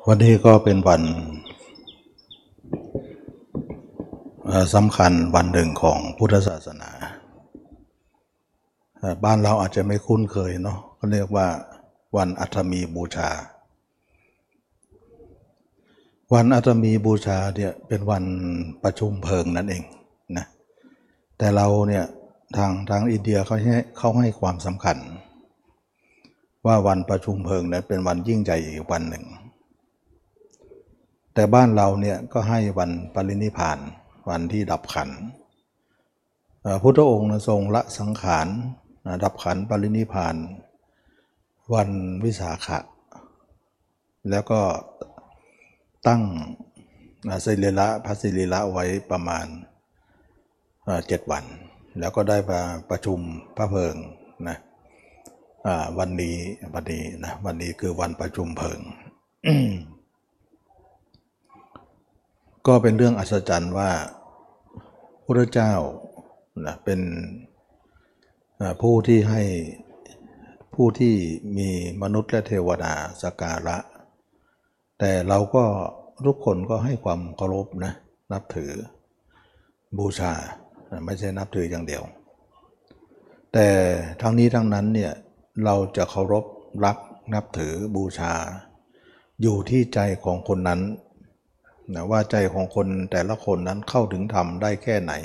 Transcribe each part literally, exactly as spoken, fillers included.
วันนี้ก็เป็นวันสำคัญวันหนึ่งของพุทธศาสนาบ้านเราอาจจะไม่คุ้นเคยเนาะก็เรียกว่าวันอัฐมีบูชาวันอัฐมีบูชาเนี่ยเป็นวันประชุมเพลิงนั่นเองนะแต่เราเนี่ยทางทางอินเดียเขาให้เขาให้ความสำคัญว่าวันประชุมเพลิงนั้นเป็นวันยิ่งใหญ่อีกวันหนึ่งแต่บ้านเราเนี่ยก็ให้วันปรินิพพานวันที่ดับขันธ์พุทธองค์ทรงละสังขารดับขันธ์ปรินิพพานวันวิสาขะแล้วก็ตั้งศิริละพระศิริละไว้ประมาณเจ็ดวันแล้วก็ได้มาประชุมพระเพลิงนะวันนี้วันนี้นะวันนี้คือวันประชุมเพลิง ก็เป็นเรื่องอัศจรรย์ว่าพระเจ้านะเป็นผู้ที่ให้ผู้ที่มีมนุษย์และเทวดาสักการะแต่เราก็ทุกคนก็ให้ความเคารพนะนับถือบูชาไม่ใช่นับถืออย่างเดียวแต่ทั้งนี้ทั้งนั้นเนี่ยเราจะเคารพรักนับถือบูชาอยู่ที่ใจของคนนั้นนะว่าใจของคนแต่ละคนนั้นเข้าถึงธรรมได้แค่ไหน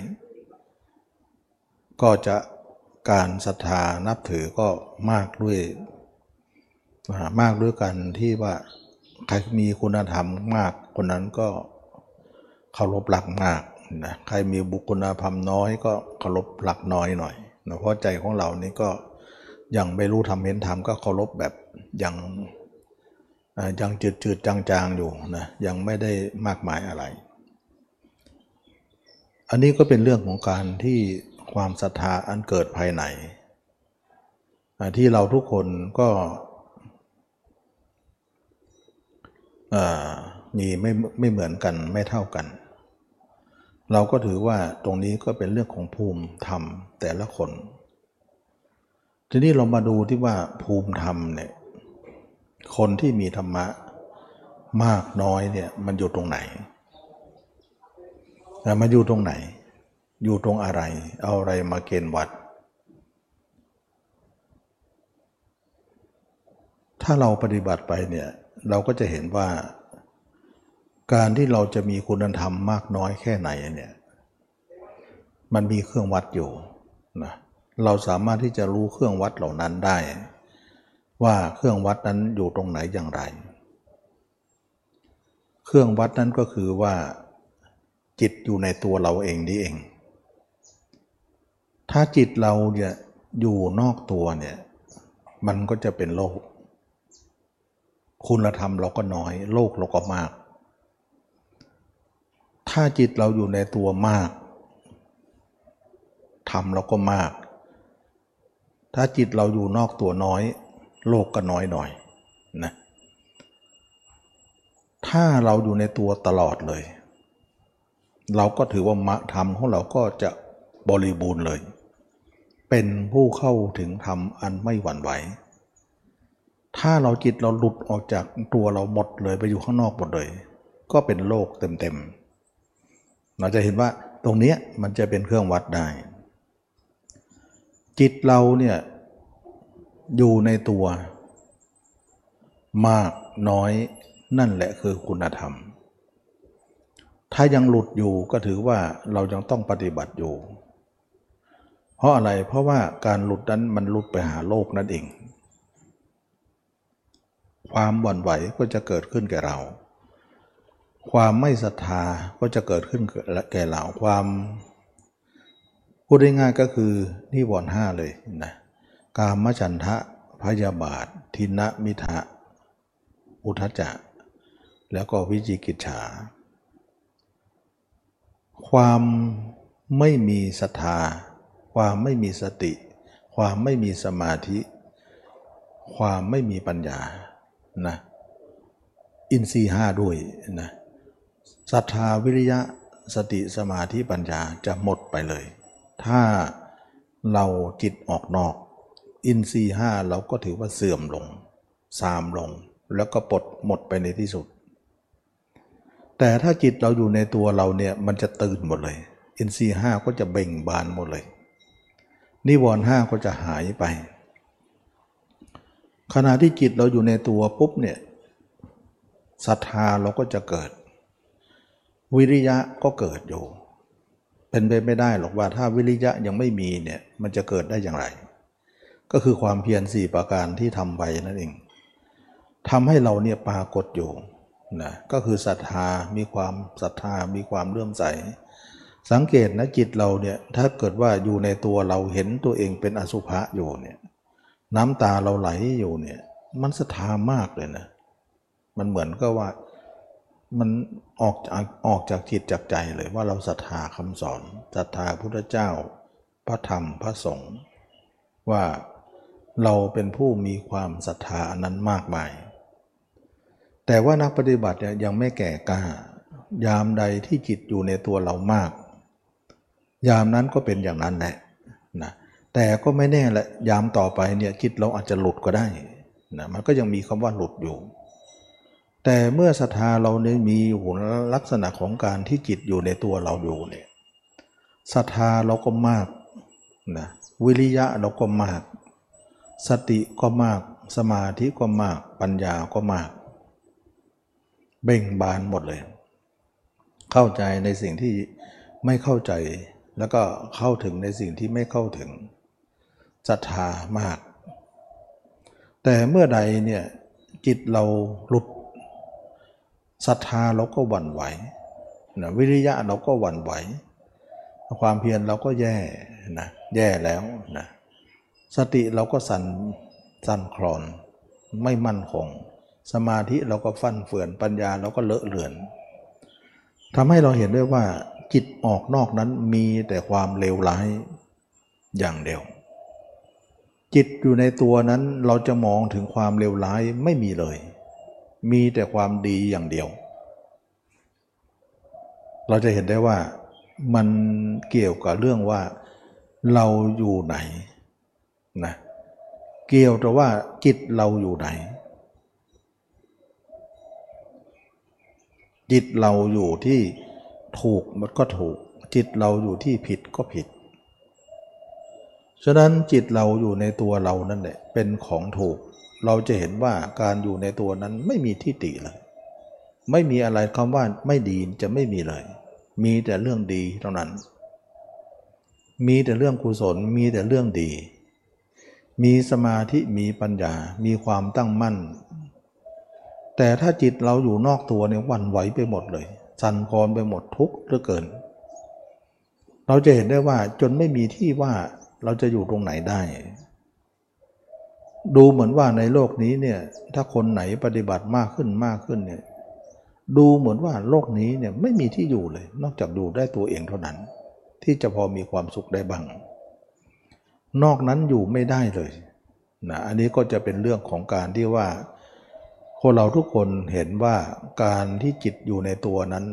ก็จะการศรัทธานับถือก็มากด้วยมากด้วยกันที่ว่าใครมีคุณธรรมมากคนนั้นก็เคารพหลักมากนะใครมีบุคคุณธรรมน้อยก็เคารพหลักน้อยหน่อยนะเพราะใจของเรานี่ก็ยังไม่รู้ธรรมเห็นธรรมก็เคารพแบบยังยังจืดๆจางๆอยู่นะยังไม่ได้มากมายอะไรอันนี้ก็เป็นเรื่องของการที่ความศรัทธาอันเกิดภายในที่เราทุกคนก็มีไม่ไม่เหมือนกันไม่เท่ากันเราก็ถือว่าตรงนี้ก็เป็นเรื่องของภูมิธรรมแต่ละคนทีนี้เรามาดูที่ว่าภูมิธรรมเนี่ยคนที่มีธรรมะมากน้อยเนี่ยมันอยู่ตรงไหนมันอยู่ตรงไหนอยู่ตรงอะไรเอาอะไรมาเกณฑ์วัดถ้าเราปฏิบัติไปเนี่ยเราก็จะเห็นว่าการที่เราจะมีคุณธรรมมากน้อยแค่ไหนเนี่ยมันมีเครื่องวัดอยู่นะเราสามารถที่จะรู้เครื่องวัดเหล่านั้นได้ว่าเครื่องวัดนั้นอยู่ตรงไหนอย่างไรเครื่องวัดนั้นก็คือว่าจิตอยู่ในตัวเราเองนี่เองถ้าจิตเราเนี่ยอยู่นอกตัวเนี่ยมันก็จะเป็นโลกคุณธรรมเราก็น้อยโลกเราก็มากถ้าจิตเราอยู่ในตัวมากธรรมเราก็มากถ้าจิตเราอยู่นอกตัวน้อยโลกก็น้อยหน่อยนะถ้าเราอยู่ในตัวตลอดเลยเราก็ถือว่ามะธรรมของเราก็จะบริบูรณ์เลยเป็นผู้เข้าถึงธรรมอันไม่หวั่นไหวถ้าเราจิตเราหลุดออกจากตัวเราหมดเลยไปอยู่ข้างนอกหมดเลยก็เป็นโลกเต็มๆเราจะเห็นว่าตรงนี้มันจะเป็นเครื่องวัดได้จิตเราเนี่ยอยู่ในตัวมากน้อยนั่นแหละคือคุณธรรมถ้ายังหลุดอยู่ก็ถือว่าเรายังต้องปฏิบัติอยู่เพราะอะไรเพราะว่าการหลุดนั้นมันหลุดไปหาโลกนั่นเองความหวั่นไหวก็จะเกิดขึ้นแก่เราความไม่ศรัทธาก็จะเกิดขึ้นแก่เราความพูดง่ายๆก็คือนิวรณ์ห้าเลยนะกามฉันทะพยาบาททินมิทะอุทธัจจะแล้วก็วิจิกิจฉาความไม่มีศรัทธาความไม่มีสติความไม่มีสมาธิความไม่มีปัญญานะอินทรีย์ห้าด้วยนะศรัทธาวิริยะสติสมาธิปัญญาจะหมดไปเลยถ้าเราจิตออกนอกอินทรีย์ห้าเราก็ถือว่าเสื่อมลงทรามลงแล้วก็ปลดหมดไปในที่สุดแต่ถ้าจิตเราอยู่ในตัวเราเนี่ยมันจะตื่นหมดเลยอินทรีย์ห้าก็จะเบ่งบานหมดเลยนิวรณ์ห้าก็จะหายไปขณะที่จิตเราอยู่ในตัวปุ๊บเนี่ยศรัทธาเราก็จะเกิดวิริยะก็เกิดอยู่เป็นไปไม่ได้หรอกว่าถ้าวิริยะยังไม่มีเนี่ยมันจะเกิดได้อย่างไรก็คือความเพียรสี่ประการที่ทำไปนั่นเองทำให้เราเนี่ยปรากฏอยู่นะก็คือศรัทธามีความศรัทธามีความเลื่อมใสสังเกตนะจิตเราเนี่ยถ้าเกิดว่าอยู่ในตัวเราเห็นตัวเองเป็นอสุภะอยู่เนี่ยน้ำตาเราไหลอยู่เนี่ยมันศรัทธามากเลยนะมันเหมือนก็ว่ามันออกจากออกจากจิตจากใจเลยว่าเราศรัทธาคำสอนศรัทธาพุทธเจ้าพระธรรมพระสงฆ์ว่าเราเป็นผู้มีความศรัทธาอันนั้นมากมายแต่ว่านักปฏิบัติเนี่ยยังไม่แก่กล้ายามใดที่จิตอยู่ในตัวเรามากยามนั้นก็เป็นอย่างนั้นแหละนะแต่ก็ไม่แน่แหละยามต่อไปเนี่ยจิตเราอาจจะหลุดก็ได้นะมันก็ยังมีคำว่าหลุดอยู่แต่เมื่อศรัทธาเราเนี่ยมีอยู่ลักษณะของการที่จิตอยู่ในตัวเราอยู่เนี่ยศรัทธาเราก็มากนะวิริยะเราก็มากสติก็มากสมาธิก็มากปัญญาก็มากเบ่งบานหมดเลยเข้าใจในสิ่งที่ไม่เข้าใจแล้วก็เข้าถึงในสิ่งที่ไม่เข้าถึงศรัทธามากแต่เมื่อใดเนี่ยจิตเราหลุดศรัทธาเราก็หวั่นไหวนะวิริยะเราก็หวั่นไหวความเพียรเราก็แย่นะแย่แล้วนะสติเราก็สั่นสั่นคลอนไม่มั่นคงสมาธิเราก็ฟั่นเฟือนปัญญาเราก็เลอะเลือนทำให้เราเห็นด้วยว่าจิตออกนอกนั้นมีแต่ความเลวร้ายอย่างเดียวจิตอยู่ในตัวนั้นเราจะมองถึงความเลวร้ายไม่มีเลยมีแต่ความดีอย่างเดียวเราจะเห็นได้ว่ามันเกี่ยวกับเรื่องว่าเราอยู่ไหนนะเกี่ยวกับว่าจิตเราอยู่ไหนจิตเราอยู่ที่ถูกมันก็ถูกจิตเราอยู่ที่ผิดก็ผิดฉะนั้นจิตเราอยู่ในตัวเรานั่นแหละเป็นของถูกเราจะเห็นว่าการอยู่ในตัวนั้นไม่มีที่ติเลยไม่มีอะไรคำว่าไม่ดีจะไม่มีเลยมีแต่เรื่องดีเท่านั้นมีแต่เรื่องกุศลมีแต่เรื่องดีมีสมาธิมีปัญญามีความตั้งมั่นแต่ถ้าจิตเราอยู่นอกตัวเนี่ยหวั่นไหวไปหมดเลยสั่นคลอนไปหมดทุกข์เหลือเกินเราจะเห็นได้ว่าจนไม่มีที่ว่าเราจะอยู่ตรงไหนได้ดูเหมือนว่าในโลกนี้เนี่ยถ้าคนไหนปฏิบัติมากขึ้นมากขึ้นเนี่ยดูเหมือนว่าโลกนี้เนี่ยไม่มีที่อยู่เลยนอกจากอยู่ได้ตัวเองเท่านั้นที่จะพอมีความสุขได้บ้างนอกนั้นอยู่ไม่ได้เลยนะอันนี้ก็จะเป็นเรื่องของการที่ว่าคนเราทุกคนเห็นว่าการที่จิตอยู่ในตัวนั้น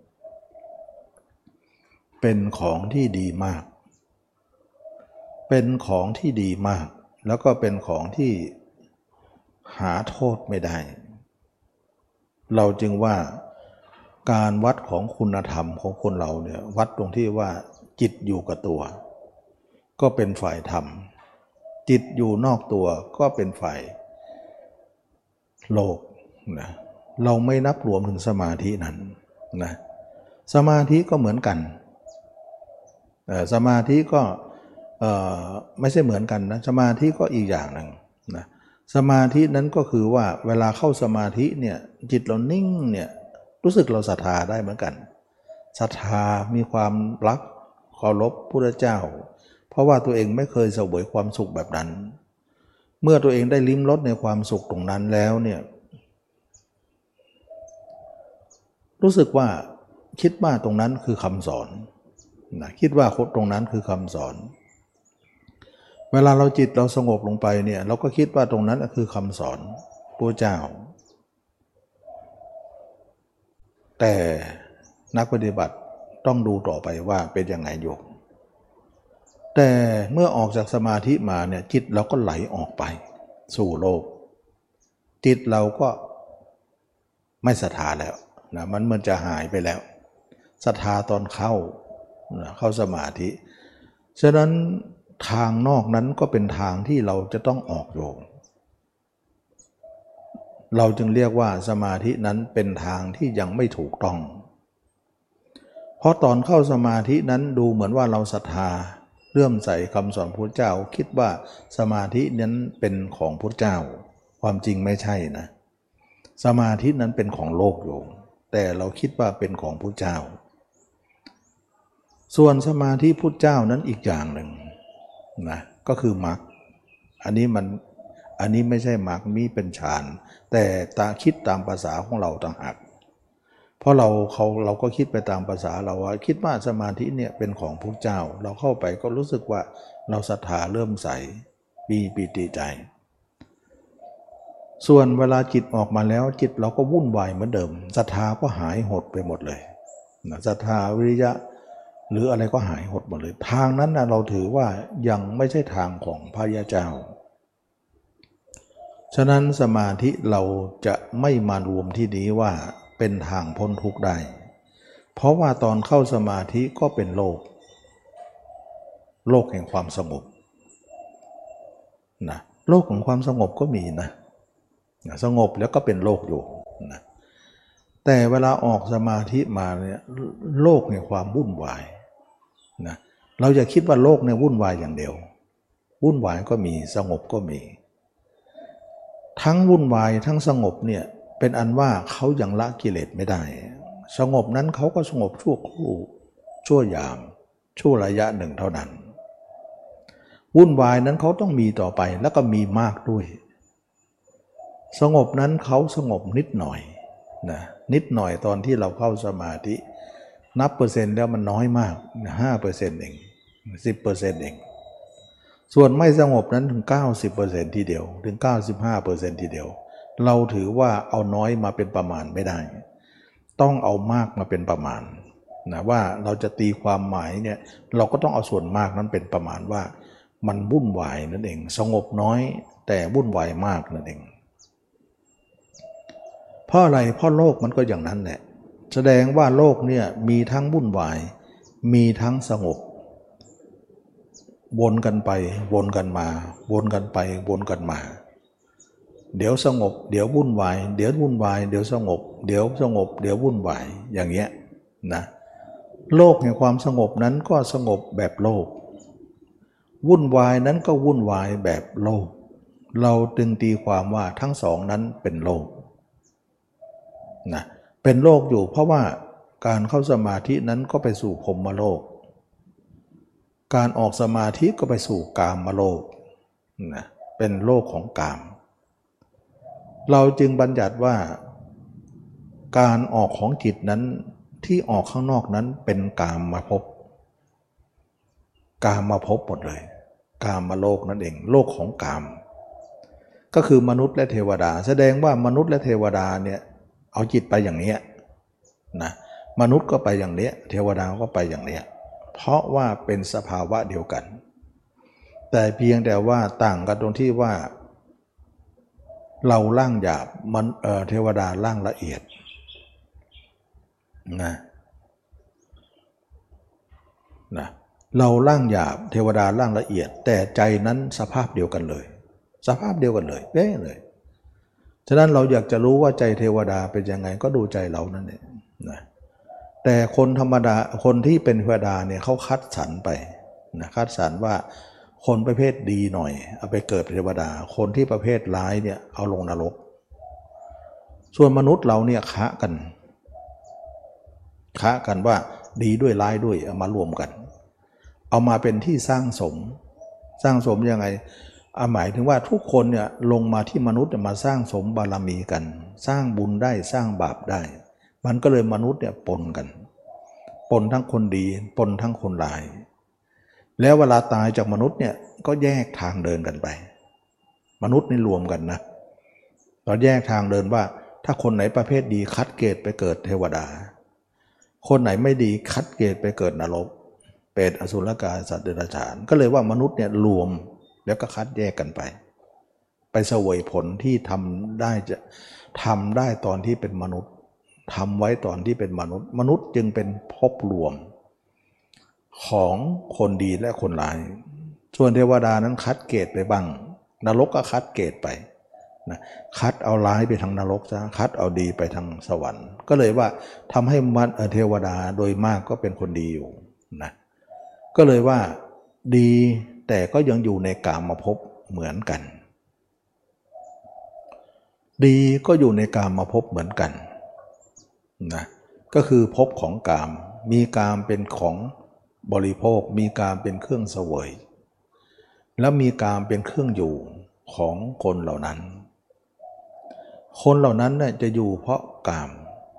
เป็นของที่ดีมากเป็นของที่ดีมากแล้วก็เป็นของที่หาโทษไม่ได้เราจึงว่าการวัดของคุณธรรมของคนเราเนี่ยวัดตรงที่ว่าจิตอยู่กับตัวก็เป็นฝ่ายธรรมจิตอยู่นอกตัวก็เป็นฝ่ายโลกนะเราไม่นับรวมถึงสมาธินั้นนะสมาธิก็เหมือนกันสมาธิก็ไม่ใช่เหมือนกันนะสมาธิก็อีกอย่างหนึ่งนะสมาธินั้นก็คือว่าเวลาเข้าสมาธิเนี่ยจิตเรานิ่งเนี่ยรู้สึกเราศรัทธาได้เหมือนกันศรัทธามีความรักเคารพพุทธเจ้าเพราะว่าตัวเองไม่เคยเสวยความสุขแบบนั้นเมื่อตัวเองได้ลิ้มรสในความสุขตรงนั้นแล้วเนี่ยรู้สึกว่าคิดว่าตรงนั้นคือคำสอนนะคิดว่าตรงนั้นคือคำสอนเวลาเราจิตเราสงบลงไปเนี่ยเราก็คิดว่าตรงนั้นคือคำสอนพระเจ้าแต่นักปฏิบัติต้องดูต่อไปว่าเป็นยังไงอยู่แต่เมื่อออกจากสมาธิมาเนี่ยจิตเราก็ไหลออกไปสู่โลกจิตเราก็ไม่ศรัทธาแล้วนะมันมันจะหายไปแล้วศรัทธาตอนเข้านะเข้าสมาธิฉะนั้นทางนอกนั้นก็เป็นทางที่เราจะต้องออกโยมเราจึงเรียกว่าสมาธินั้นเป็นทางที่ยังไม่ถูกต้องเพราะตอนเข้าสมาธินั้นดูเหมือนว่าเราศรัทธาเลื่อมใสคำสอนพระเจ้าคิดว่าสมาธินั้นเป็นของพระเจ้าความจริงไม่ใช่นะสมาธินั้นเป็นของโลกโยมแต่เราคิดว่าเป็นของพระเจ้าส่วนสมาธิพุทธเจ้านั้นอีกอย่างหนึ่งนะก็คือมรรคอันนี้มันอันนี้ไม่ใช่มรรคมีเป็นฌานแต่ตาคิดตามภาษาของเราต่างหากเพราะเราเขาเราก็คิดไปตามภาษาเราว่าคิดว่าสมาธิเนี่ยเป็นของพระเจ้าเราเข้าไปก็รู้สึกว่าเราศรัทธาเริ่มใสมีปิติใจส่วนเวลาจิตออกมาแล้วจิตเราก็วุ่นวายเหมือนเดิมศรัทธาก็หายหดไปหมดเลยศรัทธาวิริยะหรืออะไรก็หายหดหมดเลยทางนั้นนะเราถือว่ายังไม่ใช่ทางของพระยาเจ้าฉะนั้นสมาธิเราจะไม่มารวมที่นี้ว่าเป็นทางพ้นทุกข์ได้เพราะว่าตอนเข้าสมาธิก็เป็นโลกโลกแห่งความสงบนะโลกของความสงบก็มีนะสงบแล้วก็เป็นโลกอยู่นะแต่เวลาออกสมาธิมาเนี่ยโลกแห่งความวุ่นวายนะเราอย่าคิดว่าโลกเนี่ยวุ่นวายอย่างเดียววุ่นวายก็มีสงบก็มีทั้งวุ่นวายทั้งสงบเนี่ยเป็นอันว่าเขายังละกิเลสไม่ได้สงบนั้นเขาก็สงบชั่วครู่ชั่วยามชั่วระยะหนึ่งเท่านั้นวุ่นวายนั้นเขาต้องมีต่อไปแล้วก็มีมากด้วยสงบนั้นเขาสงบนิดหน่อยนะนิดหน่อยตอนที่เราเข้าสมาธินับเปอร์เซ็นต์แล้วมันน้อยมาก ห้าเปอร์เซ็นต์ เอง สิบเปอร์เซ็นต์ เองส่วนไม่สงบนั้นถึง เก้าสิบเปอร์เซ็นต์ ทีเดียวถึง เก้าสิบห้าเปอร์เซ็นต์ ทีเดียวเราถือว่าเอาน้อยมาเป็นประมาณไม่ได้ต้องเอามากมาเป็นประมาณนะว่าเราจะตีความหมายเนี่ยเราก็ต้องเอาส่วนมากนั้นเป็นประมาณว่ามันวุ่นวายนั่นเองสงบน้อยแต่วุ่นวายมากนั่นเองเพราะอะไรเพราะโลกมันก็อย่างนั้นแหละแสดงว่าโลกเนี่ยมีทั้งวุ่นวายมีทั้งสงบวนกันไปวนกันมาวนกันไปวนกันมาเดี๋ยวสงบเดี๋ยววุ่นวายเดี๋ยววุ่นวายเดี๋ยวสงบเดี๋ยวสงบเดี๋ยววุ่นวายอย่างเงี้ยนะโลกแห่งความสงบนั้นก็สงบแบบโลกวุ่นวายนั้นก็วุ่นวายแบบโลกเราจึงตีความว่าทั้งสองนั้นเป็นโลกนะเป็นโลกอยู่เพราะว่าการเข้าสมาธินั้นก็ไปสู่พรหมโลกการออกสมาธิก็ไปสู่กามโลกนะเป็นโลกของกามเราจึงบัญญัติว่าการออกของจิตนั้นที่ออกข้างนอกนั้นเป็นกามมาพบกามมาพบหมดเลยกามมาโลกนั่นเองโลกของกามก็คือมนุษย์และเทวดาแสดงว่ามนุษย์และเทวดาเนี่ยเอาจิตไปอย่างนี้นะมนุษย์ก็ไปอย่างนี้เทวดาก็ไปอย่างนี้เพราะว่าเป็นสภาวะเดียวกันแต่เพียงแต่ว่าต่างกันตรงที่ว่าเราร่างหยาบมันเอ่อเทวดาร่างละเอียดนะนะเราร่างหยาบเทวดาร่างละเอียดแต่ใจนั้นสภาพเดียวกันเลยสภาพเดียวกันเลยเป๊ะเลยฉะนั้นเราอยากจะรู้ว่าใจเทวดาเป็นยังไงก็ดูใจเรานั่นเองนะแต่คนธรรมดาคนที่เป็นเทวดาเนี่ยเขาคัดสรรไปนะคัดสรรว่าคนประเภทดีหน่อยเอาไปเกิดเป็นเทวดาคนที่ประเภทร้ายเนี่ยเอาลงนรกส่วนมนุษย์เราเนี่ยคะกันคะกันว่าดีด้วยร้ายด้วยเอามารวมกันเอามาเป็นที่สร้างสมสร้างสมยังไงหมายถึงว่าทุกคนเนี่ยลงมาที่มนุษย์มาสร้างสมบารมีกันสร้างบุญได้สร้างบาปได้มันก็เลยมนุษย์เนี่ยปนกันปนทั้งคนดีปนทั้งคนร้ายแล้วเวลาตายจากมนุษย์เนี่ยก็แยกทางเดินกันไปมนุษย์นี่รวมกันนะเราแยกทางเดินว่าถ้าคนไหนประเภทดีคัดเกณฑ์ไปเกิดเทวดาคนไหนไม่ดีคัดเกณฑ์ไปเกิดนรกเปรตอสุรกายสัตว์เดรัจฉานก็เลยว่ามนุษย์เนี่ยรวมแล้วก็คัดแยกกันไปไปเสวยผลที่ทำได้จะทำได้ตอนที่เป็นมนุษย์ทำไว้ตอนที่เป็นมนุษย์มนุษย์จึงเป็นภพรวมของคนดีและคนร้ายส่วนเทวดานั้นคัดเกรดไปบ้างนรกก็คัดเกรดไปนะคัดเอาร้ายไปทางนรกซะคัดเอาดีไปทางสวรรค์ก็เลยว่าทำให้มันเทวดาโดยมากก็เป็นคนดีอยู่นะก็เลยว่าดีแต่ก็ยังอยู่ในกามภพเหมือนกันดีก็อยู่ในกามภพเหมือนกันนะก็คือภพของกามมีกามเป็นของบริโภคมีกามเป็นเครื่องเสวยแล้วมีกามเป็นเครื่องอยู่ของคนเหล่านั้นคนเหล่านั้นเนี่ยจะอยู่เพราะกาม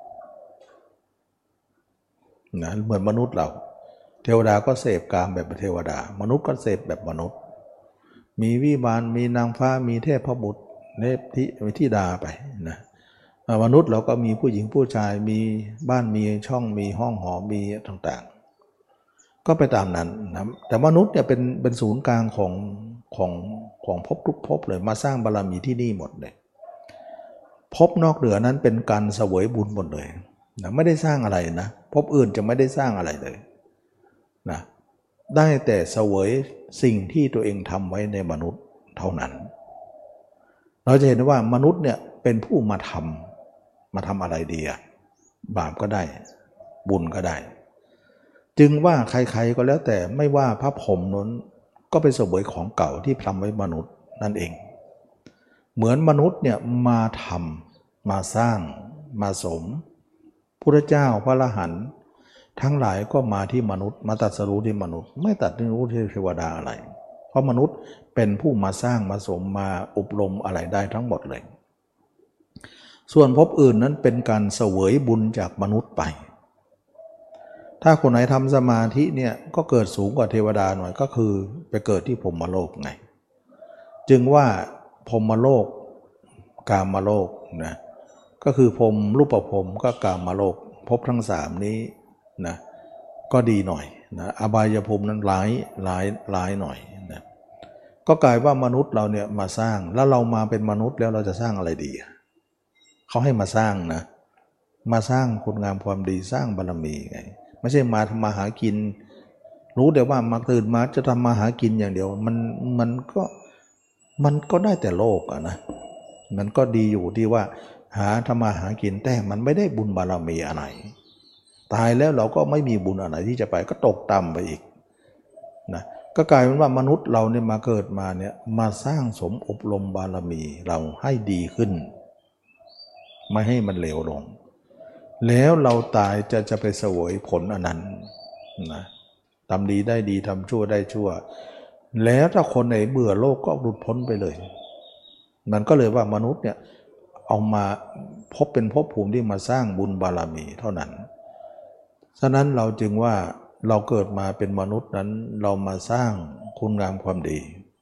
นะเหมือนมนุษย์เราเทวดาก็เสพกามแบบเทวดามนุษย์ก็เสพแบบมนุษย์มีวิมานมีนางฟ้ามีเทพบุตรเทพธิธิดาไปนะมนุษย์เราก็มีผู้หญิงผู้ชายมีบ้านมีช่องมีห้องหอมีต่างๆก็ไปตามนั้นนะแต่มนุษย์เนี่ยเป็นเป็นศูนย์กลางของของของภพทุกภพเลยมาสร้างบารมีที่นี่หมดเลยภพนอกเหนือนั้นเป็นการเสวยบุญหมดเลยนะไม่ได้สร้างอะไรนะภพอื่นจะไม่ได้สร้างอะไรเลยนะได้แต่เสวยสิ่งที่ตัวเองทำไว้ในมนุษย์เท่านั้นเราจะเห็นว่ามนุษย์เนี่ยเป็นผู้มาทำมาทำอะไรดีอะบาปก็ได้บุญก็ได้จึงว่าใครๆก็แล้วแต่ไม่ว่าพระพรหมนั้นก็เป็นเสวยของเก่าที่ทำไว้มนุษย์นั่นเองเหมือนมนุษย์เนี่ยมาทำมาสร้างมาสมพุทธเจ้าพระอรหันต์ทั้งหลายก็มาที่มนุษย์มาตรัสรู้ที่มนุษย์ไม่ตรัสรู้ที่เทวดาอะไรเพราะมนุษย์เป็นผู้มาสร้างมาสมมาอบรมอะไรได้ทั้งหมดเลยส่วนภพอื่นนั้นเป็นการเสวยบุญจากมนุษย์ไปถ้าคนไหนทำสมาธิเนี่ยก็เกิดสูงกว่าเทวดาหน่อยก็คือไปเกิดที่พรหมโลกไงจึงว่าพรหมโลกกามโลกนะก็คือพรหมรูปพรหมก็กามโลกภพทั้งสามนี้นะก็ดีหน่อยนะอบายภูมินั้นร้ายร้ายร้ายหน่อยนะก็กลายว่ามนุษย์เราเนี่ยมาสร้างแล้วเรามาเป็นมนุษย์แล้วเราจะสร้างอะไรดีเขาให้มาสร้างนะมาสร้างคุณงามความดีสร้างบารมีไงไม่ใช่มาทำมาหากินรู้แต่ว่ามาตื่นมาจะทำมาหากินอย่างเดียวมันมันก็มันก็ได้แต่โลกอะนะมันก็ดีอยู่ที่ว่าหาทำมาหากินแต่มันไม่ได้บุญบารมีอะไรตายแล้วเราก็ไม่มีบุญอะไรที่จะไปก็ตกต่ำไปอีกนะก็กลายเป็นว่ามนุษย์เราเนี่ยมาเกิดมาเนี่ยมาสร้างสมอบรมบารมีเราให้ดีขึ้นไม่ให้มันเลวลงแล้วเราตายจะจะไปเสวยผลอันนั้นนะทำดีได้ดีทำชั่วได้ชั่วแล้วถ้าคนไหนเบื่อโลกก็หลุดพ้นไปเลยมันก็เลยว่ามนุษย์เนี่ยเอามาพบเป็นภพภูมิที่มาสร้างบุญบารมีเท่านั้นฉะนั้นเราจึงว่าเราเกิดมาเป็นมนุษย์นั้นเรามาสร้างคุณงามความดี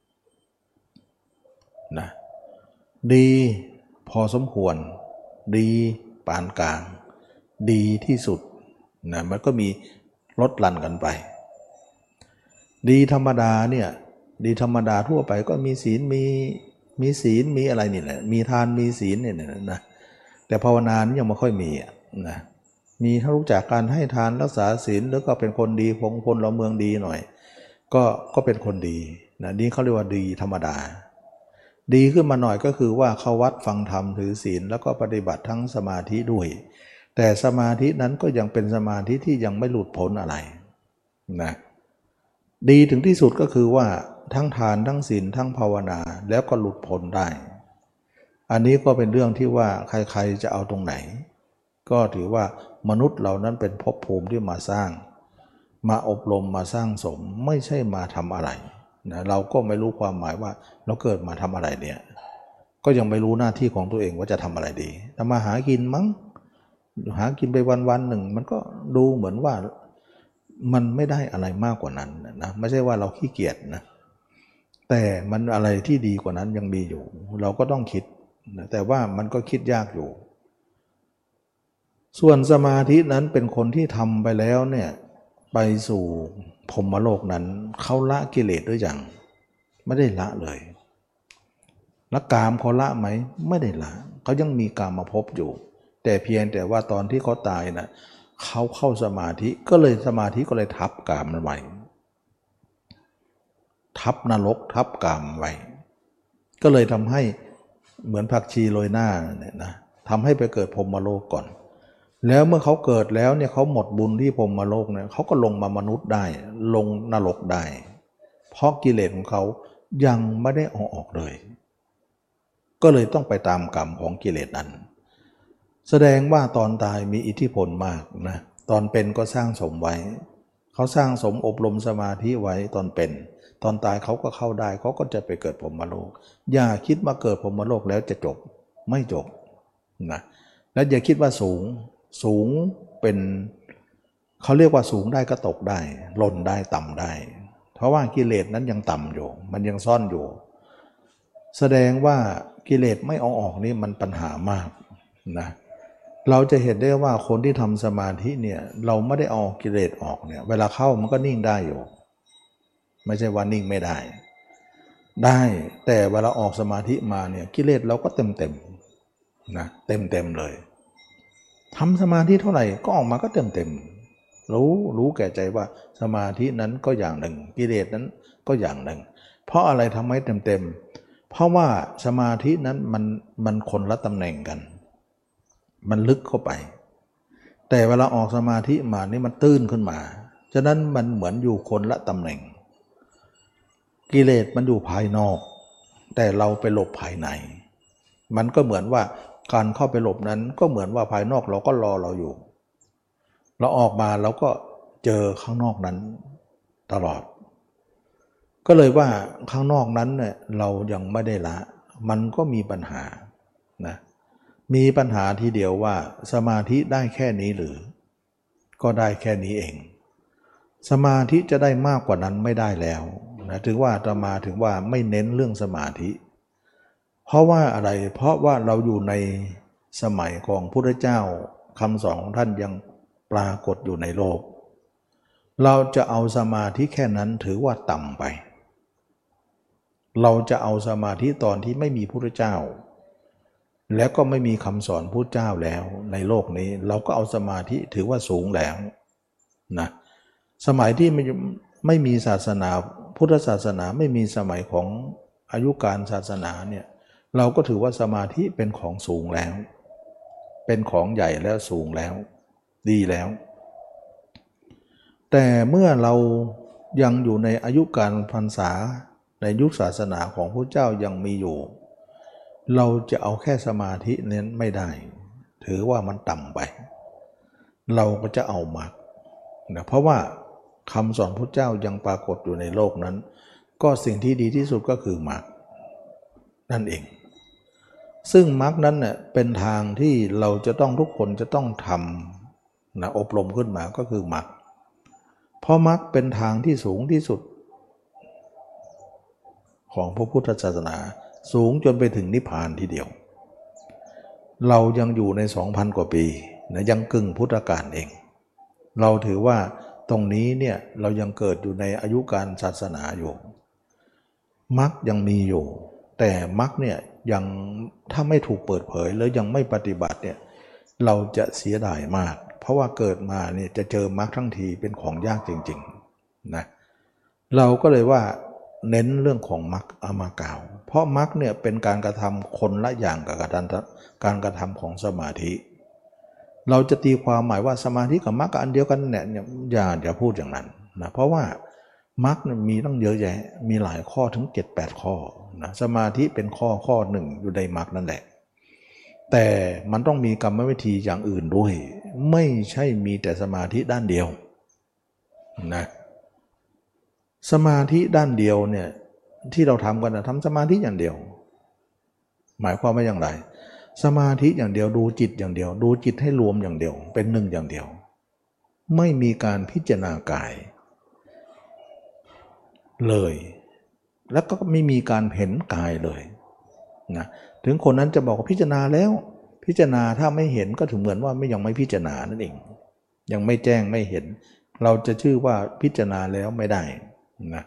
นะดีพอสมควรดีปานกลางดีที่สุดนะมันก็มีลดหลั่นกันไปดีธรรมดาเนี่ยดีธรรมดาทั่วไปก็มีศีลมีมีศีลมีอะไรนี่แหละมีทานมีศีลเนี่ยนะแต่ภาวนานี่ยังไม่ค่อยมีนะมีถ้ารู้จักการให้ทานรักษาศีลแล้วก็เป็นคนดีของพลเราเมืองดีหน่อยก็ก็เป็นคนดีนะนี่เขาเรียกว่าดีธรรมดาดีขึ้นมาหน่อยก็คือว่าเข้าวัดฟังธรรมถือศีลแล้วก็ปฏิบัติทั้งสมาธิด้วยแต่สมาธินั้นก็ยังเป็นสมาธิที่ยังไม่หลุดพ้นอะไรนะดีถึงที่สุดก็คือว่าทั้งทานทั้งศีลทั้งภาวนาแล้วก็หลุดพ้นได้อันนี้ก็เป็นเรื่องที่ว่าใครๆจะเอาตรงไหนก็ถือว่ามนุษย์เรานั้นเป็นภพภูมิที่มาสร้างมาอบรมมาสร้างสมไม่ใช่มาทำอะไรนะเราก็ไม่รู้ความหมายว่าเราเกิดมาทำอะไรเนี่ยก็ยังไม่รู้หน้าที่ของตัวเองว่าจะทำอะไรดีทำมาหากินมั้งหากินไปวันๆหนึ่งมันก็ดูเหมือนว่ามันไม่ได้อะไรมากกว่านั้นนะไม่ใช่ว่าเราขี้เกียจนะแต่มันอะไรที่ดีกว่านั้นยังมีอยู่เราก็ต้องคิดนะแต่ว่ามันก็คิดยากอยู่ส่วนสมาธินั้นเป็นคนที่ทำไปแล้วเนี่ยไปสู่พรหมโลกนั้นเขาละกิเลสหรือยังไม่ได้ละเลยละกามเขาละไหมไม่ได้ละเขายังมีกามภพอยู่แต่เพียงแต่ว่าตอนที่เขาตายนะเขาเข้าสมาธิก็เลยสมาธิก็เลยทับกามมันไว้ทับนรกทับกามไว้ก็เลยทำให้เหมือนผักชีโรยหน้าเนี่ยนะทำให้ไปเกิดพรหมโลกก่อนแล้วเมื่อเขาเกิดแล้วเนี่ยเขาหมดบุญที่พรหมโลกเนี่ยเขาก็ลงมามนุษย์ได้ลงนรกได้เพราะกิเลสของเขายังไม่ได้เอาออกเลยก็เลยต้องไปตามกรรมของกิเลสนั้นแสดงว่าตอนตายมีอิทธิพลมากนะตอนเป็นก็สร้างสมไว้เขาสร้างสมอบรมสมาธิไว้ตอนเป็นตอนตายเขาก็เข้าได้เขาก็จะไปเกิดพรหมโลกอย่าคิดมาเกิดพรหมโลกแล้วจะจบไม่จบนะและอย่าคิดว่าสูงสูงเป็นเขาเรียกว่าสูงได้ก็ตกได้หล่นได้ต่ำได้เพราะว่ากิเลสนั้นยังต่ำอยู่มันยังซ่อนอยู่แสดงว่ากิเลสไม่เอาออกนี่มันปัญหามากนะเราจะเห็นได้ว่าคนที่ทำสมาธิเนี่ยเราไม่ได้เอากิเลสออกเนี่ยเวลาเข้ามันก็นิ่งได้อยู่ไม่ใช่ว่านิ่งไม่ได้ได้แต่เวลาออกสมาธิมาเนี่ยกิเลสเราก็เต็มเต็มนะเต็มเต็มเลยทำสมาธิเท่าไหร่ก็ออกมาก็เต็มเต็มรู้รู้แก่ใจว่าสมาธินั้นก็อย่างหนึ่งกิเลสนั้นก็อย่างหนึ่งเพราะอะไรทำให้เต็มเต็มเพราะว่าสมาธินั้นมันมันคนละตำแหน่งกันมันลึกเข้าไปแต่เวลาออกสมาธิมานี่มันตื้นขึ้นมาฉะนั้นมันเหมือนอยู่คนละตำแหน่งกิเลสมันอยู่ภายนอกแต่เราไปหลบภายในมันก็เหมือนว่าการเข้าไปหลบนั้นก็เหมือนว่าภายนอกเราก็รอเราอยู่เราออกมาเราก็เจอข้างนอกนั้นตลอดก็เลยว่าข้างนอกนั้นเนี่ยเรายังไม่ได้ละมันก็มีปัญหานะมีปัญหาทีเดียวว่าสมาธิได้แค่นี้หรือก็ได้แค่นี้เองสมาธิจะได้มากกว่านั้นไม่ได้แล้วนะถึงว่าอาตมาถึงว่าไม่เน้นเรื่องสมาธิเพราะว่าอะไรเพราะว่าเราอยู่ในสมัยของพุทธเจ้าคำสอนของท่านยังปรากฏอยู่ในโลกเราจะเอาสมาธิแค่นั้นถือว่าต่ำไปเราจะเอาสมาธิตอนที่ไม่มีพุทธเจ้าแล้วก็ไม่มีคำสอนพุทธเจ้าแล้วในโลกนี้เราก็เอาสมาธิถือว่าสูงแล้วนะสมัยที่ไม่ไม่มีศาสนาพุทธศาสนาไม่มีสมัยของอายุการศาสนาเนี่ยเราก็ถือว่าสมาธิเป็นของสูงแล้วเป็นของใหญ่แล้วสูงแล้วดีแล้วแต่เมื่อเรายังอยู่ในอายุการพรรษาในยุคศาสนาของพระเจ้ายังมีอยู่เราจะเอาแค่สมาธิเน้นไม่ได้ถือว่ามันต่ำไปเราก็จะเอามรรคนะเพราะว่าคำสอนพระเจ้ายังปรากฏอยู่ในโลกนั้นก็สิ่งที่ดีที่สุดก็คือมรรคนั่นเองซึ่งมรรคนั้นเน่ยเป็นทางที่เราจะต้องทุกคนจะต้องทำนะอบรมขึ้นมาก็คือมรรคเพราะมรรคเป็นทางที่สูงที่สุดของพระพุทธศาสนาสูงจนไปถึงนิพพานทีเดียวเรายังอยู่ใน สองพัน กว่าปีนะยังกึ่งพุทธกาลเองเราถือว่าตรงนี้เนี่ยเรายังเกิดอยู่ในอายุการศาสนาอยู่มรรคยังมีอยู่แต่มรรคเนี่ยยังถ้าไม่ถูกเปิดเผยแล้วยังไม่ปฏิบัติเนี่ยเราจะเสียดายมากเพราะว่าเกิดมาเนี่ยจะเจอมรรคทั้งทีเป็นของยากจริงๆนะเราก็เลยว่าเน้นเรื่องของมรรคเอามากล่าวเพราะมรรคเนี่ยเป็นการกระทำคนละอย่างกับการกระทำของสมาธิเราจะตีความหมายว่าสมาธิกับมรรคอันเดียวกันเนี่ยอย่าอย่าพูดอย่างนั้นนะเพราะว่ามรรคมีตั้งเยอะแยะมีหลายข้อถึง เจ็ดแปด ข้อนะสมาธิเป็นข้อข้อหนึ่งอยู่ในมรรคนั่นแหละแต่มันต้องมีกรรมวิธีอย่างอื่นด้วยไม่ใช่มีแต่สมาธิด้านเดียวนะสมาธิด้านเดียวเนี่ยที่เราทำกันนะทำสมาธิอย่างเดียวหมายความว่าอย่างไรสมาธิอย่างเดียวดูจิตอย่างเดียวดูจิตให้รวมอย่างเดียวเป็นหนึ่งอย่างเดียวไม่มีการพิจารณากายเลยแล้วก็ไม่มีการเห็นกายเลยนะถึงคนนั้นจะบอกว่าพิจารณาแล้วพิจารณาถ้าไม่เห็นก็ถึงเหมือนว่าไม่ยังไม่พิจารณานั่นเองยังไม่แจ้งไม่เห็นเราจะชื่อว่าพิจารณาแล้วไม่ได้นะ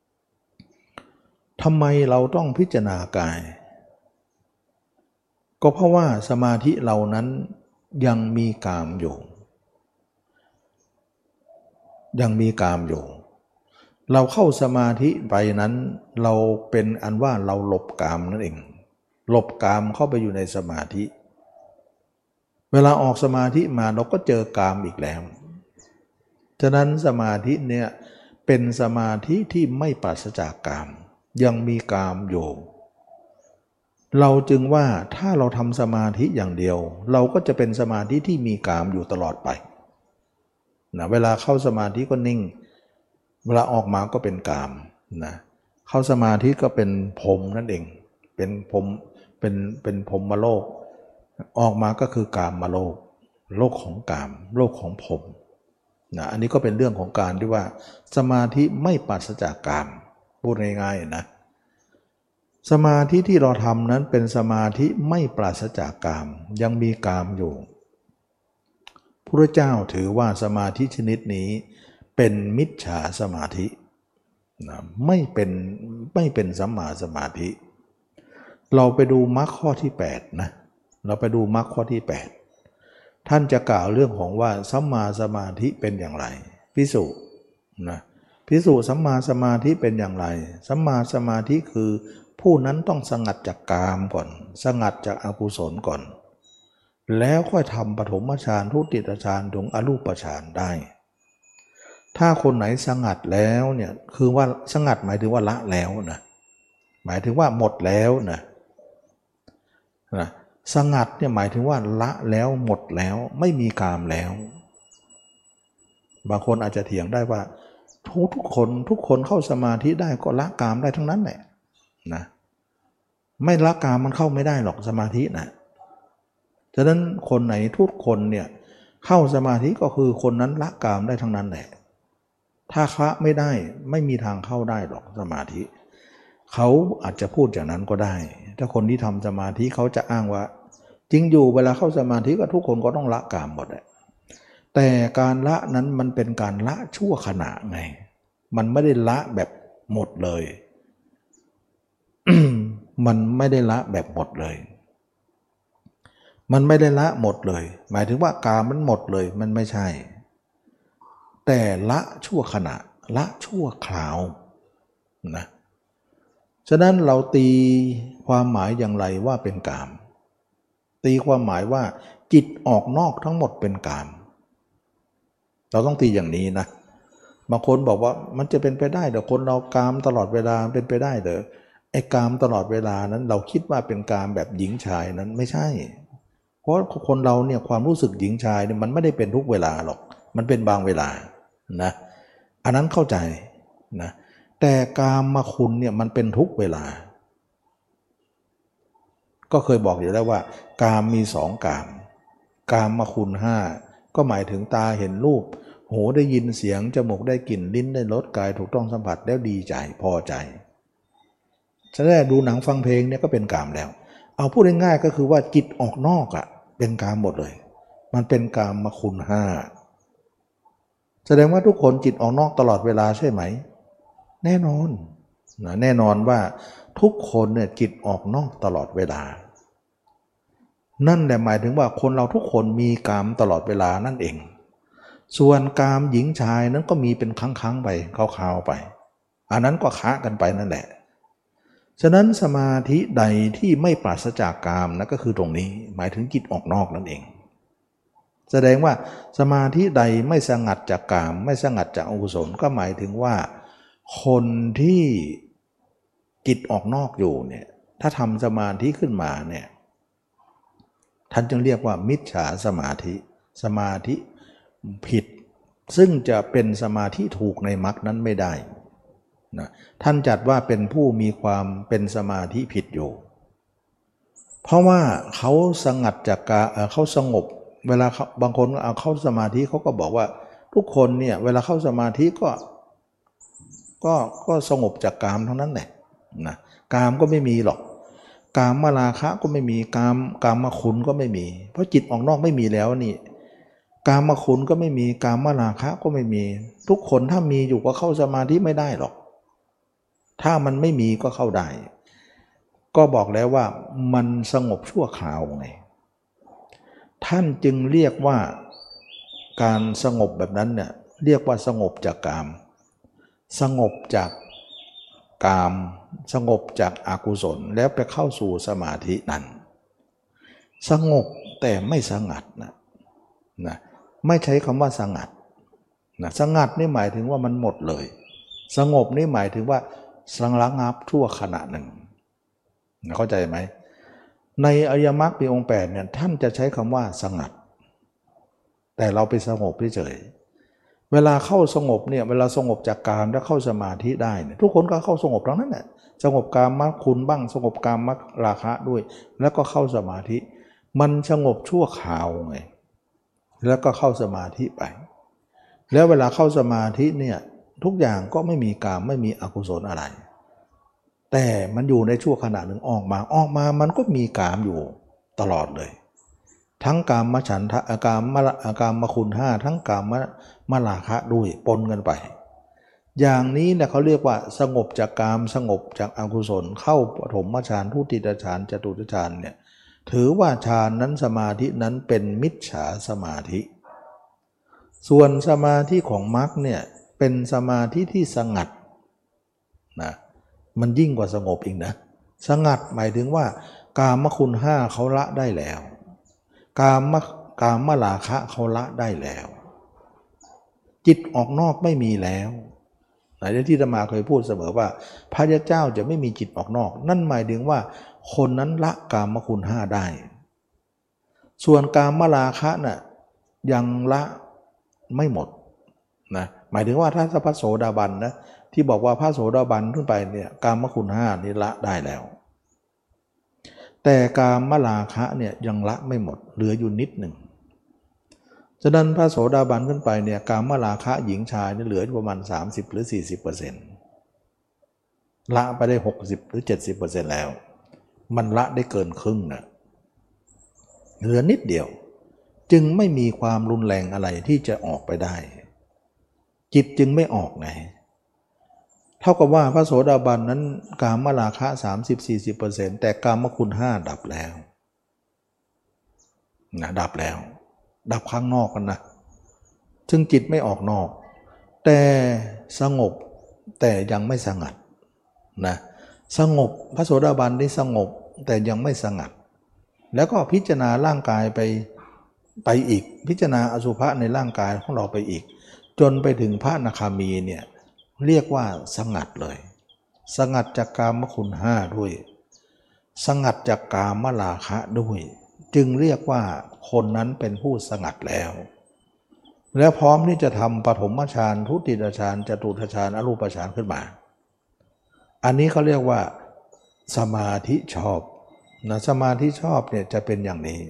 ทำไมเราต้องพิจารณากายก็เพราะว่าสมาธิเรานั้นยังมีกามอยู่ยังมีกามอยู่เราเข้าสมาธิไปนั้นเราเป็นอันว่าเราหลบกามนั่นเองหลบกามเข้าไปอยู่ในสมาธิเวลาออกสมาธิมาเราก็เจอกามอีกแล้วฉะนั้นสมาธิเนี่ยเป็นสมาธิที่ไม่ปราศจากกามยังมีกามอยู่เราจึงว่าถ้าเราทำสมาธิอย่างเดียวเราก็จะเป็นสมาธิที่มีกามอยู่ตลอดไปนะเวลาเข้าสมาธิก็นิ่งเวลาออกมาก็เป็นกามนะเข้าสมาธิก็เป็นพรหมนั่นเองเป็นพรหมเป็นเป็นพรหมโลกออกมาก็คือกามมาโลกโลกของกามโลกของพรหมนะอันนี้ก็เป็นเรื่องของการที่ว่าสมาธิไม่ปราศจากกามพูดง่ายๆนะสมาธิที่เราทำนั้นเป็นสมาธิไม่ปราศจากกามยังมีกามอยู่พระเจ้าถือว่าสมาธิชนิดนี้เป็นมิจฉาสมาธินะไม่เป็นไม่เป็นสัมมาสมาธิเราไปดูมรรคข้อที่แปดนะเราไปดูมรรคข้อที่แปดท่านจะกล่าวเรื่องของว่าสัมมาสมาธิเป็นอย่างไรภิกษุนะภิกษุสัมมาสมาธิเป็นอย่างไรสัมมาสมาธิคือผู้นั้นต้องสงัดจากกามก่อนสงัดจากอกุศลก่อนแล้วค่อยทำปฐมฌานทุติยฌานถึงอรูปฌานได้ถ้าคนไหนสงัดแล้วเนี่ยคือว่าสงัดหมายถึงว่าละแล้วนะหมายถึงว่าหมดแล้วนะนะสงัดเนี่ยหมายถึงว่าละแล้วหมดแล้วไม่มีกามแล้วบางคนอาจจะเถียงได้ว่าทุกทุกคนทุกคนเข้าสมาธิได้ก็ละกามได้ทั้งนั้นแหละนะไม่ละกามมันเข้าไม่ได้หรอกสมาธินะฉะนั้นคนไหนทุกคนเนี่ยเข้าสมาธิก็คือคนนั้นละกามได้ทั้งนั้นแหละถ้าละไม่ได้ไม่มีทางเข้าได้หรอกสมาธิเขาอาจจะพูดอย่างนั้นก็ได้ถ้าคนที่ทำสมาธิเขาจะอ้างว่าจริงอยู่เวลาเข้าสมาธิก็ทุกคนก็ต้องละกามหมดแหละแต่การละนั้นมันเป็นการละชั่วขณะไงมันไม่ได้ละแบบหมดเลย มันไม่ได้ละแบบหมดเลยมันไม่ได้ละหมดเลยหมายถึงว่ากามมันหมดเลยมันไม่ใช่แต่ละชั่วขณะละชั่วคราวนะฉะนั้นเราตีความหมายอย่างไรว่าเป็นกามตีความหมายว่าจิตออกนอกทั้งหมดเป็นกามเราต้องตีอย่างนี้นะบางคนบอกว่ามันจะเป็นไปได้เดี๋ยวคนเรากามตลอดเวลาเป็นไปได้เด้อไอ้กามตลอดเวลานั้นเราคิดว่าเป็นกามแบบหญิงชายนั้นไม่ใช่เพราะคนเราเนี่ยความรู้สึกหญิงชายเนี่ยมันไม่ได้เป็นทุกเวลาหรอกมันเป็นบางเวลานะอันนั้นเข้าใจนะแต่กามมาคุณเนี่ยมันเป็นทุกเวลาก็เคยบอกอยู่แล้วว่ากามมีสองกามกามมาคุณห้าก็หมายถึงตาเห็นรูปหูได้ยินเสียงจมูกได้กลิ่นลิ้นได้รสกายถูกต้องสัมผัสแล้วดีใจพอใจจะได้ดูหนังฟังเพลงเนี่ยก็เป็นกามแล้วเอาพูดง่ายๆก็คือว่าจิตออกนอกอ่ะเป็นกามหมดเลยมันเป็นกามมาคุณห้าแสดงว่าทุกคนจิตออกนอกตลอดเวลาใช่ไหมแน่นอนนะแน่นอนว่าทุกคนเนี่ยจิตออกนอกตลอดเวลานั่นแหละหมายถึงว่าคนเราทุกคนมีกามตลอดเวลานั่นเองส่วนกามหญิงชายนั้นก็มีเป็นครั้งๆไปคราวๆไปอันนั้นก็ค้ากันไปนั่นแหละฉะนั้นสมาธิใดที่ไม่ปราศจากกามนะก็คือตรงนี้หมายถึงจิตออกนอกนั่นเองแสดงว่าสมาธิใดไม่สงัดจากกามไม่สงัดจากอกุศลก็หมายถึงว่าคนที่จิตออกนอกอยู่เนี่ยถ้าทำสมาธิขึ้นมาเนี่ยท่านจึงเรียกว่ามิจฉาสมาธิสมาธิผิดซึ่งจะเป็นสมาธิถูกในมรรคนั้นไม่ได้นะท่านจัดว่าเป็นผู้มีความเป็นสมาธิผิดอยู่เพราะว่าเขาสงัดจากกาเขาสงบเวลาบางคนเอาเข้าสมาธิเขาก็บอกว่าทุกคนเนี่ยเวลาเข้าสมาธิก็ก็ก็สงบจากกามทั้งนั้นแหละนะกามก็ไม่มีหรอกกามมาราคะก็ไม่มีกามกามมาคุณก็ไม่มีเพราะจิตออกนอกไม่มีแล้วนี่กามมาคุณก็ไม่มีกามมาราคะก็ไม่มีทุกคนถ้ามีอยู่ก็เข้าสมาธิไม่ได้หรอกถ้ามันไม่มีก็เข้าได้ก็บอกแล้วว่ามันสงบชั่วคราวไงท่านจึงเรียกว่าการสงบแบบนั้นเนี่ยเรียกว่าสงบจากกามสงบจากกามสงบจากอกุศลแล้วไปเข้าสู่สมาธินั้นสงบแต่ไม่สงัดนะนะไม่ใช้คำว่าสงัดนะสงัดนี่หมายถึงว่ามันหมดเลยสงบนี่หมายถึงว่าสังระงับชั่วขณะหนึ่งนะเข้าใจไหมในอริยมรรคมีองค์แปดเนี่ยท่านจะใช้คำว่าสงัดแต่เราไปสงบเฉยๆเวลาเข้าสงบเนี่ยเวลาสงบจากกามแล้วเข้าสมาธิได้เนี่ยทุกคนก็เข้าสงบทั้งนั้นแหละสงบกามมรรคคุณบ้างสงบกามมรรคราคะด้วยแล้วก็เข้าสมาธิมันสงบชั่วคราวไงแล้วก็เข้าสมาธิไปแล้วเวลาเข้าสมาธิเนี่ยทุกอย่างก็ไม่มีกามไม่มีอกุศลอะไรแต่มันอยู่ในชั่วขณะหนึ่งออกมาออกมามันก็มีกามอยู่ตลอดเลยทั้งกามมฉันทะอากามมะอากามมคุณห้าทั้งกามมะมะราคะด้วยปนกันไปอย่างนี้เนี่ยเขาเรียกว่าสงบจากกามสงบจากอกุศลเข้าปฐมฌานทุติยฌานจตุตฌานเนี่ยถือว่าฌานนั้นสมาธินั้นเป็นมิจฉาสมาธิส่วนสมาธิของมรรคเนี่ยเป็นสมาธิที่สงัดนะมันยิ่งกว่าสงบอีกนะสงัดหมายถึงว่ากามคุณห้าเขาละได้แล้วกามกามราคะเขาละได้แล้วจิตออกนอกไม่มีแล้วหลายที่อาตมาเคยพูดเสมอว่าพระยาเจ้าจะไม่มีจิตออกนอกนั่นหมายถึงว่าคนนั้นละกามคุณห้าได้ส่วนกามราคะน่ะยังละไม่หมดนะหมายถึงว่าถ้าพระโสดาบันนะที่บอกว่าพระโสดาบันขึ้นไปเนี่ยกามคุณห้านี่ละได้แล้วแต่กามราคะเนี่ยยังละไม่หมดเหลืออยู่นิดหนึ่งฉะนั้นพระโสดาบันขึ้นไปเนี่ยกามราคะหญิงชายเนี่ยเหลืออยู่ประมาณสามสิบหรือสี่สิบเปอร์เซ็นต์ละไปได้หกสิบหรือเจ็ดสิบเปอร์เซ็นต์แล้วมันละได้เกินครึ่งนะเหลือนิดเดียวจึงไม่มีความรุนแรงอะไรที่จะออกไปได้จิตจึงไม่ออกไงเท่ากับว่าพระโสดาบันนั้นกามราคะ สามสิบถึงสี่สิบเปอร์เซ็นต์ แต่กามคุณห้าดับแล้วนะดับแล้วดับข้างนอกกันนะซึ่งจิตไม่ออกนอกแต่สงบแต่ยังไม่สงัดนะสงบพระโสดาบันได้สงบแต่ยังไม่สงัดแล้วก็พิจารณาร่างกายไปไปอีกพิจารณาอสุภะในร่างกายของเราไปอีกจนไปถึงพระอนาคามีเนี่ยเรียกว่าสงัดเลยสงัดจากกามคุณห้าด้วยสงัดจากกามราคะด้วยจึงเรียกว่าคนนั้นเป็นผู้สงัดแล้วและพร้อมที่จะทำปฐมฌานทุติยฌานจตุตฌานอรูปฌานขึ้นมาอันนี้เขาเรียกว่าสมาธิชอบนะสมาธิชอบเนี่ยจะเป็นอย่างนี้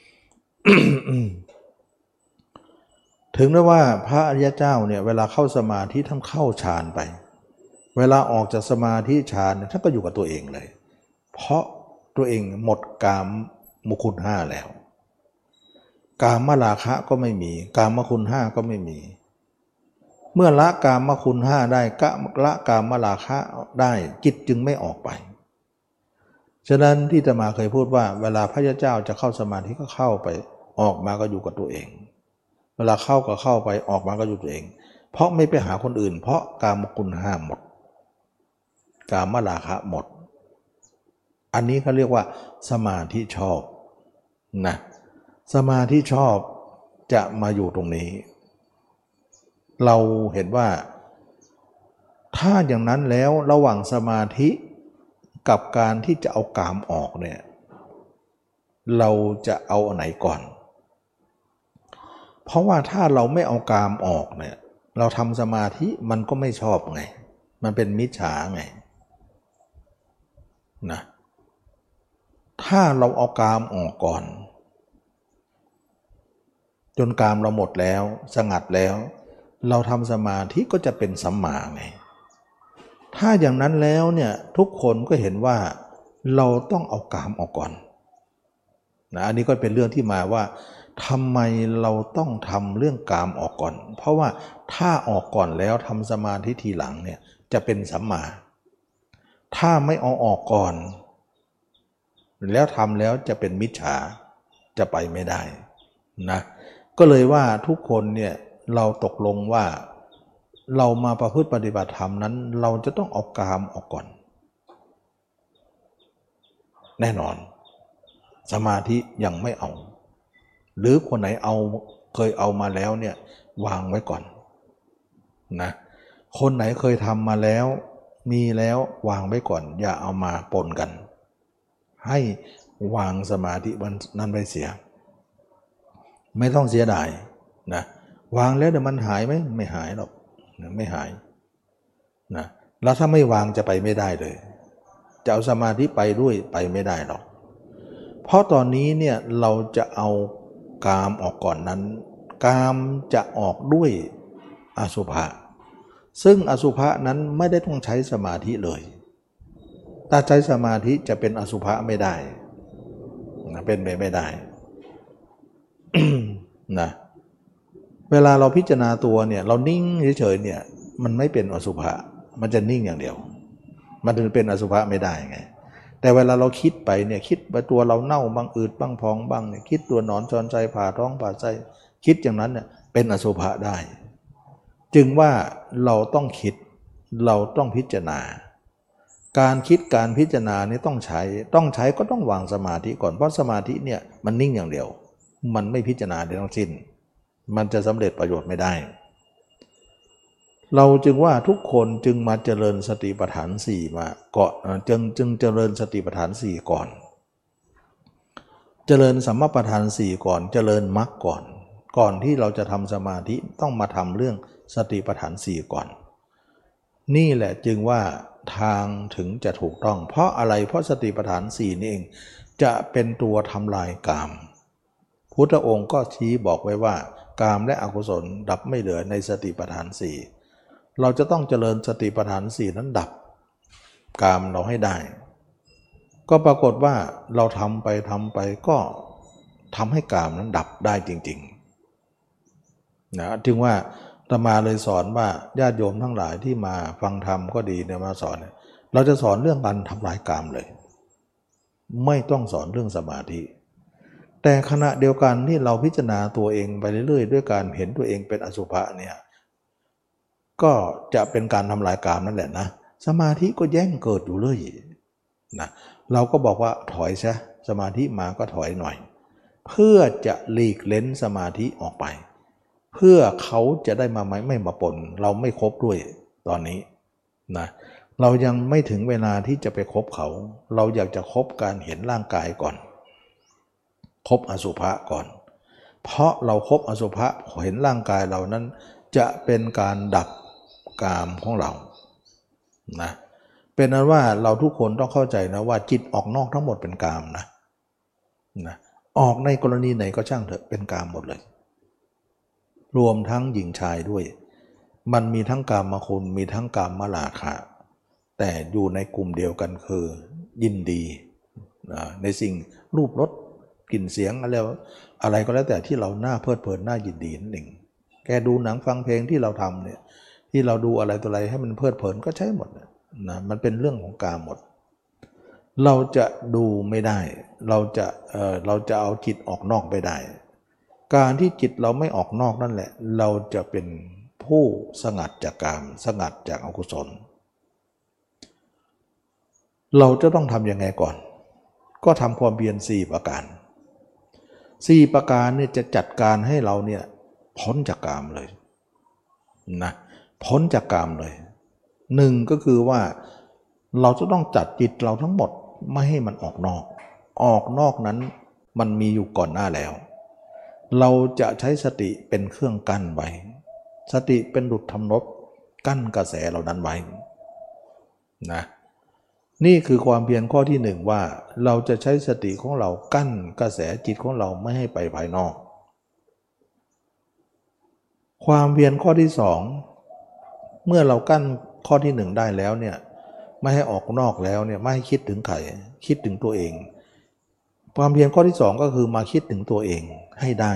ถึงได้ว่าพระอริยเจ้าเนี่ยเวลาเข้าสมาธิท่านเข้าฌานไปเวลาออกจากสมาธิฌานท่านก็อยู่กับตัวเองเลยเพราะตัวเองหมดกามมคุณห้าแล้วกามราคะก็ไม่มีกามคุณห้าก็ไม่มีเมื่อละกามคุณห้าได้กะละกามราคะได้จิตจึงไม่ออกไปฉะนั้นที่อาตมาเคยพูดว่าเวลาพระยาเจ้าจะเข้าสมาธิก็เข้าไปออกมาก็อยู่กับตัวเองเวลาเข้าก็เข้าไปออกมาก็อยู่ตัวเองเพราะไม่ไปหาคนอื่นเพราะกามคุณห้าหมดกามราคะหมดอันนี้เขาเรียกว่าสมาธิชอบนะสมาธิชอบจะมาอยู่ตรงนี้เราเห็นว่าถ้าอย่างนั้นแล้วระหว่างสมาธิกับการที่จะเอากามออกเนี่ยเราจะเอาอันไหนก่อนเพราะว่าถ้าเราไม่เอากามออกเนี่ยเราทำสมาธิมันก็ไม่ชอบไงมันเป็นมิจฉาไงนะถ้าเราเอากามออกก่อนจนกามเราหมดแล้วสงัดแล้วเราทำสมาธิก็จะเป็นสัมมาไงถ้าอย่างนั้นแล้วเนี่ยทุกคนก็เห็นว่าเราต้องเอากามออกก่อนนะอันนี้ก็เป็นเรื่องที่มาว่าทำไมเราต้องทำเรื่องกามออกก่อนเพราะว่าถ้าออกก่อนแล้วทำสมาธิทีหลังเนี่ยจะเป็นสัมมาถ้าไม่เอาออกก่อนแล้วทำแล้วจะเป็นมิจฉาจะไปไม่ได้นะก็เลยว่าทุกคนเนี่ยเราตกลงว่าเรามาประพฤติปฏิบัติธรรมนั้นเราจะต้องเอากามออกก่อนแน่นอนสมาธิยังไม่เอาหรือคนไหนเอาเคยเอามาแล้วเนี่ยวางไว้ก่อนนะคนไหนเคยทำมาแล้วมีแล้ววางไว้ก่อนอย่าเอามาปนกันให้วางสมาธินั้นไว้เสียไม่ต้องเสียดายนะวางแล้วเดี๋ยวมันหายไหมไม่หายหรอกไม่หายนะแล้วถ้าไม่วางจะไปไม่ได้เลยจะเอาสมาธิไปด้วยไปไม่ได้หรอกเพราะตอนนี้เนี่ยเราจะเอากามออกก่อนนั้นกามจะออกด้วยอสุภะซึ่งอสุภะนั้นไม่ได้ต้องใช้สมาธิเลยถ้าใช้สมาธิจะเป็นอสุภะไม่ได้นะเป็นไปไม่ได้ นะเวลาเราพิจารณาตัวเนี่ยเรานิ่งเฉยๆเนี่ยมันไม่เป็นอสุภะมันจะนิ่งอย่างเดียวมันถึงเป็นอสุภะไม่ได้ไงแต่เวลาเราคิดไปเนี่ยคิดว่าตัวเราเน่าบ้างอืดบ้างพองบ้างเนี่ยคิดตัวหนอนจรใจผ่าท้องผ่าไส้คิดอย่างนั้นเนี่ยเป็นอสุภะได้จึงว่าเราต้องคิดเราต้องพิจารณาการคิดการพิจารณานี่ต้องใช้ต้องใช้ก็ต้องวางสมาธิก่อนเพราะสมาธิเนี่ยมันนิ่งอย่างเดียวมันไม่พิจารณาใดทั้งสิ้นมันจะสำเร็จประโยชน์ไม่ได้เราจึงว่าทุกคนจึงมาเจริญสติปัฏฐานสี่มาเกาะจึงจึงเจริญสติปัฏฐานสี่ก่อนเจริญสัมมาปัฏฐานสี่ก่อนเจริญมรรคก่อนก่อนที่เราจะทำสมาธิต้องมาทำเรื่องสติปัฏฐานสี่ก่อนนี่แหละจึงว่าทางถึงจะถูกต้องเพราะอะไรเพราะสติปัฏฐานสี่นี่เองจะเป็นตัวทำลายกามพุทธองค์ก็ชี้บอกไว้ว่ากามและอกุศลดับไม่เหลือในสติปัฏฐานสี่เราจะต้องเจริญสติปัฏฐานสี่นั้นดับกามเราให้ได้ก็ปรากฏว่าเราทำไปทำไปก็ทำให้กามนั้นดับได้จริงๆนะจึงว่าอาตมาเลยสอนว่าญาติโยมทั้งหลายที่มาฟังธรรมก็ดีเนี่ยมาสอนเราจะสอนเรื่องการทำลายกามเลยไม่ต้องสอนเรื่องสมาธิแต่ขณะเดียวกันที่เราพิจารณาตัวเองไปเรื่อยๆด้วยการเห็นตัวเองเป็นอสุภะเนี่ยก็จะเป็นการทำลายกามนั่นแหละนะสมาธิก็แย่งเกิดอยู่เรื่อยนะเราก็บอกว่าถอยซะสมาธิมาก็ถอยหน่อยเพื่อจะหลีกเล้นสมาธิออกไปเพื่อเขาจะได้มาไม่ไม่มาปนเราไม่คบด้วยตอนนี้นะเรายังไม่ถึงเวลาที่จะไปคบเขาเราอยากจะคบการเห็นร่างกายก่อนคบอสุภะก่อนเพราะเราคบอสุภะเห็นร่างกายเรานั้นจะเป็นการดับกามของเรานะเป็นนั้นว่าเราทุกคนต้องเข้าใจนะว่าจิตออกนอกทั้งหมดเป็นกามนะนะออกในกรณีไหนก็ช่างเถอะเป็นกามหมดเลยรวมทั้งหญิงชายด้วยมันมีทั้งกามคุณมีทั้งกามราคะแต่อยู่ในกลุ่มเดียวกันคือยินดีนะในสิ่งรูปรสกลิ่นเสียงอะไรอะไรก็แล้วแต่ที่เราหน้าเพลิดเพลินหน้ายินดีนั่นเองแกดูหนังฟังเพลงที่เราทำเนี่ยที่เราดูอะไรตัวอะไรให้มันเพลิดเพลินก็ใช้หมดนะมันเป็นเรื่องของกามหมดเราจะดูไม่ได้เราจะเอ่อเราจะเอาจิตออกนอกไปได้การที่จิตเราไม่ออกนอกนั่นแหละเราจะเป็นผู้สงัดจากกามสงัดจากอกุศลเราจะต้องทำยังไงก่อนก็ทำความเพียรสี่ประการสี่ประการเนี่ยจะจัดการให้เราเนี่ยพ้นจากกามเลยนะพ้นจากกามเลยหนึ่งก็คือว่าเราจะต้องจัดจิตเราทั้งหมดไม่ให้มันออกนอกออกนอกนั้นมันมีอยู่ก่อนหน้าแล้วเราจะใช้สติเป็นเครื่องกั้นไว้สติเป็นดุจทำนบกั้นกระแสเหล่านั้นไว้นะนี่คือความเพียรข้อที่หนึ่งว่าเราจะใช้สติของเรากั้นกระแสจิตของเราไม่ให้ไปภายนอกความเพียรข้อที่สองเมื่อเรากั้นข้อที่หนึ่งได้แล้วเนี่ยไม่ให้ออกนอกแล้วเนี่ยไม่ให้คิดถึงใครคิดถึงตัวเองความเพียรข้อที่สองก็คือมาคิดถึงตัวเองให้ได้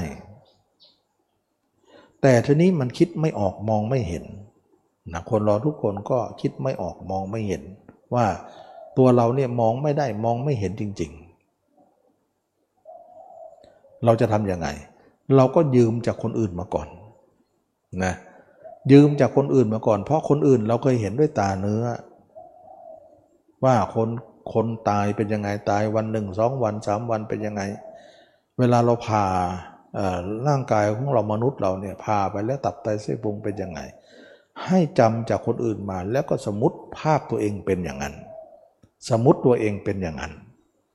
แต่ทีนี้มันคิดไม่ออกมองไม่เห็นนะคนเราทุกคนก็คิดไม่ออกมองไม่เห็นว่าตัวเราเนี่ยมองไม่ได้มองไม่เห็นจริงๆเราจะทำยังไงเราก็ยืมจากคนอื่นมาก่อนนะยืมจากคนอื่นมาก่อนเพราะคนอื่นเราเคยเห็นด้วยตาเนื้อว่าคนคนตายเป็นยังไงตายวันหนึ่งสองวันสามวันเป็นยังไงเวลาเราผ่าร่างกายของเรามนุษย์เราเนี่ยผ่าไปแล้วตับไตเส้นพุงเป็นยังไงให้จำจากคนอื่นมาแล้วก็สมมติภาพตัวเองเป็นอย่างนั้นสมมติตัวเองเป็นอย่างนั้น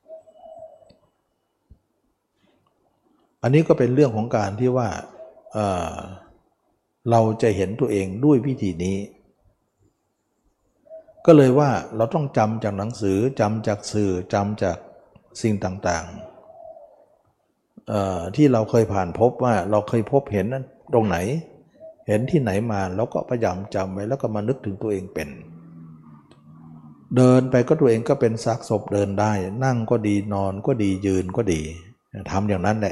อันนี้ก็เป็นเรื่องของการที่ว่า เ, เราจะเห็นตัวเองด้วยวิธีนี้ก็เลยว่าเราต้องจำจากหนังสือจำจากสื่อจำจากสิ่งต่างๆที่เราเคยผ่านพบว่าเราเคยพบเห็นนั้นตรงไหนเห็นที่ไหนมาเราก็พยายามจำไว้แล้วก็มานึกถึงตัวเองเป็นเดินไปก็ตัวเองก็เป็นซากศพเดินได้นั่งก็ดีนอนก็ดียืนก็ดีทำอย่างนั้นแหละ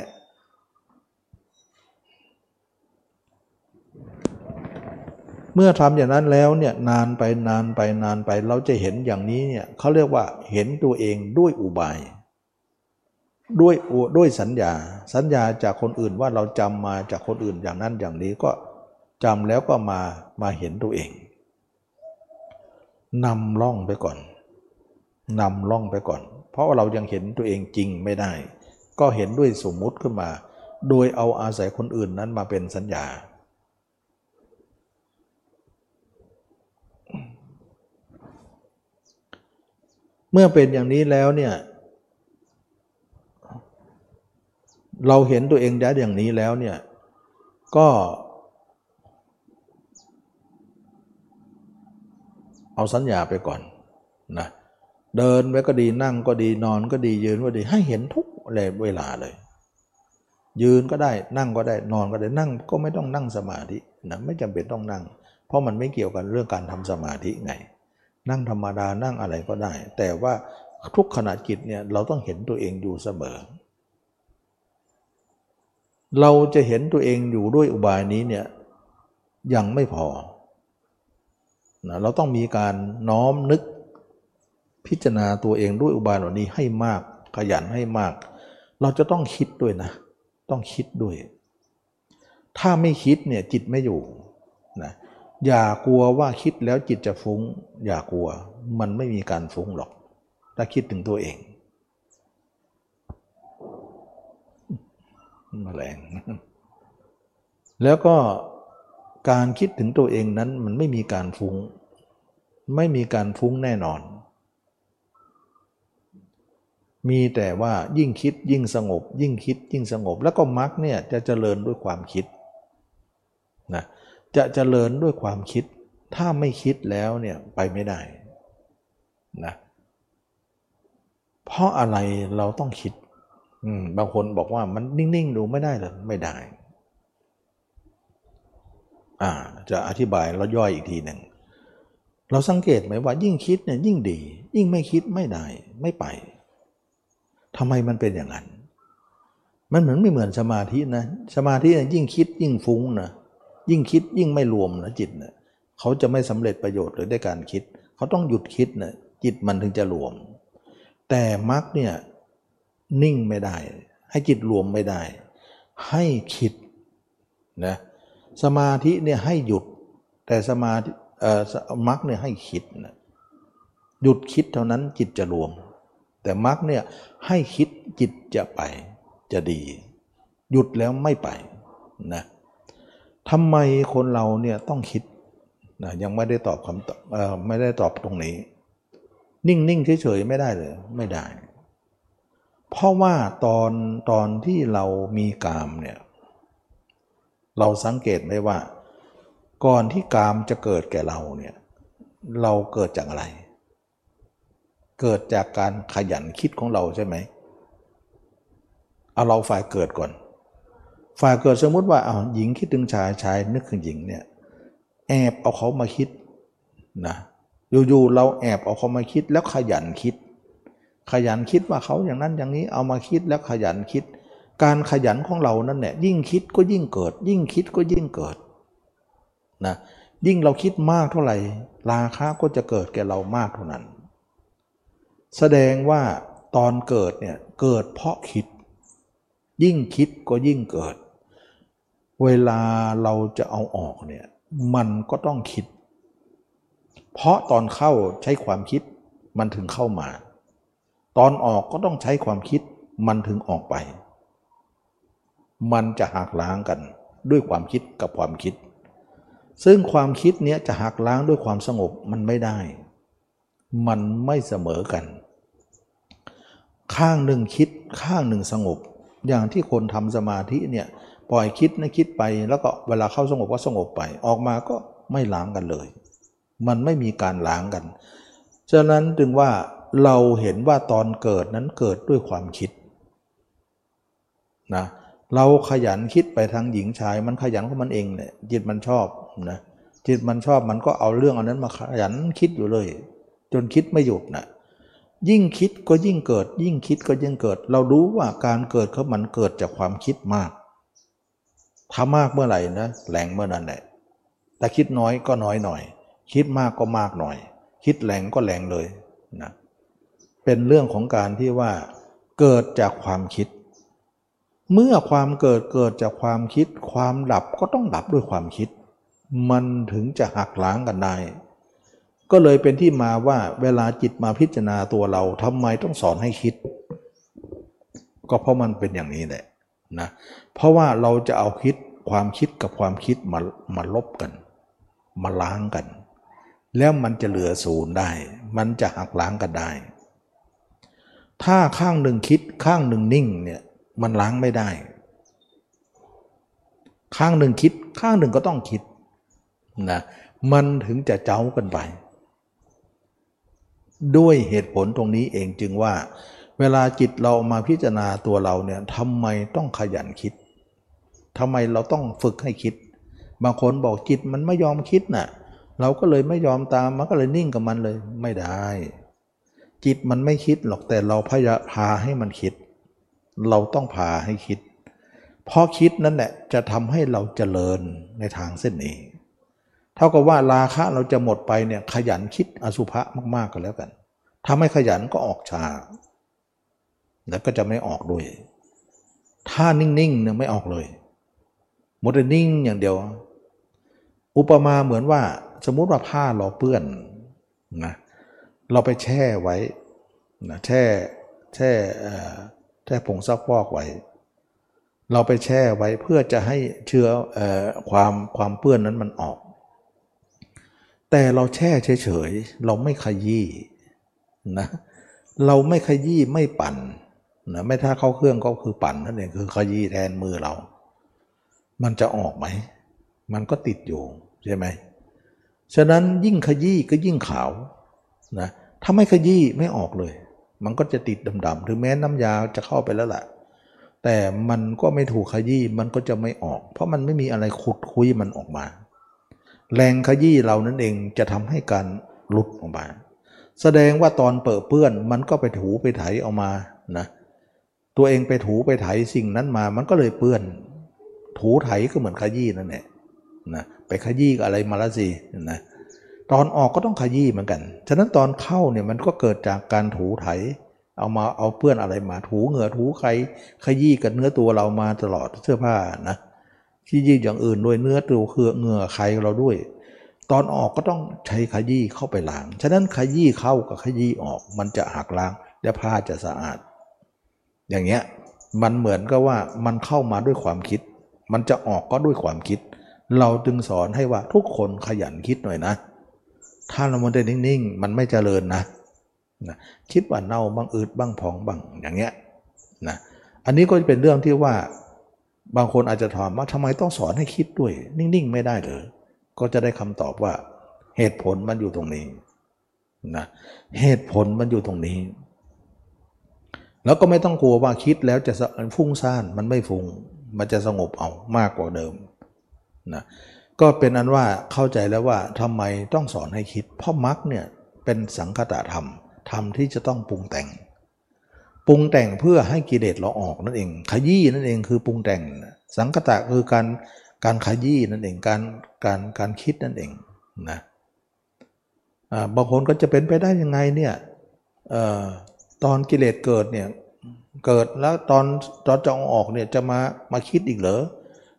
เมื่อทำอย่างนั้นแล้วเนี่ยนานไปนานไปนานไปเราจะเห็นอย่างนี้เนี่ยเขาเรียกว่าเห็นตัวเองด้วยอุบายด้วยด้วยสัญญาสัญญาจากคนอื่นว่าเราจำมาจากคนอื่นอย่างนั้นอย่างนี้ก็จำแล้วก็มามาเห็นตัวเองนำล่องไปก่อนนำล่องไปก่อนเพราะว่าเรายังเห็นตัวเองจริงไม่ได้ก็เห็นด้วยสมมุติขึ้นมาโดยเอาอาศัยคนอื่นนั้นมาเป็นสัญญาเมื่อเป็นอย่างนี้แล้วเนี่ยเราเห็นตัวเองได้อย่างนี้แล้วเนี่ยก็เอาสัญญาไปก่อนนะเดินไปก็ดีนั่งก็ดีนอนก็ดียืนก็ดีให้เห็นทุกเวลาเลยยืนก็ได้นั่งก็ได้นอนก็ได้นั่งก็ไม่ต้องนั่งสมาธินะไม่จำเป็นต้องนั่งเพราะมันไม่เกี่ยวกันเรื่องการทำสมาธิไงนั่งธรรมดานั่งอะไรก็ได้แต่ว่าทุกขณะจิตเนี่ยเราต้องเห็นตัวเองอยู่เสมอเราจะเห็นตัวเองอยู่ด้วยอุบายนี้เนี่ยยังไม่พอนะเราต้องมีการน้อมนึกพิจารณาตัวเองด้วยอุบายเหล่านี้ให้มากขยันให้มากเราจะต้องคิดด้วยนะต้องคิดด้วยถ้าไม่คิดเนี่ยจิตไม่อยู่นะอย่ากลัวว่าคิดแล้วจิตจะฟุ้งอย่ากลัวมันไม่มีการฟุ้งหรอกถ้าคิดถึงตัวเองแมลงแล้วก็การคิดถึงตัวเองนั้นมันไม่มีการฟุ้งไม่มีการฟุ้งแน่นอนมีแต่ว่ายิ่งคิดยิ่งสงบยิ่งคิดยิ่งสงบแล้วก็มรรคเนี่ยจะเจริญด้วยความคิดนะจะเจริญด้วยความคิดถ้าไม่คิดแล้วเนี่ยไปไม่ได้นะเพราะอะไรเราต้องคิดบางคนบอกว่ามันนิ่งๆดูไม่ได้หรือไม่ได้อ่าจะอธิบายแล้วย่อยอีกทีหนึ่งเราสังเกตไหมว่ายิ่งคิดเนี่ยยิ่งดียิ่งไม่คิดไม่ได้ไม่ไปทำไมมันเป็นอย่างนั้นมันเหมือนไม่เหมือนสมาธินะสมาธิยิ่งคิดยิ่งฟุ้งนะยิ่งคิดยิ่งไม่รวมนะจิตนะเขาจะไม่สำเร็จประโยชน์เลยด้วยการคิดเขาต้องหยุดคิดนะจิตมันถึงจะรวมแต่มรรคเนี่ยนิ่งไม่ได้ให้จิตรวมไม่ได้ให้คิดนะสมาธิเนี่ยให้หยุดแต่สมาธิเอ่อมรรคเนี่ยให้คิดนะหยุดคิดเท่านั้นจิตจะรวมแต่มรรคเนี่ยให้คิดจิตจะไปจะดีหยุดแล้วไม่ไปนะทำไมคนเราเนี่ยต้องคิดนะยังไม่ได้ตอบคำตอบเอ่อไม่ได้ตอบตรงนี้นิ่งๆเฉยๆไม่ได้เลยไม่ได้เพราะว่าตอนตอนที่เรามีกามเนี่ยเราสังเกตไหมว่าก่อนที่กามจะเกิดแก่เราเนี่ยเราเกิดจากอะไรเกิดจากการขยันคิดของเราใช่ไหมเอาเราฝ่ายเกิดก่อนฝ่ายเกิดสมมติว่าเอาหญิงคิดถึงชายชายนึกถึงหญิงเนี่ยแอบเอาเขามาคิดนะอยู่ๆเราแอบเอาเขามาคิดแล้วขยันคิดขยันคิดว่าเขาอย่างนั้นอย่างนี้เอามาคิดแล้วขยันคิดการขยันของเรานั่นเนี่ยยิ่งคิดก็ยิ่งเกิดยิ่งคิดก็ยิ่งเกิดนะยิ่งเราคิดมากเท่าไหร่ราคะก็จะเกิดแก่เรามากเท่านั้นแสดงว่าตอนเกิดเนี่ยเกิดเพราะคิดยิ่งคิดก็ยิ่งเกิดเวลาเราจะเอาออกเนี่ยมันก็ต้องคิดเพราะตอนเข้าใช้ความคิดมันถึงเข้ามาตอนออกก็ต้องใช้ความคิดมันถึงออกไปมันจะหักล้างกันด้วยความคิดกับความคิดซึ่งความคิดเนี้ยจะหักล้างด้วยความสงบมันไม่ได้มันไม่เสมอกันข้างหนึ่งคิดข้างหนึ่งสงบอย่างที่คนทำสมาธิเนี่ยปล่อยคิดนะคิดไปแล้วก็เวลาเข้าสงบก็สงบไปออกมาก็ไม่ล้างกันเลยมันไม่มีการล้างกันฉะนั้นจึงว่าเราเห็นว่าตอนเกิดนั้นเกิดด้วยความคิดนะเราขยันคิดไปทางหญิงชายมันขยันของมันเองเนี่ยจิตมันชอบนะจิตมันชอบมันก็เอาเรื่องอันนั้นมาขยันคิดอยู่เลยจนคิดไม่หยุดนะยิ่งคิดก็ยิ่งเกิดยิ่งคิดก็ยิ่งเกิดเรารู้ว่าการเกิดของมันเกิดจากความคิดมากถ้ามากเมื่อไหร่นะแรงเมื่อนั้นแหละแต่คิดน้อยก็น้อยหน่อยคิดมากก็มากหน่อยคิดแรงก็แรงเลยนะเป็นเรื่องของการที่ว่าเกิดจากความคิดเมื่อความเกิดเกิดจากความคิดความดับก็ต้องดับด้วยความคิดมันถึงจะหักล้างกันได้ก็เลยเป็นที่มาว่าเวลาจิตมาพิจารณาตัวเราทำไมต้องสอนให้คิดก็เพราะมันเป็นอย่างนี้แหละนะเพราะว่าเราจะเอาคิดความคิดกับความคิดมามาลบกันมาล้างกันแล้วมันจะเหลือศูนย์ได้มันจะหักล้างกันได้ถ้าข้างหนึ่งคิดข้างหนึ่งนิ่งเนี่ยมันล้างไม่ได้ข้างหนึ่งคิดข้างหนึ่งก็ต้องคิดนะมันถึงจะเจ้ากันไปด้วยเหตุผลตรงนี้เองจึงว่าเวลาจิตเรามาพิจารณาตัวเราเนี่ยทำไมต้องขยันคิดทำไมเราต้องฝึกให้คิดบางคนบอกจิตมันไม่ยอมคิดน่ะเราก็เลยไม่ยอมตามมันก็เลยนิ่งกับมันเลยไม่ได้จิตมันไม่คิดหรอกแต่เราพยายามพาให้มันคิดเราต้องพาให้คิดเพราะคิดนั่นแหละจะทำให้เราเจริญในทางเส้นนี้เท่ากับว่าราคะเราจะหมดไปเนี่ยขยันคิดอสุภะมากๆก็แล้วกันถ้าไม่ขยันก็ออกช้าแล้วก็จะไม่ออกด้วยถ้านิ่งๆเนี่ยไม่ออกเลยหมดแต่นิ่งอย่างเดียวอุปมาเหมือนว่าสมมุติว่าผ้าเราเปื้อนนะเราไปแช่ไว้นะแช่แช่แช่ผงซักฟอกไว้เราไปแช่ไว้เพื่อจะให้เชื้อเอ่อความความเปื้อนนั้นมันออกแต่เราแช่เฉยๆเราไม่ขยี้นะเราไม่ขยี้ไม่ปั่นนะไม่ถ้าเข้าเครื่องก็คือปั่นนั่นเองคือขยี้แทนมือเรามันจะออกไหมมันก็ติดอยู่ใช่ไหมฉะนั้นยิ่งขยี้ก็ยิ่งขาวนะถ้าไม่ขยี้ไม่ออกเลยมันก็จะติดดำๆถึงแม้น้ำยาจะเข้าไปแล้วแหละแต่มันก็ไม่ถูกขยี้มันก็จะไม่ออกเพราะมันไม่มีอะไรขุดคุยมันออกมาแรงขยี้เรานั่นเองจะทำให้การหลุดออกมาแสดงว่าตอนเปิดเปื้อนมันก็ไปถูไปไถเอามานะตัวเองไปถูไปไถสิ่งนั้นมามันก็เลยเปื้อนถูไถก็เหมือนขยี้นั่นแหละนะไปขยี้อะไรมาแล้วสินะตอนออกก็ต้องขยี้เหมือนกันฉะนั้นตอนเข้าเนี่ยมันก็เกิดจากการถูไถเอามาเอาเปื้อนอะไรมาถูเหงื่อถูใครขยี้กับเนื้อตัวเรามาตลอดเสื้อผ้านะขยี้อย่างอื่นด้วยเนื้อตัวคือเหงื่อใครเราด้วยตอนออกก็ต้องใช้ขยี้เข้าไปล้างฉะนั้นขยี้เข้ากับขยี้ออกมันจะหักล้างและผ้าจะสะอาดอย่างเงี้ยมันเหมือนกับว่ามันเข้ามาด้วยความคิดมันจะออกก็ด้วยความคิดเราจึงสอนให้ว่าทุกคนขยันคิดหน่อยนะถ้าเรามันได้นิ่งๆมันไม่เจริญนะนะคิดว่าเน่าบ้างอืดบ้างผองบ้างอย่างเงี้ยนะอันนี้ก็เป็นเรื่องที่ว่าบางคนอาจจะถามว่าทำไมต้องสอนให้คิดด้วยนิ่งๆไม่ได้เหรอก็จะได้คำตอบว่าเหตุผลมันอยู่ตรงนี้นะเหตุผลมันอยู่ตรงนี้แล้วก็ไม่ต้องกลัวว่าคิดแล้วจะฟุ้งซ่านมันไม่ฟุ้งมันจะสงบเอามากกว่าเดิมนะก็เป็นอันว่าเข้าใจแล้วว่าทำไมต้องสอนให้คิดเพราะมรรคเนี่ยเป็นสังคตธรรมธรรมที่จะต้องปรุงแต่งปรุงแต่งเพื่อให้กิเลสเราออกนั่นเองขยี้นั่นเองคือปรุงแต่งสังคตะคือการการขยี้นั่นเองการการการคิดนั่นเองนะบางคนก็จะเป็นไปได้ยังไงเนี่ยตอนกิเลสเกิดเนี่ยเกิดแล้วตอนตอนจะเอาออกเนี่ยจะมามาคิดอีกเหรอ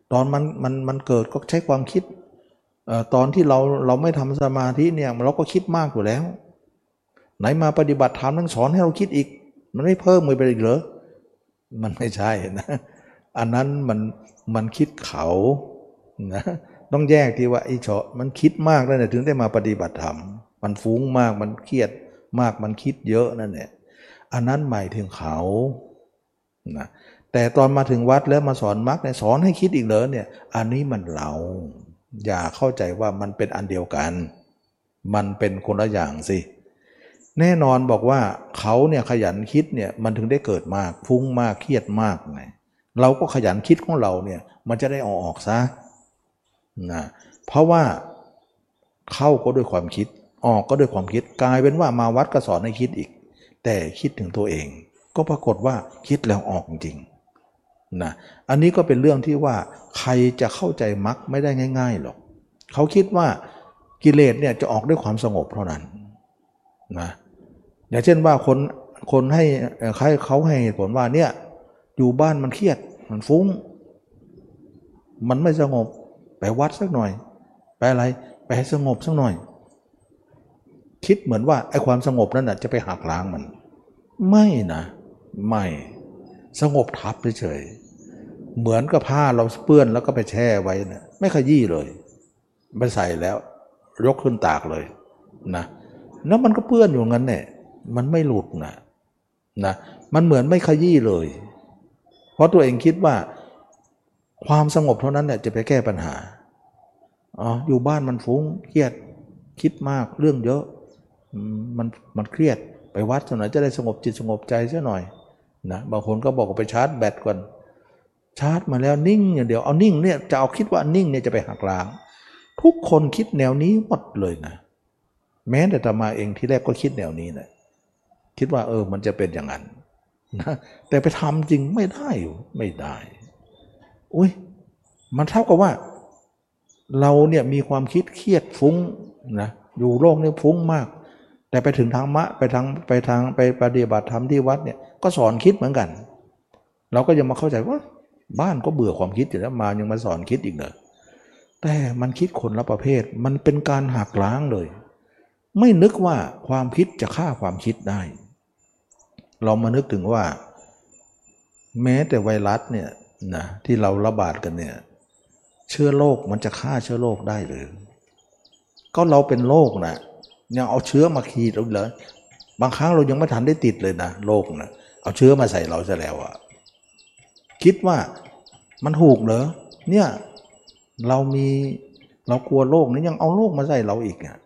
ตอนมันมันมันเกิดก็ใช้ความคิดเอ่อตอนที่เราเราไม่ทำสมาธิเนี่ยเราก็คิดมากอยู่แล้วไหนมาปฏิบัติธรรมทั้งสอนให้เราคิดอีกมันไม่เพิ่มมือไปอีกเหรอมันไม่ใช่นะอันนั้นมันมันคิดเขานะต้องแยกที่ว่าไอ้เฉาะมันคิดมากแล้วเนี่ยถึงได้มาปฏิบัติธรรมมันฟุ้งมากมันเครียดมากมันคิดเยอะนั่นแหละอันนั้นหมายถึงเขานะแต่ตอนมาถึงวัดแล้วมาสอนมรรคเนี่ยสอนให้คิดอีกเหรอเนี่ยอันนี้มันเราอย่าเข้าใจว่ามันเป็นอันเดียวกันมันเป็นคนละอย่างสิแน่นอนบอกว่าเขาเนี่ยขยันคิดเนี่ยมันถึงได้เกิดมากฟุ้งมากเครียดมากไงเราก็ขยันคิดของเราเนี่ยมันจะได้ออกออกซะนะเพราะว่าเข้าก็ด้วยความคิดออกก็ด้วยความคิดกลายเป็นว่ามาวัดก็สอนให้คิดอีกแต่คิดถึงตัวเองก็ปรากฏว่าคิดแล้วออกจริงนะอันนี้ก็เป็นเรื่องที่ว่าใครจะเข้าใจมรรคไม่ได้ง่ายๆหรอกเขาคิดว่ากิเลสเนี่ยจะออกด้วยความสงบเท่านั้นนะอย่างเช่นว่าคนคนให้ใครเขาให้เหตุผลว่าเนี่ยอยู่บ้านมันเครียดมันฟุ้งมันไม่สงบไปวัดสักหน่อยไปอะไรไปให้สงบสักหน่อยคิดเหมือนว่าไอ้ความสงบนั้นนะจะไปหักล้างมันไม่นะไม่สงบทับเฉยๆเหมือนกับผ้าเราเปื้อนแล้วก็ไปแช่ไว้นะไม่ขยี้เลยไปใส่แล้วยกขึ้นตากเลยนะแล้วมันก็เปื้อนอยู่งั้นเนี่ยมันไม่หลุดนะนะมันเหมือนไม่ขยี้เลยเพราะตัวเองคิดว่าความสงบเท่านั้นเนี่ยจะไปแก้ปัญหาอ๋ออยู่บ้านมันฟุ้งเครียดคิดมากเรื่องเยอะมันมันเครียดไปวัดสักหน่อยจะได้สงบจิตสงบใจซะหน่อยนะบางคนก็บอกว่าไปชาร์จแบตก่อนชาร์จมาแล้วนิ่งอย่างเดียวเอานิ่งเนี่ยจะเอาคิดว่านิ่งเนี่ยจะไปหักล้างทุกคนคิดแนวนี้หมดเลยนะแม้แต่อาตมาเองที่แรกก็คิดแนวนี้นะคิดว่าเออมันจะเป็นอย่างนั้นนะแต่ไปทำจริงไม่ได้อยู่ไม่ได้อุ้ยมันเท่ากับว่าเราเนี่ยมีความคิดเครียดฟุ้งนะอยู่โลกนี้ฟุ้งมากแต่ไปถึงธรรมะไปทางไปทางไปปฏิบัติธรรมที่วัดเนี่ยก็สอนคิดเหมือนกันเราก็ยังมาเข้าใจว่าบ้านก็เบื่อความคิดอยู่แล้วมายังมาสอนคิดอีกเหรอแต่มันคิดคนละประเภทมันเป็นการหักล้างเลยไม่นึกว่าความคิดจะฆ่าความคิดได้เรามานึกถึงว่าแม้แต่ไวรัสเนี่ยนะที่เราระบาดกันเนี่ยเชื้อโรคมันจะฆ่าเชื้อโรคได้หรือก็เราเป็นโรคนะยังเอาเชื้อมาขีดเราเลยบางครั้งเรายังไม่ทันได้ติดเลยนะโรคนะเอาเชื้อมาใส่เราซะแล้วอะคิดว่ามันถูกเหรอเนี่ยเรามีเรากลัวโรคนี้ยังเอาโรคมาใส่เราอีกอ่ะ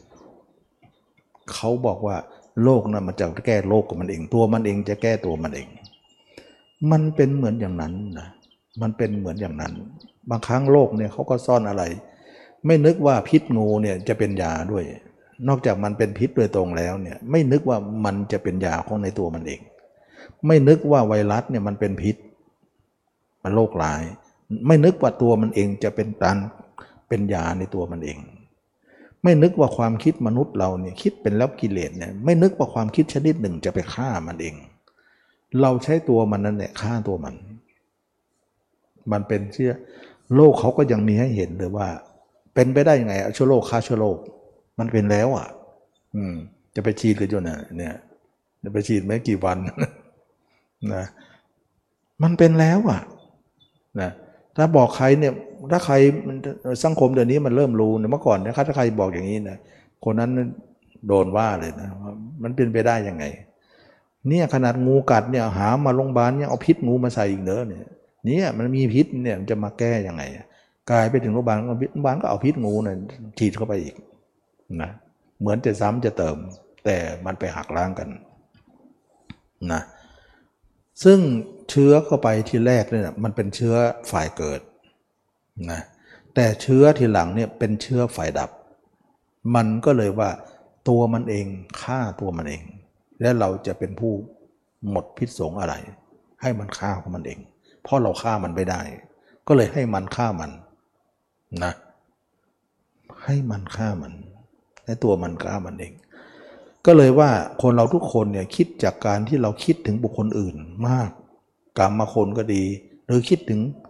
เขาบอกว่าโรคนะมันจะแก้โรคกับมันเองตัวมันเองจะแก้ตัวมันเองมันเป็นเหมือนอย่างนั้นนะมันเป็นเหมือนอย่างนั้นบางครั้งโรคเนี่ยเขาก็ซ่อนอะไรไม่นึกว่าพิษงูเนี่ยจะเป็นยาด้วยนอกจากมันเป็นพิษโดยตรงแล้วเนี่ยไม่นึกว่ามันจะเป็นยาของในตัวมันเองไม่นึกว่าไวรัสเนี่ยมันเป็นพิษมันโรคร้ายไม่นึกว่าตัวมันเองจะเป็นการเป็นยาในตัวมันเองไม่นึกว่าความคิดมนุษย์เราเนี่ยคิดเป็นแล้วกิเลสเนี่ยไม่นึกว่าความคิดชนิดหนึ่งจะไปฆ่ามันเองเราใช้ตัวมันนั่นแหละฆ่าตัวมันมันเป็นเชื้อโรคเขาก็ยังมีให้เห็นเลยว่าเป็นไปได้ยังไงเชื้อโรคฆ่าเชื้อโรคมันเป็นแล้วอ่ะอืมจะไปฉีดกันอยู่เนี่ยเนี่ยจะไปฉีดไม่กี่วันนะมันเป็นแล้วอ่ะนะถ้าบอกใครเนี่ยถ้าใครสังคมเดี๋ยวนี้มันเริ่มรู้เนี่ยเมื่อก่อนเนี่ยถ้าใครบอกอย่างนี้นะคนนั้นโดนว่าเลยนะมันเป็นไปได้ยังไงเนี่ยขนาดงูกัดเนี่ยหามาโรงพยาบาลเนี่ยเอาพิษงูมาใส่อีกเนอะเนี่ยเนี่ยมันมีพิษเนี่ยมันจะมาแก้ยังไงกลายไปถึงโรงพยาบาลโรงพยาบาลก็เอาพิษงูเนี่ยฉีดเข้าไปอีกนะเหมือนจะซ้ำจะเติมแต่มันไปหักล้างกันนะซึ่งเชื้อเข้าไปทีแรกเนี่ยมันเป็นเชื้อฝ่ายเกิดนะแต่เชื้อทีหลังเนี่ยเป็นเชื้อฝ่ายดับมันก็เลยว่าตัวมันเองฆ่าตัวมันเองและเราจะเป็นผู้หมดพิษสงอะไรให้มันฆ่าของมันเองเพราะเราฆ่ามันไม่ได้ก็เลยให้มันฆ่ามันนะให้มันฆ่ามันให้ตัวมันฆ่ามันเองก็เลยว่าคนเราทุกคนเนี่ยคิดจากการที่เราคิดถึงบุคคลอื่นมากกรรมคนก็ดีหรือคิดถึง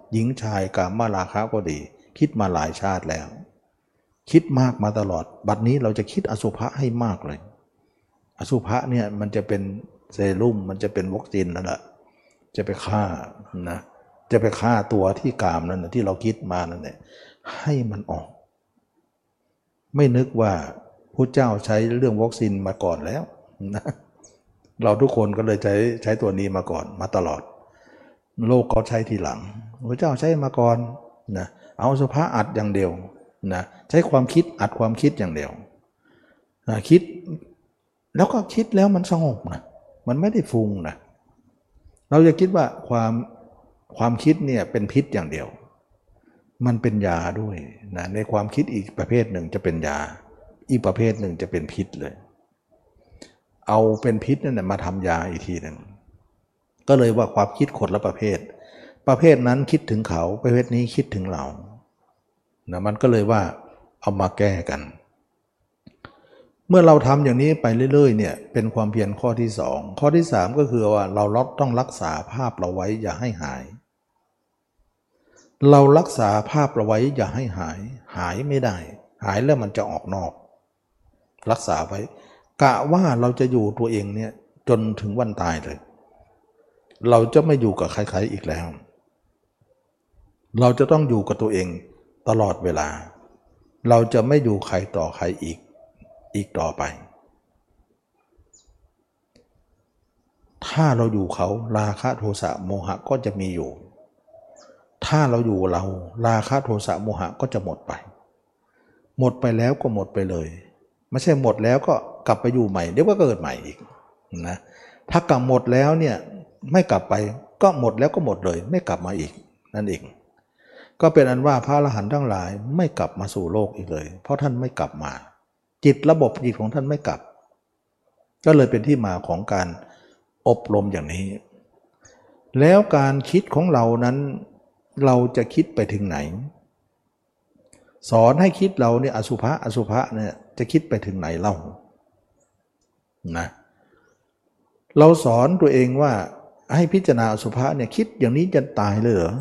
หญิงชายกามราคะก็ดีคิดมาหลายชาติแล้วคิดมากมาตลอดบัดนี้เราจะคิดอสุภะให้มากเลยอสุภะเนี่ยมันจะเป็นเซรุ่มมันจะเป็นวัคซีนนั่นแหละจะไปฆ่านะจะไปฆ่าตัวที่กามนั่นนะที่เราคิดมานั่นแหละให้มันออกไม่นึกว่าพระเจ้าใช้เรื่องวัคซีนมาก่อนแล้วนะเราทุกคนก็เลยใช้ใช้ตัวนี้มาก่อนมาตลอดโลกเขาใช้ทีหลังพระเจ้าใช้มาก่อนนะเอาอสุภะอัดอย่างเดียวนะใช้ความคิดอัดความคิดอย่างเดียวนะคิดแล้วก็คิดแล้วมันสงบนะมันไม่ได้ฟุ้งนะเราจะคิดว่าความความคิดเนี่ยเป็นพิษอย่างเดียวมันเป็นยาด้วยนะในความคิดอีกประเภทหนึ่งจะเป็นยาอีกประเภทหนึ่งจะเป็นพิษเลยเอาเป็นพิษนั่นแหละมาทำยาอีกทีหนึ่งก็เลยว่าความคิดคนละประเภทประเภทนั้นคิดถึงเขาประเภทนี้คิดถึงเรานะมันก็เลยว่าเอามาแก้กันเมื่อเราทำอย่างนี้ไปเรื่อยๆเนี่ยเป็นความเพียรข้อที่สองข้อที่สามก็คือว่าเราต้องรักษาภาพเราไว้อย่าให้หายเรารักษาภาพเราไว้อย่าให้หายหายไม่ได้หายแล้วมันจะออกนอกรักษาไว้กะว่าเราจะอยู่ตัวเองเนี่ยจนถึงวันตายเลยเราจะไม่อยู่กับใครๆอีกแล้วเราจะต้องอยู่กับตัวเองตลอดเวลาเราจะไม่อยู่ใครต่อใครอีกอีกต่อไปถ้าเราอยู่เขาราคะโทสะโมหะก็จะมีอยู่ถ้าเราอยู่เราราคะโทสะโมหะก็จะหมดไปหมดไปแล้วก็หมดไปเลยไม่ใช่หมดแล้วก็กลับไปอยู่ใหม่เดี๋ยวก็เกิดใหม่อีกนะถ้ากลับหมดแล้วเนี่ยไม่กลับไปก็หมดแล้วก็หมดเลยไม่กลับมาอีกนั่นเองก็เป็นอันว่าพระอรหันต์ทั้งหลายไม่กลับมาสู่โลกอีกเลยเพราะท่านไม่กลับมาจิตระบบจิตของท่านไม่กลับก็เลยเป็นที่มาของการอบรมอย่างนี้แล้วการคิดของเรานั้นเราจะคิดไปถึงไหนสอนให้คิดเราเนี่ยอสุภะอสุภะเนี่ยจะคิดไปถึงไหนเล่านะเราสอนตัวเองว่าให้พิจารณาอสุภะเนี่ยคิดอย่างนี้จะตายเลยเหรอ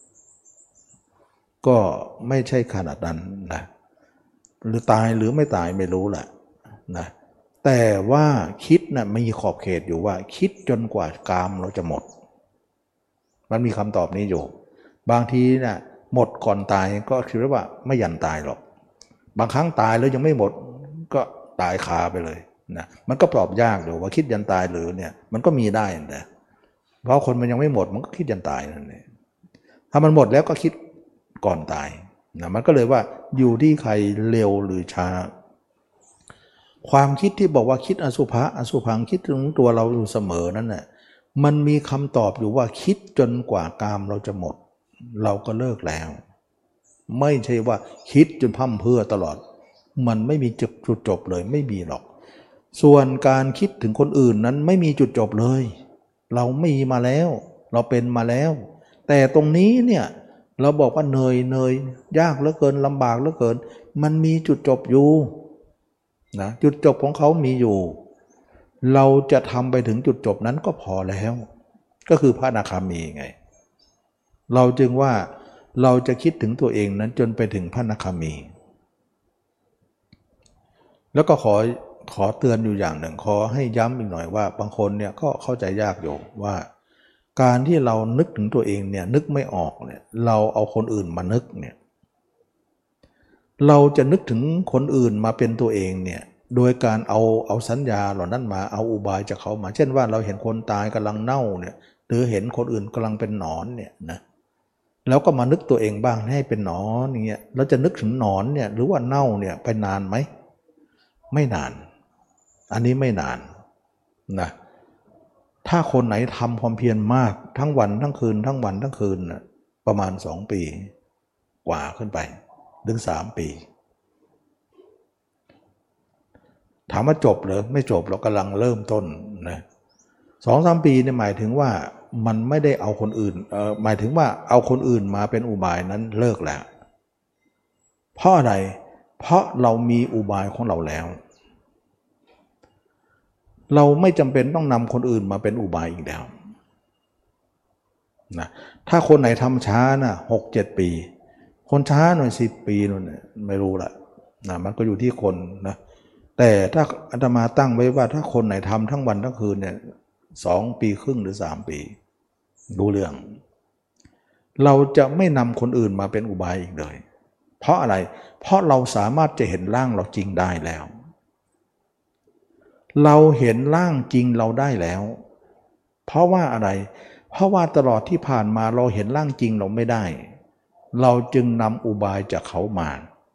ก็ไม่ใช่ขนาดนั้นนะหรือตายหรือไม่ตายไม่รู้แหละนะแต่ว่าคิดนะ่ะมีขอบเขตอยู่ว่าคิดจนกว่ากามเราจะหมดมันมีคำตอบนี้อยู่บางทีนะ่ะหมดก่อนตายก็คิดว่าไม่ยันตายหรอกบางครั้งตายแล้วยังไม่หมดก็ตายคาไปเลยนะมันก็ตอบยากอยู่ว่าคิดยันตายหรือเนี่ยมันก็มีได้นะเพราะคนมันยังไม่หมดมันก็คิดยันตายนั่นเองถ้ามันหมดแล้วก็คิดก่อนตายนะมันก็เลยว่าอยู่ที่ใครเร็วหรือช้าความคิดที่บอกว่าคิดอสุภะอสุภังคิดถึงตัวเราอยู่เสมอนั่นแหละมันมีคำตอบอยู่ว่าคิดจนกว่ากามเราจะหมดเราก็เลิกแล้วไม่ใช่ว่าคิดจนพั่มเพื่อตลอดมันไม่มีจุดจบเลยไม่มีหรอกส่วนการคิดถึงคนอื่นนั้นไม่มีจุดจบเลยเราไม่มีมาแล้วเราเป็นมาแล้วแต่ตรงนี้เนี่ยเราบอกว่าเหนื่อยเหนื่อยยากเหลือเกินลำบากเหลือเกินมันมีจุดจบอยู่นะจุดจบของเขามีอยู่เราจะทำไปถึงจุดจบนั้นก็พอแล้วก็คือพระอนาคามีไงเราจึงว่าเราจะคิดถึงตัวเองนั้นจนไปถึงพระอนาคามีแล้วก็ขอขอเตือนอยู่อย่างหนึ่งขอให้ย้ำอีกหน่อยว่าบางคนเนี่ยก็เข้าใจยากอยู่ว่าการที่เรานึกถึงตัวเองเนี่ยนึกไม่ออกเนี่ยเราเอาคนอื่นมานึกเนี่ยเราจะนึกถึงคนอื่นมาเป็นตัวเองเนี่ยโดยการเอาเอาสัญญาเหล่านั้นมาเอาอุบายจากเขามาเช่นว่าเราเห็นคนตายกำลังเน่าเนี่ยหรือเห็นคนอื่นกำลังเป็นหนอนเนี่ยนะแล้วก็มานึกตัวเองบ้างให้เป็นหนอนอย่างเงี้ยเราจะนึกถึงหนอนเนี่ยหรือว่าเน่าเนี่ยไปนานไหมไม่นานอันนี้ไม่นานนะถ้าคนไหนทำความเพียรมากทั้งวันทั้งคืนทั้งวันทั้งคืนนะประมาณสองปีกว่าขึ้นไปถึงสามปีถามว่าจบหรือไม่จบเรากำลังเริ่มต้นนะสองสามปีเนี่ยหมายถึงว่ามันไม่ได้เอาคนอื่นเอ่อหมายถึงว่าเอาคนอื่นมาเป็นอุบายนั้นเลิกแล้วเพราะอะไรเพราะเรามีอุบายของเราแล้วเราไม่จำเป็นต้องนำคนอื่นมาเป็นอุบายอีกแล้วนะถ้าคนไหนทำช้านะหกเจ็ดปี คนช้าหน่อยสิบปีนู่นไม่รู้ละนะมันก็อยู่ที่คนนะแต่ถ้าอาตมาตั้งไว้ว่าถ้าคนไหนทำทั้งวันทั้งคืนเนี่ยสองปีครึ่งหรือสามปีรู้เรื่องเราจะไม่นำคนอื่นมาเป็นอุบายอีกเลยเพราะอะไรเพราะเราสามารถจะเห็นร่างเราจริงได้แล้วเราเห็นร่างจริงเราได้แล้วเพราะว่าอะไรเพราะว่าตลอดที่ผ่านมาเราเห็นร่างจริงเราไม่ได้เราจึงนำอุบายจากเขามา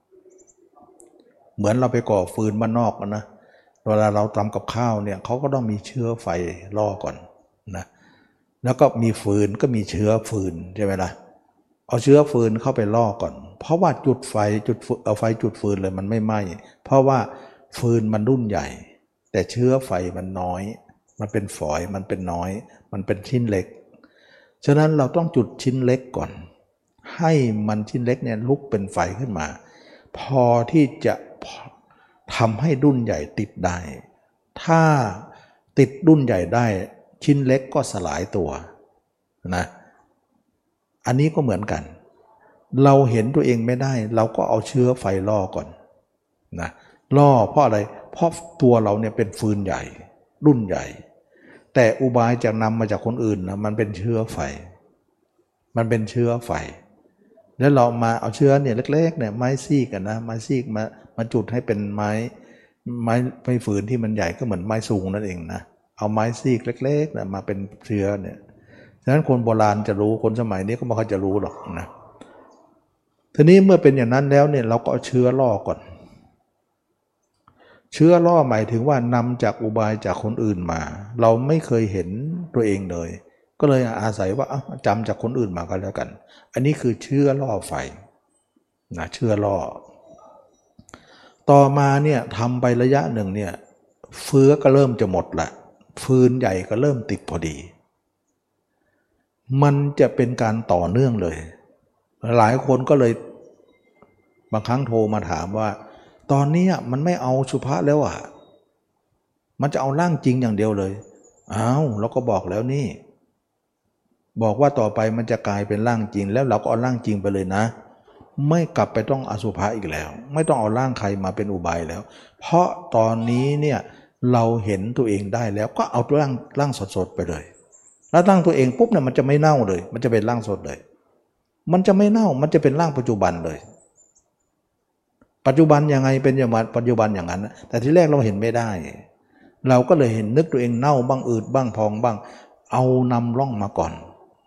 เหมือนเราไปก่อฟืนบ้านนอกนะเวลาเราทำกับข้าวเนี่ยเขาก็ต้องมีเชื้อไฟล่อก่อนนะแล้วก็มีฟืนก็มีเชื้อฟืนใช่ไหมล่ะเอาเชื้อฟืนเข้าไปล่อก่อนเพราะว่าจุดไฟจุดเอาไฟจุดฟืนเลยมันไม่ไหม้เพราะว่าฟืนมันรุ่นใหญ่แต่เชื้อไฟมันน้อยมันเป็นฝอยมันเป็นน้อยมันเป็นชิ้นเล็กฉะนั้นเราต้องจุดชิ้นเล็กก่อนให้มันชิ้นเล็กเนี่ยลุกเป็นไฟขึ้นมาพอที่จะทำให้ดุ้นใหญ่ติดได้ถ้าติดดุ้นใหญ่ได้ชิ้นเล็กก็สลายตัวนะอันนี้ก็เหมือนกันเราเห็นตัวเองไม่ได้เราก็เอาเชื้อไฟล่อก่อนนะล่อเพราะอะไรเพราะตัวเราเนี่ยเป็นฟืนใหญ่ดุ้นใหญ่แต่อุบายจะนำมาจากคนอื่นนะมันเป็นเชื้อไฟมันเป็นเชื้อไฟแล้วเรามาเอาเชื้อเนี่ยเล็กๆเนี่ยไม้ซีกกันนะไม้ซีกมามาจุดให้เป็นไม้ไม้ไม้ฝืนที่มันใหญ่ก็เหมือนไม้สูงนั่นเองนะเอาไม้ซีกเล็กๆนะมาเป็นเชื้อเนี่ยฉะนั้นคนโบราณจะรู้คนสมัยนี้ก็ไม่ค่อยจะรู้หรอกนะทีนี้เมื่อเป็นอย่างนั้นแล้วเนี่ยเราก็เอาเชื้อล่อก่อนเชื้อล่อหมายถึงว่านำจากอุบายจากคนอื่นมาเราไม่เคยเห็นตัวเองเลยก็เลยอาศัยว่าจำจากคนอื่นมาก็แล้วกันอันนี้คือเชื้อล่อไฟนะเชื้อล่อต่อมาเนี่ยทำไประยะหนึ่งเนี่ยเฟื้อก็เริ่มจะหมดละฟืนใหญ่ก็เริ่มติดพอดีมันจะเป็นการต่อเนื่องเลยหลายคนก็เลยบางครั้งโทรมาถามว่าตอนนี้มันไม่เอาสุภาพแล้วอ่ะมันจะเอาร่างจริงอย่างเดียวเลยอ้าวเราก็บอกแล้วนี่บอกว่าต่อไปมันจะกลายเป็นร่างจริงแล้วเราก็เอาร่างจริงไปเลยนะไม่กลับไปต้องอสุภะอีกแล้วไม่ต้องเอาร่างใครมาเป็นอุบายแล้วเพราะตอนนี้เนี่ยเราเห็นตัวเองได้แล้วก็เอาร่างร่างสดๆไปเลยแล้วร่างตัวเองปุ๊บเนี่ยมันจะไม่เน่าเลยมันจะเป็นร่างสดเลยมันจะไม่เน่ามันจะเป็นร่างปัจจุบันเลยปัจจุบันยังไงเป็นอย่างปัจจุบันอย่างนั้นแต่ที่แรกเราเห็นไม่ได้เราก็เลยเห็นนึกตัวเองเน่าบ้างอืดบ้างพองบ้างเอานำร่องมาก่อน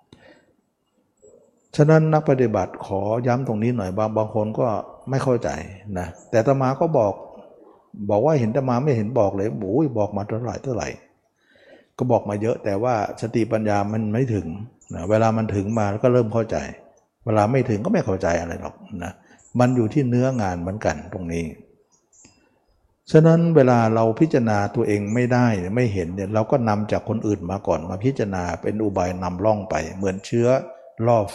ฉะนั้นนักปฏิบัติขอย้ำตรงนี้หน่อยบางบางคนก็ไม่เข้าใจนะแต่อาตมาก็บอกบอกว่าเห็นอาตมาไม่เห็นบอกเลยโอ้ยบอกมาเท่าไหร่เท่าไหร่ก็บอกมาเยอะแต่ว่าสติปัญญามันไม่ถึงนะเวลามันถึงมาก็เริ่มเข้าใจเวลาไม่ถึงก็ไม่เข้าใจอะไรหรอกนะมันอยู่ที่เนื้องานเหมือนกันตรงนี้ฉะนั้นเวลาเราพิจารณาตัวเองไม่ได้ไม่เห็นเนี่ยเราก็นำจากคนอื่นมาก่อนมาพิจารณาเป็นอุบายนำล่องไปเหมือนเชื้อล่อไฟ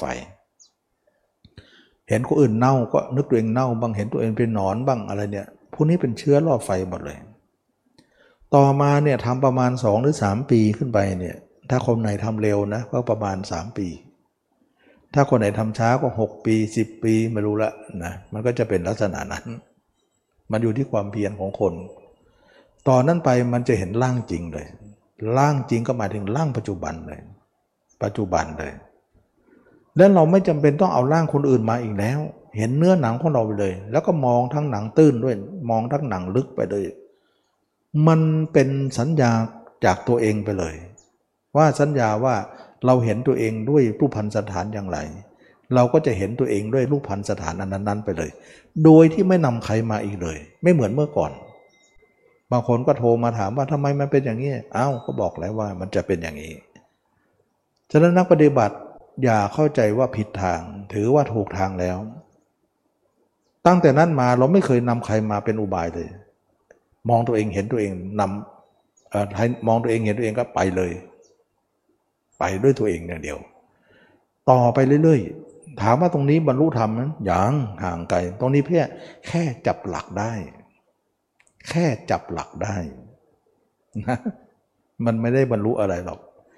เห็นคนอื่นเน่าก็นึกตัวเองเน่าบ้างเห็นตัวเองเป็นหนอนบ้างอะไรเนี่ยพวกนี้เป็นเชื้อล่อไฟหมดเลยต่อมาเนี่ยทำประมาณสองหรือสามปีขึ้นไปเนี่ยถ้าคนไหนทำเร็วนะก็ประมาณสามปีถ้าคนไหนทำช้าก็หกปีสิบปีไม่รู้ละนะมันก็จะเป็นลักษณะนั้นมันอยู่ที่ความเพียรของคนตอนนั้นไปมันจะเห็นร่างจริงเลยร่างจริงก็หมายถึงร่างปัจจุบันเลยปัจจุบันเลยแล้วเราไม่จำเป็นต้องเอาร่างคนอื่นมาอีกแล้วเห็นเนื้อหนังของเราไปเลยแล้วก็มองทั้งหนังตื้นด้วยมองทั้งหนังลึกไปเลยมันเป็นสัญญาจากตัวเองไปเลยว่าสัญญาว่าเราเห็นตัวเองด้วยรูปพรรณสถานอย่างไรเราก็จะเห็นตัวเองด้วยรูปพรรณสถานอันนั้นๆไปเลยโดยที่ไม่นำใครมาอีกเลยไม่เหมือนเมื่อก่อนบางคนก็โทรมาถามว่าทำไมมันเป็นอย่างนี้อ้าวก็บอกแล้วว่ามันจะเป็นอย่างนี้ฉะนั้นนักปฏิบัติอย่าเข้าใจว่าผิดทางถือว่าถูกทางแล้วตั้งแต่นั้นมาเราไม่เคยนำใครมาเป็นอุบายเลยมองตัวเองเห็นตัวเองนำเอ่อให้มองตัวเองเห็นตัวเองก็ไปเลยไปด้วยตัวเองอย่างเดียวต่อไปเรื่อยๆถามว่าตรงนี้บรรลุธรรมนั้นยังห่างไกลตรงนี้เพียงแค่จับหลักได้แค่จับหลักได้นะมันไม่ได้บรรลุอะไรหรอก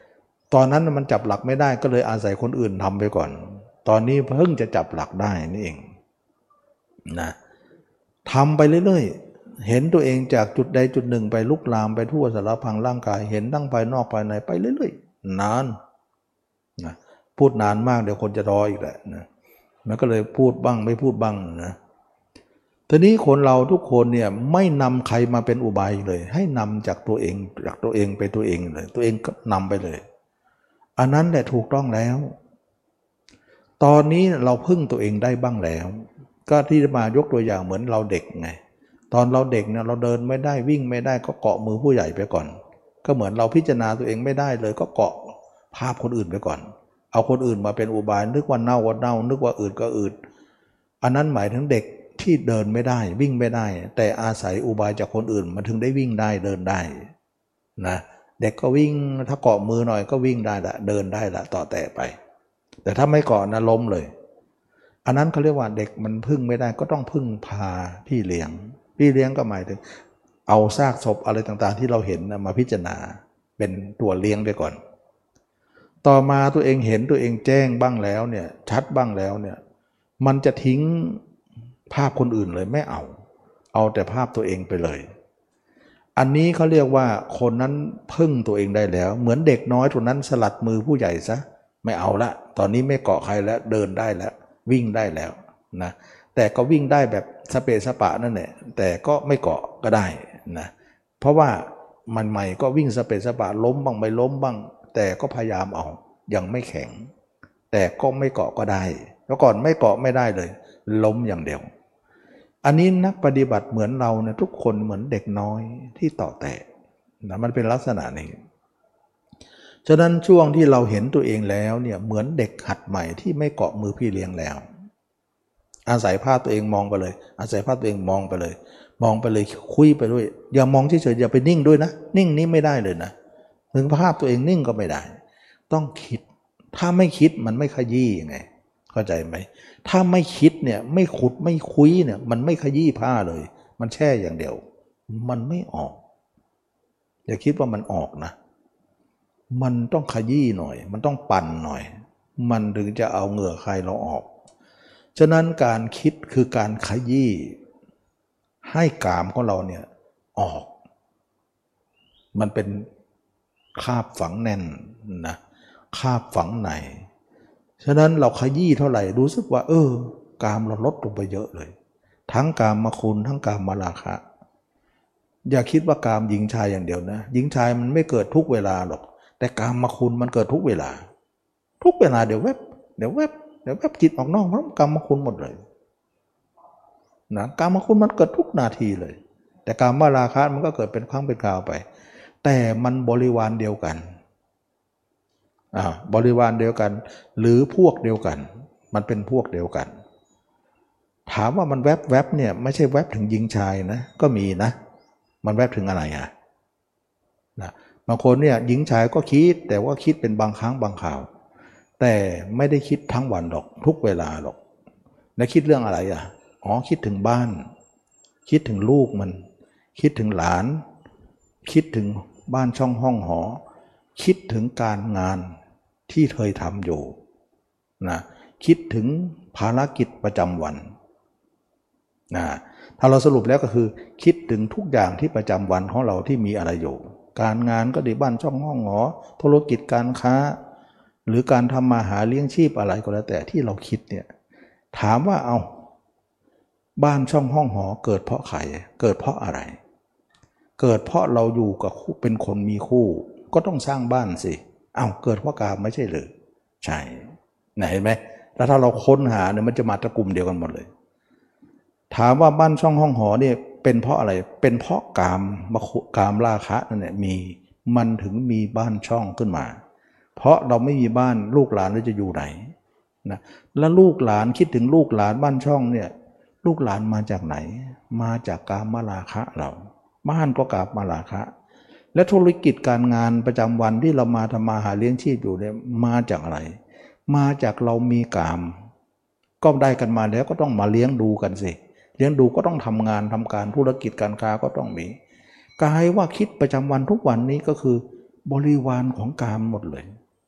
ตอนนั้นมันจับหลักไม่ได้ก็เลยอาศัยคนอื่นทำไปก่อนตอนนี้เพิ่งจะจับหลักได้นี่เองนะทำไปเรื่อยๆเห็นตัวเองจากจุดใดจุดหนึ่งไปลุกลามไปทั่วสารพังร่างกายเห็นทั้งภายนอกภายในไปเรื่อยๆนานนะพูดนานมากเดี๋ยวคนจะรออีกแหละนะมันก็เลยพูดบ้างไม่พูดบ้างนะทีนี้คนเราทุกคนเนี่ยไม่นำใครมาเป็นอุบายเลยให้นำจากตัวเองจากตัวเองไปตัวเองเลยตัวเองก็นำไปเลยอันนั้นแหละถูกต้องแล้วตอนนี้เราพึ่งตัวเองได้บ้างแล้วก็ที่มายกตัวอย่างเหมือนเราเด็กไงตอนเราเด็กเนี่ยเราเดินไม่ได้วิ่งไม่ได้ก็เกาะมือผู้ใหญ่ไปก่อนก็เหมือนเราพิจารณาตัวเองไม่ได้เลยก็เกาะภาพคนอื่นไปก่อนเอาคนอื่นมาเป็นอุบายนึกว่าเน่าว่าเน่านึกว่าอืดก็อืดอันนั้นหมายถึงเด็กที่เดินไม่ได้วิ่งไม่ได้แต่อาศัยอุบายจากคนอื่นมันถึงได้วิ่งได้เดินได้นะเด็กก็วิ่งถ้าเกาะมือหน่อยก็วิ่งได้ละเดินได้ละต่อแต่ไปแต่ถ้าไม่เกาะนะล้มเลยอันนั้นเขาเรียกว่าเด็กมันพึ่งไม่ได้ก็ต้องพึ่งพาพี่เลี้ยงพี่เลี้ยงก็หมายถึงเอาซากศพอะไรต่างๆที่เราเห็นมาพิจารณาเป็นตัวเลี้ยงไปก่อนต่อมาตัวเองเห็นตัวเองแจ้งบ้างแล้วเนี่ยชัดบ้างแล้วเนี่ยมันจะทิ้งภาพคนอื่นเลยไม่เอาเอาแต่ภาพตัวเองไปเลยอันนี้เขาเรียกว่าคนนั้นพึ่งตัวเองได้แล้วเหมือนเด็กน้อยตัวนั้นสลัดมือผู้ใหญ่ซะไม่เอาละตอนนี้ไม่เกาะใครแล้วเดินได้แล้ววิ่งได้แล้วนะแต่ก็วิ่งได้แบบสเปะสปะนั่นแหละแต่ก็ไม่เกาะก็ได้นะเพราะว่ามันใหม่ก็วิ่งสเปะสปะล้มบ้างไม่ล้มบ้างแต่ก็พยายามเอายังไม่แข็งแต่ก็ไม่เกาะก็ได้แล้วก่อนไม่เกาะไม่ได้เลยล้มอย่างเดียวอันนี้นักปฏิบัติเหมือนเราเนี่ยทุกคนเหมือนเด็กน้อยที่ต่อแตะนะมันเป็นลักษณะนี้ฉะนั้นช่วงที่เราเห็นตัวเองแล้วเนี่ยเหมือนเด็กหัดใหม่ที่ไม่เกาะมือพี่เลี้ยงแล้วอาศัยภาพตัวเองมองไปเลยอาศัยภาพตัวเองมองไปเลยมองไปเลยคุยไปด้วยอย่ามองเฉยๆอย่าไปนิ่งด้วยนะนิ่งนี้ไม่ได้เลยนะถึงภาพตัวเองนิ่งก็ไม่ได้ต้องคิดถ้าไม่คิดมันไม่ขยี้ยังไงเข้าใจไหมถ้าไม่คิดเนี่ยไม่ขุดไม่คุยเนี่ยมันไม่ขยี้ผ้าเลยมันแช่อย่างเดียวมันไม่ออกอย่าคิดว่ามันออกนะมันต้องขยี้หน่อยมันต้องปั่นหน่อยมันถึงจะเอาเหงื่อใครเราออกฉะนั้นการคิดคือการขยี้ให้กามของเราเนี่ยออกมันเป็นคาบฝังแน่นนะคาบฝังในฉะนั้นเราขยี้เท่าไหร่รู้สึกว่าเออกามเราลดลงไปเยอะเลยทั้งกามมาคุณทั้งกามมาราคะอย่าคิดว่ากามหญิงชายอย่างเดียวนะหญิงชายมันไม่เกิดทุกเวลาหรอกแต่กามมาคุณมันเกิดทุกเวลาทุกเวลาเดี๋ยวแวบเดี๋ยวแวบเดี๋ยวแวบจิตออกนอกเพราะกามมาคุณหมดเลยนะกามมาคุณมันเกิดทุกนาทีเลยแต่กามมาราคะมันก็เกิดเป็นครั้งเป็นคราวไปแต่มันบริวารเดียวกันอ่าบริวารเดียวกันหรือพวกเดียวกันมันเป็นพวกเดียวกันถามว่ามันแวบแวบเนี่ยไม่ใช่แวบถึงหญิงชายนะก็มีนะมันแวบถึงอะไรอ่ะนะบางคนเนี่ยหญิงชายก็คิดแต่ว่าคิดเป็นบางครั้งบางคราวแต่ไม่ได้คิดทั้งวันหรอกทุกเวลาหรอกแล้วคิดเรื่องอะไรอ่ะอ๋อคิดถึงบ้านคิดถึงลูกมันคิดถึงหลานคิดถึงบ้านช่องห้องหอคิดถึงการงานที่เคยทำอยู่นะคิดถึงภารกิจประจำวันนะถ้าเราสรุปแล้วก็คือคิดถึงทุกอย่างที่ประจำวันของเราที่มีอะไรอยู่การงานก็ดีบ้านช่องห้องหอธุรกิจการค้าหรือการทำมาหาเลี้ยงชีพอะไรก็แล้วแต่ที่เราคิดเนี่ยถามว่าเอาบ้านช่องห้องหอเกิดเพราะใครเกิดเพราะอะไรเกิดเพราะเราอยู่กับเป็นคนมีคู่ก็ต้องสร้างบ้านสิอ้าวเกิดเพราะกามไม่ใช่หรือใช่ไหนเห็นไหมแล้วถ้าเราค้นหาเนี่ยมันจะมาตระกลุ่มเดียวกันหมดเลยถามว่าบ้านช่องห้องหอเนี่ยเป็นเพราะอะไรเป็นเพราะกามมากามราคะนั่นแหละมีมันถึงมีบ้านช่องขึ้นมาเพราะเราไม่มีบ้านลูกหลานเราจะอยู่ไหนนะแล้วลูกหลานคิดถึงลูกหลานบ้านช่องเนี่ยลูกหลานมาจากไหนมาจากกามมาราคะเราบ้านก็กามมาราคะและธุรกิจการงานประจำวันที่เรามาทำมาหาเลี้ยงชีพอยู่เนี่ยมาจากอะไรมาจากเรามีกามก็ได้กันมาแล้วก็ต้องมาเลี้ยงดูกันสิเลี้ยงดูก็ต้องทำงานทำการธุรกิจการค้าก็ต้องมีกายว่าคิดประจำวันทุกวันนี้ก็คือบริวารของกามหมดเลย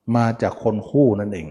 มาจากคนคู่นั่นเอง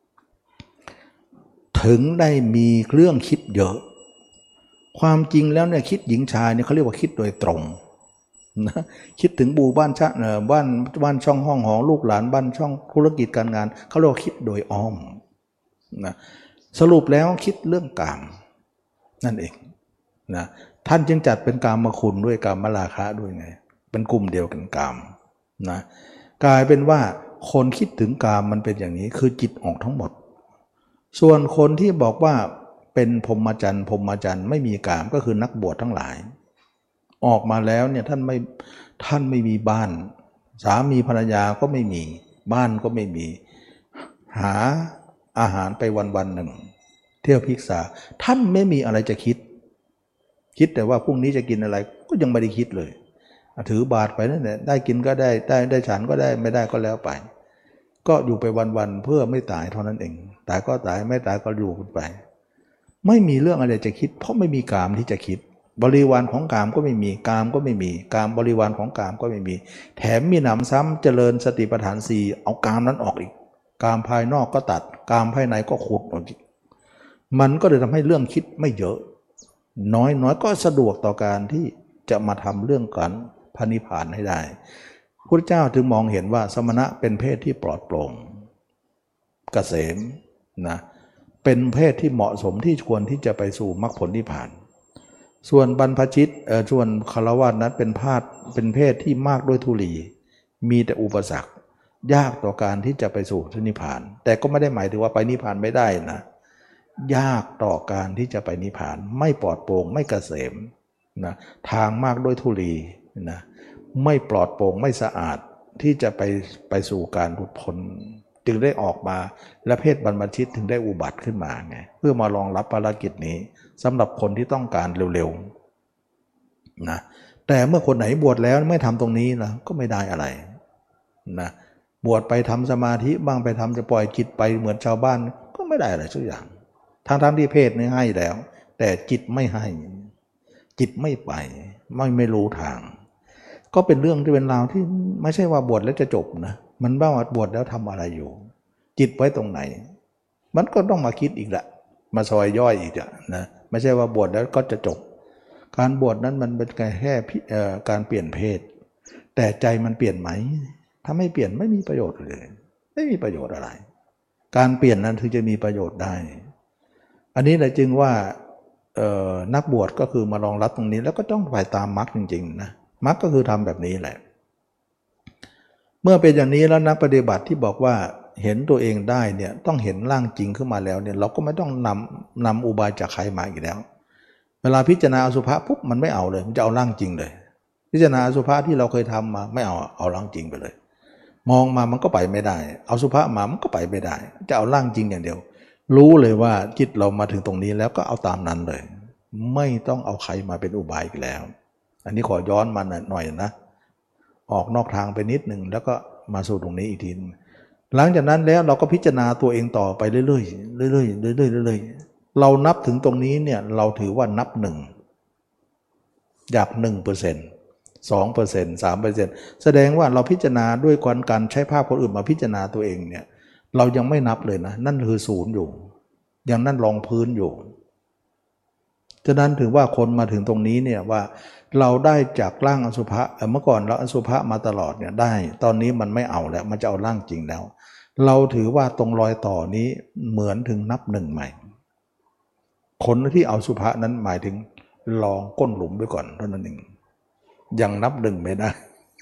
ถึงได้มีเรื่องคิดเยอะความจริงแล้วเนี่ยคิดหญิงชายเนี่ยเขาเรียกว่าคิดโดยตรงนะคิดถึงบูบ้านชะเอ่อบ้านบ้านช่องห้องหอลูกหลานบ้านช่องธุรกิจการงานเขาเรียกว่าคิดโดยอ้อมนะสรุปแล้วคิดเรื่องกามนั่นเองนะท่านจึงจัดเป็นกามคุณด้วยกามราคะด้วยไงเป็นกลุ่มเดียวกันกามนะกลายเป็นว่าคนคิดถึงกามมันเป็นอย่างนี้คือจิตออกทั้งหมดส่วนคนที่บอกว่าเป็นพรหมจรรย์พรหมจรรย์ไม่มีกามก็คือนักบวชทั้งหลายออกมาแล้วเนี่ยท่านไม่ท่านไม่มีบ้านสามีภรรยาก็ไม่มีบ้านก็ไม่มีหาอาหารไปวันๆหนึ่งเที่ยวพิกษาท่านไม่มีอะไรจะคิดคิดแต่ว่าพรุ่งนี้จะกินอะไรก็ยังไม่ได้คิดเลยถือบาตรไปนั่นแหละได้กินก็ได้ได้ได้ฉันก็ได้ไม่ได้ก็แล้วไปก็อยู่ไปวันๆเพื่อไม่ตายเท่านั้นเองตายก็ตายไม่ตายก็อยู่กันไปไม่มีเรื่องอะไรจะคิดเพราะไม่มีกามที่จะคิดบริวารของกามก็ไม่มีกามก็ไม่มีกามบริวารของกามก็ไม่มีแถมมีหนำซ้ำเจริญสติปัฏฐานสี่เอากามนั้นออกอีกกามภายนอกก็ตัดกามภายในก็ขุดออกอีกมันก็เลยทำให้เรื่องคิดไม่เยอะน้อยน้อยก็สะดวกต่อการที่จะมาทำเรื่องการพระนิพพานให้ได้พุทธเจ้าจึงมองเห็นว่าสมณะเป็นเพศที่ปลอดโปร่งเกษมนะเป็นเพศที่เหมาะสมที่ควรที่จะไปสู่มรรคผลนิพพานส่วนบรรพชิตเอ่อส่วนคฤหัสถ์นั้นเป็นพาสเป็นเพศที่มากด้วยทุลีมีแต่อุปสรรคยากต่อการที่จะไปสู่นิพพานแต่ก็ไม่ได้หมายถึงว่าไปนิพพานไม่ได้นะยากต่อการที่จะไปนิพพานไม่ปลอดโปร่งไม่เกษมนะทางมากด้วยทุลีนะไม่ปลอดโปร่งไม่สะอาดที่จะไปไปสู่การหลุดพ้นจึงได้ออกมาและเพศบรรพชิตถึงได้อุบัติขึ้นมาไงเพื่อมารองรับภารกิจนี้สำหรับคนที่ต้องการเร็วๆนะแต่เมื่อคนไหนบวชแล้วไม่ทำตรงนี้นะก็ไม่ได้อะไรนะบวชไปทำสมาธิบ้างไปทำจะปล่อยจิตไปเหมือนชาวบ้านก็ไม่ได้อะไรสักอย่างทั้งๆที่เพศนี้ให้แล้วแต่จิตไม่ให้จิตไม่ไปไม่ไม่รู้ทางก็เป็นเรื่องที่เป็นราวที่ไม่ใช่ว่าบวชแล้วจะจบนะมันบ้าว่าบวชแล้วทำอะไรอยู่จิตไว้ตรงไหนมันก็ต้องมาคิดอีกแหละมาซอยย่อยอีกอะนะไม่ใช่ว่าบวชแล้วก็จะจบการบวชนั้นมันเป็นแค่การเปลี่ยนเพศแต่ใจมันเปลี่ยนไหมถ้าไม่เปลี่ยนไม่มีประโยชน์เลยไม่มีประโยชน์อะไรการเปลี่ยนนั้นถึงจะมีประโยชน์ได้อันนี้เลยจึงว่านักบวชก็คือมารองรับตรงนี้แล้วก็ต้องไปตามมรรคจริงๆนะมรรคก็คือทำแบบนี้แหละเมื่อเป็นอย่างนี้แล้วนักปฏิบัติที่บอกว่าเห็นตัวเองได้เนี่ยต้องเห็นร่างจริงขึ้นมาแล้วเนี่ยเราก็ไม่ต้องนำนำอุบายจากใครมาอีกแล้วเวลาพิจารณาอสุภะปุ๊บมันไม่เอาเลยมันจะเอาร่างจริงเลยพิจารณาอสุภะที่เราเคยทำมาไม่เอาเอาร่างจริงไปเลยมองมามันก็ไปไม่ได้เอาอสุภะมามันก็ไปไม่ได้จะเอาร่างจริงอย่างเดียวรู้เลยว่าจิตเรามาถึงตรงนี้แล้วก็เอาตามนั้นเลยไม่ต้องเอาใครมาเป็นอุบายอีกแล้วอันนี้ขอย้อนมาหน่อยนะออกนอกทางไปนิดหนึ่งแล้วก็มาสู่ตรงนี้อีกทีหลังจากนั้นแล้วเราก็พิจารณาตัวเองต่อไปเรื่อยๆเรื่อยๆเรื่อยๆเรื่อยๆเรานับถึงตรงนี้เนี่ยเราถือว่านับหนึ่งจากหนึ่งเปอร์เซ็นต์สองเปอร์เซ็นต์สามเปอร์เซ็นต์แสดงว่าเราพิจารณาด้วยการใช้ภาพคนอื่นมาพิจารณาตัวเองเนี่ยเรายังไม่นับเลยนะนั่นคือศูนย์อยู่ยังนั่นรองพื้นอยู่ฉะนั้นถือว่าคนมาถึงตรงนี้เนี่ยว่าเราได้จากร่างอสุภะเมื่อก่อนเราอสุภะมาตลอดเนี่ยได้ตอนนี้มันไม่เอาแล้วมันจะเอาร่างจริงแล้วเราถือว่าตรงรอยต่อนี้เหมือนถึงนับหนึ่งใหม่คนที่เอาสุภะนั้นหมายถึงลองก้นหลุมไปก่อนเท่านั้นเองยังนับหนึ่งไม่ได้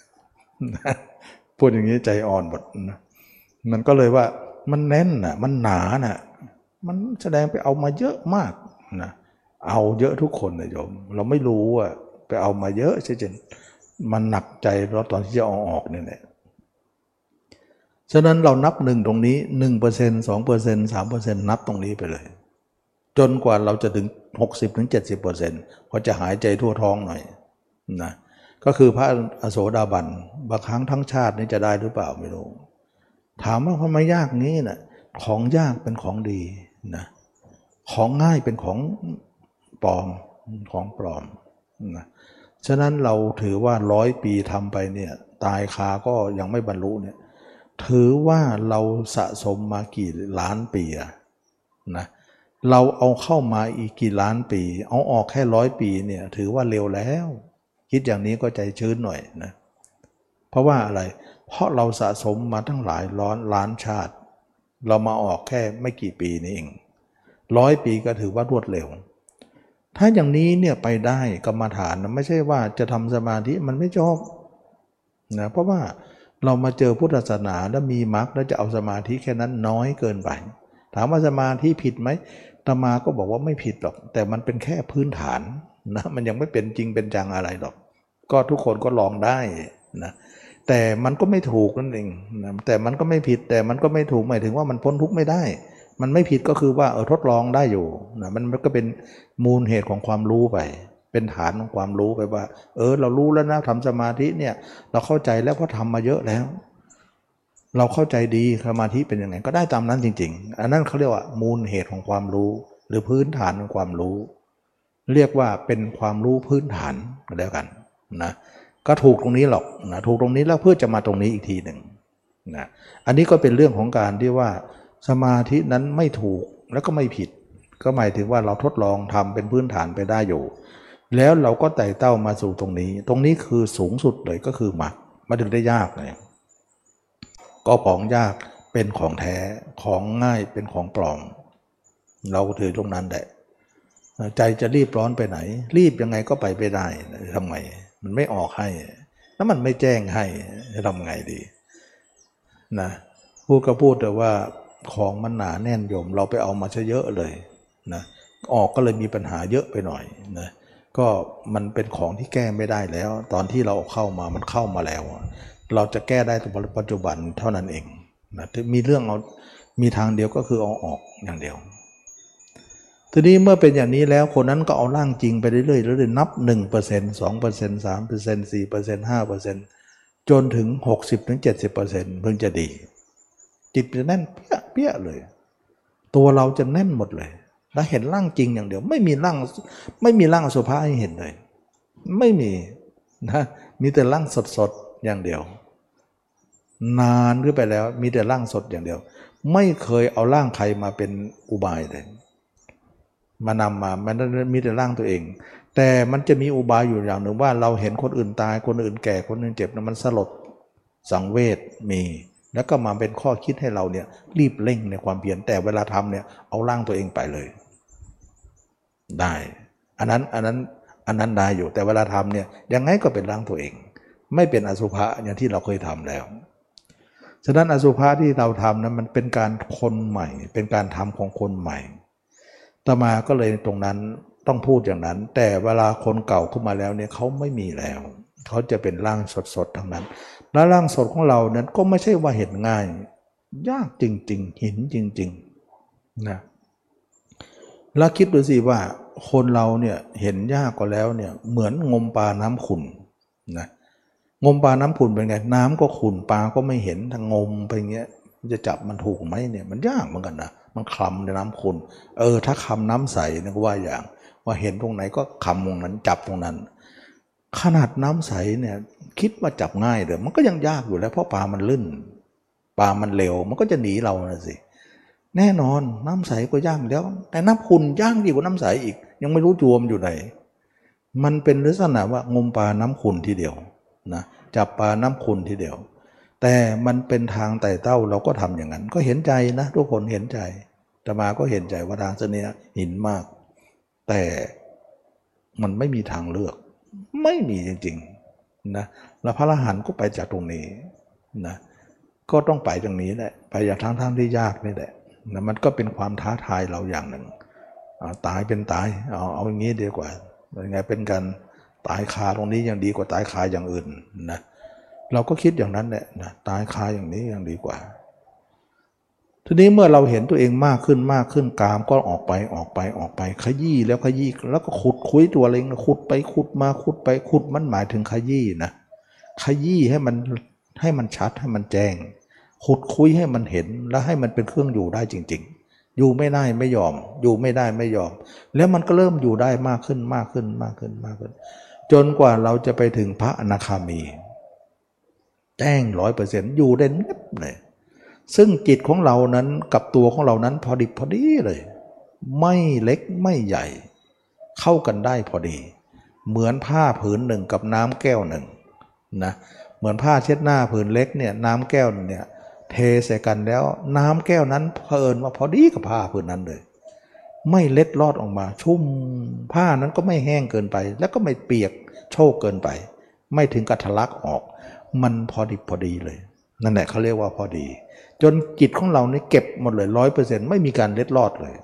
พูดอย่างนี้ใจอ่อนหมดนะมันก็เลยว่ามันแน่นน่ะมันหนาน่ะมันแสดงไปเอามาเยอะมากนะเอาเยอะทุกคนนะโยมเราไม่รู้อ่ะไปเอามาเยอะใช่จนมันหนักใจเราตอนที่จะเอาออกเนี่ยแหละฉะนั้นเรานับหนึ่งตรงนี้ หนึ่งเปอร์เซ็นต์ สองเปอร์เซ็นต์ สามเปอร์เซ็นต์ นับตรงนี้ไปเลยจนกว่าเราจะถึง หกสิบถึงเจ็ดสิบเปอร์เซ็นต์ พอจะหายใจทั่วท้องหน่อยนะก็คือพระอโสดาบันบางครั้งทั้งชาตินี้จะได้หรือเปล่าไม่รู้ถามว่าทำไมยากนี้นะของยากเป็นของดีนะของง่ายเป็นของปลอมของปลอมนะฉะนั้นเราถือว่าร้อยปีทำไปเนี่ยตายคาก็ยังไม่บรรลุเนี่ยถือว่าเราสะสมมากี่ล้านปีนะเราเอาเข้ามาอีกกี่ล้านปีเอาออกแค่ร้อยปีเนี่ยถือว่าเร็วแล้วคิดอย่างนี้ก็ใจชื้นหน่อยนะเพราะว่าอะไรเพราะเราสะสมมาทั้งหลายร้อนล้านชาติเรามาออกแค่ไม่กี่ปีนี้เองร้อยปีก็ถือว่ารวดเร็วถ้าอย่างนี้เนี่ยไปได้กรรมฐานนะไม่ใช่ว่าจะทำสมาธิมันไม่จบนะเพราะว่าเรามาเจอพุทธศาสนาแล้วมีมรรคแล้วจะเอาสมาธิแค่นั้นน้อยเกินไปถามว่าสมาธิผิดไหมอาตมาก็บอกว่าไม่ผิดหรอกแต่มันเป็นแค่พื้นฐานนะมันยังไม่เป็นจริงเป็นจังอะไรหรอกก็ทุกคนก็ลองได้นะแต่มันก็ไม่ถูกนั่นเองนะแต่มันก็ไม่ผิดแต่มันก็ไม่ถูกหมายถึงว่ามันพ้นทุกข์ไม่ได้มันไม่ผิดก็คือว่าเออทดลองได้อยู่นะมันก็เป็นมูลเหตุของความรู้ไปเป็นฐานของความรู้ไปว่าเออเรารู้แล้วนะทำสมาธิเนี่ยเราเข้าใจแล้วเพราะทำมาเยอะแล้วเราเข้าใจดีสมาธิเป็นยังไงก็ได้ตามนั้นจริงๆอันนั้นเขาเรียกว่ามูลเหตุของความรู้หรือพื้นฐานของความรู้เรียกว่าเป็นความรู้พื้นฐานก็แล้วกันนะก็ถูกตรงนี้หรอกนะถูกตรงนี้แล้วเพื่อจะมาตรงนี้อีกทีหนึ่งนะอันนี้ก็เป็นเรื่องของการที่ว่าสมาธินั้นไม่ถูกแล้วก็ไม่ผิดก็หมายถึงว่าเราทดลองทำเป็นพื้นฐานไปได้อยู่แล้วเราก็ไต่เต้ามาสู่ตรงนี้ตรงนี้คือสูงสุดเลยก็คือมรรคมาถึงได้ยากเลยก็ของยากเป็นของแท้ของง่ายเป็นของปลอมเราถือตรงนั้นแหละใจจะรีบร้อนไปไหนรีบยังไงก็ไปไม่ได้ทำไงมันไม่ออกให้แล้วมันไม่แจ้งให้จะทำไงดีนะพูดก็พูดแต่ว่าของมันหนาแน่นโยมเราไปเอามาซะเยอะเลยนะออกก็เลยมีปัญหาเยอะไปหน่อยนะก็มันเป็นของที่แก้ไม่ได้แล้วตอนที่เราเข้ามามันเข้ามาแล้วเราจะแก้ได้แต่ปัจจุบันเท่านั้นเองนะมีเรื่องเอามีทางเดียวก็คือเอาออกอย่างเดียวทีนี้เมื่อเป็นอย่างนี้แล้วคนนั้นก็เอาร่างจริงไปเรื่อยๆเรื่อยๆนับ หนึ่งเปอร์เซ็นต์ สองเปอร์เซ็นต์ สามเปอร์เซ็นต์ สี่เปอร์เซ็นต์ ห้าเปอร์เซ็นต์ จนถึง หกสิบถึงเจ็ดสิบเปอร์เซ็นต์ เพิ่งจะดีจิตจะแน่นเปี้ยเปี้ยเลยตัวเราจะแน่นหมดเลยแล้วเห็นร่างจริงอย่างเดียวไม่มีร่างไม่มีร่างอสุภะให้เห็นเลยไม่มีนะมีแต่ร่างสดๆอย่างเดียวนานขึ้นไปแล้วมีแต่ร่างสดอย่างเดียวไม่เคยเอาร่างใครมาเป็นอุบายเลยมานำมามันมีแต่ร่างตัวเองแต่มันจะมีอุบายอยู่อย่างหนึ่งว่าเราเห็นคนอื่นตายคนอื่นแก่คนอื่นเจ็บนะมันสลดสังเวชมีแล้วก็มาเป็นข้อคิดให้เราเนี่ยรีบเร่งในความเพียรแต่เวลาทำเนี่ยเอาร่างตัวเองไปเลยได้อันนั้นอันนั้นอันนั้นได้อยู่แต่เวลาทำเนี่ยยังไงก็เป็นร่างตัวเองไม่เป็นอสุภะอย่างที่เราเคยทำแล้วฉะนั้นอสุภะที่เราทำนั้นมันเป็นการคนใหม่เป็นการทำของคนใหม่ต่อมาก็เลยตรงนั้นต้องพูดอย่างนั้นแต่เวลาคนเก่าขึ้นมาแล้วเนี่ยเขาไม่มีแล้วเขาจะเป็นร่างสดๆทั้งนั้นและร่างสดของเรานั้นก็ไม่ใช่ว่าเห็นง่ายยากจริงๆเห็นจริงๆนะแล้วคิดดูสิว่าคนเราเนี่ยเห็นยากกว่าแล้วเนี่ยเหมือนงมปลาน้ำขุ่นนะงมปลาน้ำขุ่นเป็นไงน้ำก็ขุ่นปลาก็ไม่เห็นทางงมไปเงี้ยจะจับมันถูกไหมเนี่ยมันยากเหมือนกันนะมันคลำในน้ำขุ่นเออถ้าคลำน้ำใสเนี่ยก็ว่าอย่างว่าเห็นตรงไหนก็คำตรงนั้นจับตรงนั้นขนาดน้ำใสเนี่ยคิดว่าจับง่ายเลยมันก็ยังยากอยู่แล้วเพราะปลามันลื่นปลามันเร็วมันก็จะหนีเรานะสิแน่นอนน้ำใสก็ยากแล้วแต่น้ำขุ่นยากยิ่งกว่าน้ำใสอีกยังไม่รู้จวมอยู่ไหนมันเป็นลักษณะว่างมปลาน้ำขุ่นทีเดียวนะจับปลาน้ำขุ่นทีเดียวแต่มันเป็นทางไต่เต้าเราก็ทำอย่างนั้นก็เห็นใจนะทุกคนเห็นใจแต่มาก็เห็นใจว่าทางเส้นนี้หินมากแต่มันไม่มีทางเลือกไม่มีจริงๆนะแล้วพระอรหันต์ก็ไปจากตรงนี้นะก็ต้องไปตรงนี้แหละไปจากทางทางที่ยากนี่แหละนะมันก็เป็นความท้าทายเราอย่างหนึ่งตายเป็นตายเอาเอาอย่างนี้ดีกว่ายังไงเป็นการตายคาตรงนี้ยังดีกว่าตายคาอย่างอื่นนะเราก็คิดอย่างนั้นแหละนะตายคาอย่างนี้ยังดีกว่าทีนี้เมื่อเราเห็นตัวเองมากขึ้นมากขึ้นกามก็ออกไปออกไปออกไปขยี้แล้วขยี้แล้วก็ขุดคุยตัวเองขุดไปขุดมาขุดไปขุดมันหมายถึงขยี้นะขยี้ให้มันให้มันชัดให้มันแจ้งขุดคุยให้มันเห็นแล้วให้มันเป็นเครื่องอยู่ได้จริงๆอยู่ไม่ได้ไม่ยอมอยู่ไม่ได้ไม่ยอมแล้วมันก็เริ่มอยู่ได้มากขึ้นมากขึ้นมากขึ้นมากขึ้นจนกว่าเราจะไปถึงพระอนาคามีแจ้งร้อยเปอร์เซ็นต์อยู่ได้เงียบเลยซึ่งจิตของเรานั้นกับตัวของเรานั้นพอดิบพอดีเลยไม่เล็กไม่ใหญ่เข้ากันได้พอดีเหมือนผ้าผืนหนึ่งกับน้ำแก้วหนึ่งนะเหมือนผ้าเช็ดหน้าผืนเล็กเนี่ยน้ำแก้วเนี่ยเทใส่กันแล้วน้ำแก้วนั้นเผอิญว่าพอดีกับผ้าผืนนั้นเลยไม่เล็ดลอดออกมาชุ่มผ้านั้นก็ไม่แห้งเกินไปแล้วก็ไม่เปียกโชกเกินไปไม่ถึงกับทะลักออกมันพอดิบพอดีเลยนั่นแหละเขาเรียกว่าพอดีจนจิตของเราเนี่ยเก็บหมดเลยร้อยเปอร์เซ็นต์ไม่มีการเล็ดลอดเลย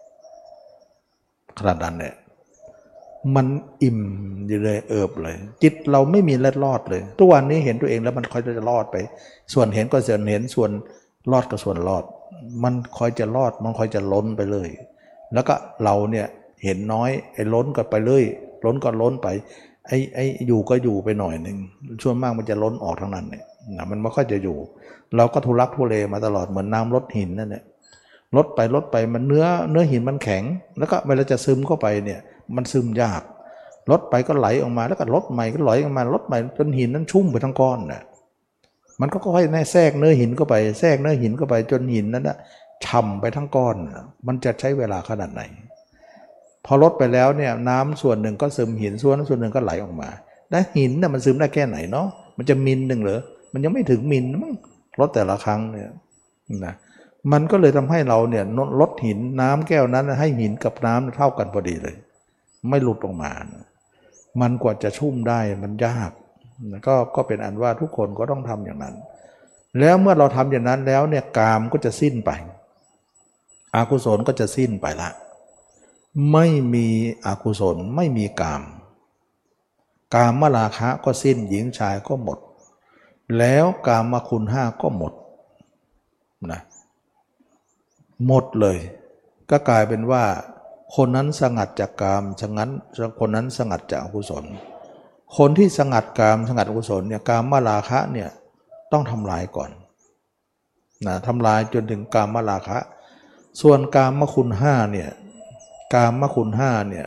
ขนาดนั้นเนี่ยมันอิ่มอยู่เลยเอิบเลยจิตเราไม่มีเล็ดลอดเลยทุกวันนี้เห็นตัวเองแล้วมันค่อยจะรอดไปส่วนเห็นก็ส่วนเห็นส่วนรอดก็ส่วนรอดมันคอยจะรอดมันคอยจะล้นไปเลยแล้วก็เราเนี่ยเห็นน้อยไอ้ล้นก็ไปเลยล้นก็ล้นไปไอ้ไอ้อยู่ก็อยู่ไปหน่อยหนึ่งช่วงมากมันจะล้นออกทั้งนั้นเนี่ยนะมันไม่ค่อยจะอยู่เราก็ทุลักทุเลมาตลอดเหมือนน้ำลดหินนั่นแหละลดไปลดไปมันเนื้อเนื้อหินมันแข็งแล้วก็เวลาจะซึมเข้าไปเนี่ยมันซึมยากลดไปก็ไหลออกมาแล้วก็ลดใหม่ก็ไหลออกมาลดใหม่จนหินนั้นชุ่มไปทั้งก้อนน่ะมันก็ค่อยๆแน่แทรกเนื้อหินเข้าไปแทรกเนื้อหินเข้าไปจนหินนั้นนะฉ่ำไปทั้งก้อนมันจะใช้เวลาขนาดไหนพอลดไปแล้วเนี่ยน้ำส่วนหนึ่งก็ซึมหินส่วนส่วนหนึ่งก็ไหลออกมาแล้วหินน่ะมันซึมได้แค่ไหนเนาะมันจะมิลหนึ่งเหรอมันยังไม่ถึงมิลมั้งลดแต่ละครั้งเนี่ยนะมันก็เลยทำให้เราเนี่ยลดหินน้ำแก้วนั้นให้หินกับน้ำเท่ากันพอดีเลยไม่หลุดออกมามันกว่าจะชุ่มได้มันยากก็ก็เป็นอันว่าทุกคนก็ต้องทำอย่างนั้นแล้วเมื่อเราทำอย่างนั้นแล้วเนี่ยกามก็จะสิ้นไปอกุศลก็จะสิ้นไปละไม่มีอกุศลไม่มีกามกามราคะก็สิ้นหญิงชายก็หมดแล้วกามคุณห้าก็หมดนะหมดเลยก็กลายเป็นว่าคนนั้นสงัดจากกามฉะนั้นคนนั้นสงัดจากอกุศลคนที่สงัดกามสงัดอกุศลเนี่ยกามราคะเนี่ยต้องทำลายก่อนนะทำลายจนถึงกามราคะส่วนกามคุณห้าเนี่ยกามคุณห้าเนี่ย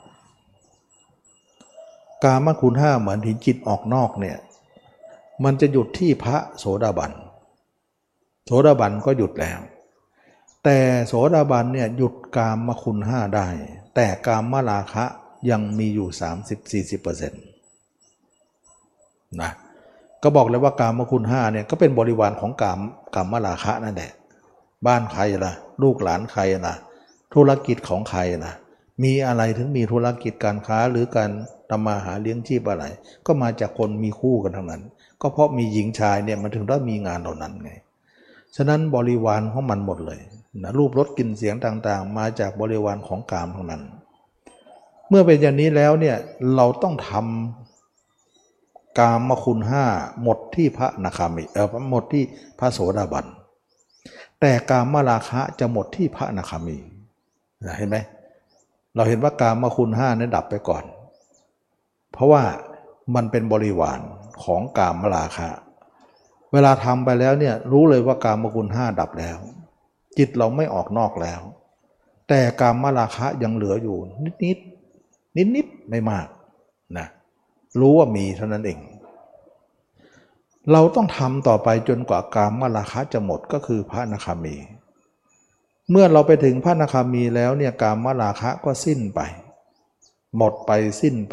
กามคุณห้าเหมือนที่จิตออกนอกเนี่ยมันจะหยุดที่พระโสดาบันโสดาบันก็หยุดแล้วแต่โสดาบันเนี่ยหยุดกามคุณห้าได้แต่กามราคะยังมีอยู่ สามสิบถึงสี่สิบเปอร์เซ็นต์ นะก็บอกเลยว่ากามคุณห้าเนี่ยก็เป็นบริวารของกามกามราคะนั่นแหละบ้านใครล่ะลูกหลานใครล่ะธุรกิจของใครล่ะมีอะไรถึงมีธุรกิจการค้าหรือการทำมาหาเลี้ยงชีพอะไรก็มาจากคนมีคู่กันทั้งนั้นก็เพราะมีหญิงชายเนี่ยมันถึงได้มีงานเหล่านั้นไงฉะนั้นบริวารของมันหมดเลยนะรูปรสกลิ่นเสียงต่างๆมาจากบริวารของกามทั้งนั้นเมื่อเป็นอย่างนี้แล้วเนี่ยเราต้องทำกามคุณห้าหมดที่พระอนาคามีเออหมดที่พระโสดาบันแต่กามราคะจะหมดที่พระอนาคามีเห็นไหมเราเห็นว่ากามคุณห้านั้นดับไปก่อนเพราะว่ามันเป็นบริวารของกามราคะเวลาทำไปแล้วเนี่ยรู้เลยว่ากามคุณห้าดับแล้วจิตเราไม่ออกนอกแล้วแต่กามราคะยังเหลืออยู่นิดนิดนิดนิดไม่มากนะรู้ว่ามีเท่านั้นเองเราต้องทำต่อไปจนกว่ากามราคะจะหมดก็คือพระอนาคามีเมื่อเราไปถึงพระอนาคามีแล้วเนี่ยกามราคะก็สิ้นไปหมดไปสิ้นไป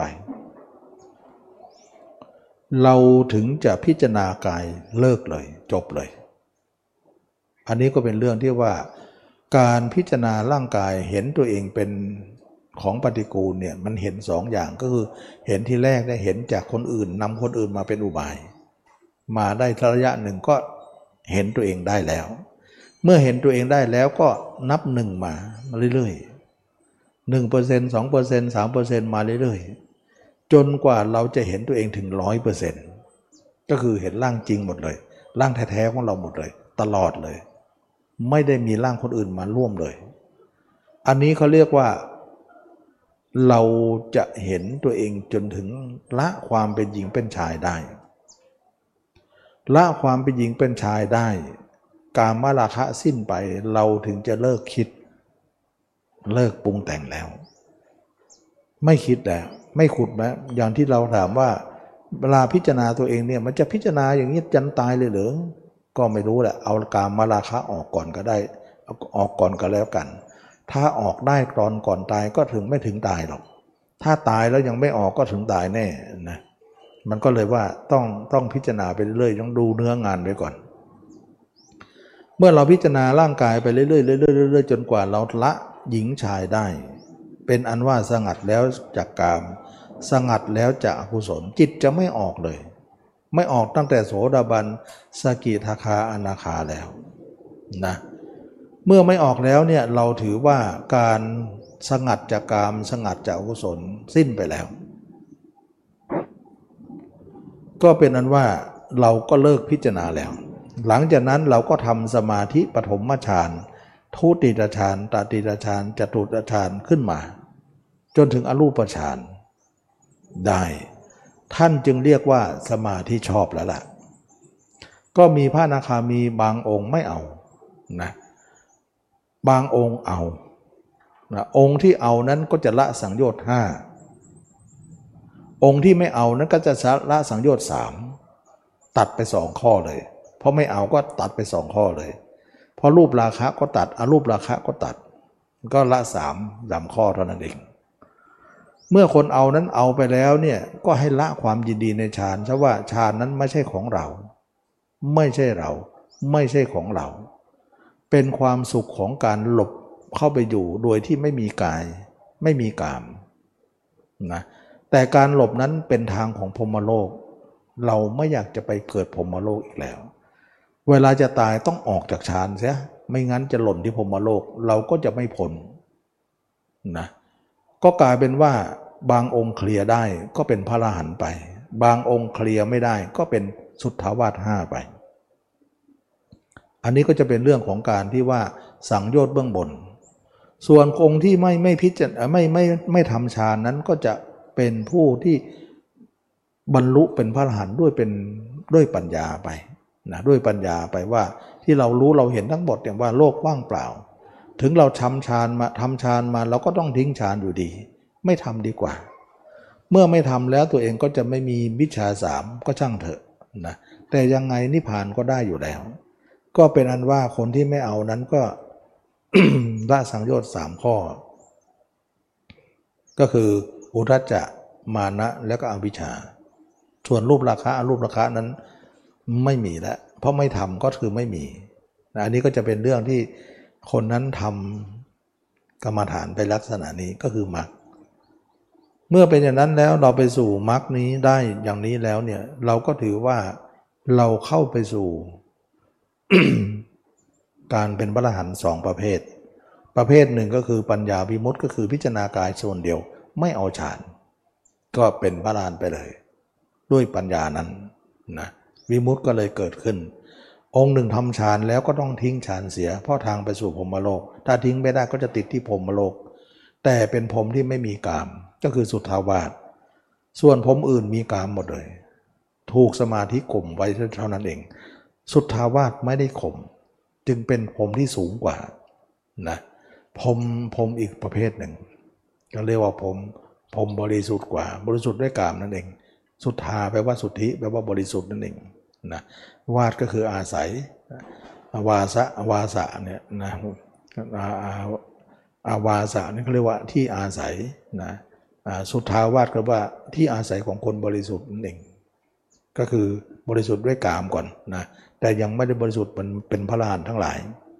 เราถึงจะพิจารณากายเลิกเลยจบเลยอันนี้ก็เป็นเรื่องที่ว่าการพิจารณาร่างกายเห็นตัวเองเป็นของปฏิกูลเนี่ยมันเห็นสองอย่างก็คือเห็นที่แรกได้เห็นจากคนอื่นนำคนอื่นมาเป็นอุบายมาได้ระยะหนึ่งก็เห็นตัวเองได้แล้วเมื่อเห็นตัวเองได้แล้วก็นับหนึ่งมาเรื่อยๆหนึ่งเปอร์เซ็นต์สองเปอร์เซ็นต์สามเปอร์เซ็นต์มาเรื่อยๆจนกว่าเราจะเห็นตัวเองถึงร้อยเปอร์เซ็นต์ก็คือเห็นร่างจริงหมดเลยร่างแท้ๆของเราหมดเลยตลอดเลยไม่ได้มีร่างคนอื่นมาร่วมเลยอันนี้เขาเรียกว่าเราจะเห็นตัวเองจนถึงละความเป็นหญิงเป็นชายได้ละความเป็นหญิงเป็นชายได้กามราคะสิ้นไปเราถึงจะเลิกคิดเลิกปรุงแต่งแล้วไม่คิดแล้วไม่ขุดแล้วอย่างที่เราถามว่าเวลาพิจารณาตัวเองเนี่ยมันจะพิจารณาอย่างนี้จนตายเลยเหรอก็ไม่รู้แหละเอากามมาราคะออกก่อนก็ได้ออกก่อนก็แล้วกัน ถ้าออกได้ตอนก่อนตายก็ถึงไม่ถึงตายหรอกถ้าตายแล้วยังไม่ออกก็ถึงตายแน่นะมันก็เลยว่าต้องต้องพิจารณาไปเรื่อยๆต้องดูเนื้องานไปก่อนเมื่อเราพิจารณาร่างกายไปเรื่อยๆเรื่อยๆเรื่อยๆจนกว่าเราละหญิงชายได้เป็นอันว่าสงัดแล้วจากกามสงัดแล้วจากอกุศลจิตจะไม่ออกเลยไม่ออกตั้งแต่โสดาบันสกิทาคาอนาคาแล้วนะเมื่อไม่ออกแล้วเนี่ยเราถือว่าการสงัดจากกามสงัดจากอกุศลสิ้นไปแล้วก็เป็นอันว่าเราก็เลิกพิจารณาแล้วหลังจากนั้นเราก็ทำสมาธิปฐมฌานทุติยฌานตติยฌานจตุตฌานขึ้นมาจนถึงอรูปฌานได้ท่านจึงเรียกว่าสมาธิชอบแล้วล่ะก็มีพระอนาคามีบางองค์ไม่เอานะบางองค์เอานะองค์ที่เอานั้นก็จะละสังโยชน์ห้าองค์ที่ไม่เอานั้นก็จะละสังโยชน์สามตัดไปสองข้อเลยเพราะไม่เอาก็ตัดไปสองข้อเลยเพราะรูปราคะก็ตัดอรูปราคะก็ตัดก็ละสามสามข้อเท่านั้นเองเมื่อคนเอานั้นเอาไปแล้วเนี่ยก็ให้ละความยินดีในฌานซะว่าฌานนั้นไม่ใช่ของเราไม่ใช่เราไม่ใช่ของเราเป็นความสุขของการหลบเข้าไปอยู่โดยที่ไม่มีกายไม่มีกามนะแต่การหลบนั้นเป็นทางของพรหมโลกเราไม่อยากจะไปเกิดพรหมโลกอีกแล้วเวลาจะตายต้องออกจากฌานเสียไม่งั้นจะหล่นที่พรหมโลกเราก็จะไม่พ้นนะก็กลายเป็นว่าบางองค์เคลียร์ได้ก็เป็นพระอรหันต์ไปบางองค์เคลียร์ไม่ได้ก็เป็นสุทธาวาสห้าไปอันนี้ก็จะเป็นเรื่องของการที่ว่าสังโยชน์เบื้องบนส่วนองค์ที่ไม่ไม่พิจารณาไม่ไม่ไม่ทำฌานนั้นก็จะเป็นผู้ที่บรรลุเป็นพระอรหันต์ด้วยเป็นด้วยปัญญาไปนะด้วยปัญญาไปว่าที่เรารู้เราเห็นทั้งหมดเนี่ยว่าโลกว่างเปล่าถึงเราทำฌานมาทำฌานมาเราก็ต้องทิ้งฌานอยู่ดีไม่ทำดีกว่าเมื่อไม่ทำแล้วตัวเองก็จะไม่มีวิชาสามก็ช่างเถอะนะแต่ยังไงนิพพานก็ได้อยู่แล้วก็เป็นอันว่าคนที่ไม่เอานั้นก็ ละสังโยชน์สามข้อก็คืออุทธัจจะมานะและก็อวิชชาส่วนรูปราคะอรูปราคะนั้นไม่มีแล้วเพราะไม่ทำก็คือไม่มีนะอันนี้ก็จะเป็นเรื่องที่คนนั้นทำกรรมฐานไปลักษณะนี้ก็คือมรรคเมื่อเป็นอย่างนั้นแล้วเราไปสู่มรรคนี้ได้อย่างนี้แล้วเนี่ยเราก็ถือว่าเราเข้าไปสู่ การเป็นพระอรหันต์สองประเภทประเภทหนึ่งก็คือปัญญาวิมุตติก็คือพิจารณากายส่วนเดียวไม่เอาฌานก็เป็นพระอรหันต์ไปเลยด้วยปัญญานั้นนะวิมุตติก็เลยเกิดขึ้นองค์หนึ่งทำฌานแล้วก็ต้องทิ้งฌานเสียเพราะทางไปสู่พรหมโลกถ้าทิ้งไม่ได้ก็จะติดที่พรหมโลกแต่เป็นพรหมที่ไม่มีกามก็คือสุทธาวาสส่วนพรหมอื่นมีกามหมดเลยถูกสมาธิข่มไว้เท่านั้นเองสุทธาวาสไม่ได้ข่มจึงเป็นพรหมที่สูงกว่านะพรหมพรหมอีกประเภทหนึ่งก็เรียกว่าพรหมพรหมบริสุทธิ์กว่าบริสุทธิ์ด้วยกามนั่นเองสุทธาแปลว่าสุทธิแปลว่าบริสุทธิ์นั่นเองนะวาสก็คืออาศัยวาสะวาสะเนี่ยนะอาวาสะนี่เขาเรียกว่าที่อาศัยนะสุทธาวาสก็ว่าที่อาศัยของคนบริสุทธิ์นั่นเองก็คือบริสุทธิ์ด้วยกามก่อนนะแต่ยังไม่ได้บริสุทธิ์เป็นเป็นพระอรหันต์ทั้งหลาย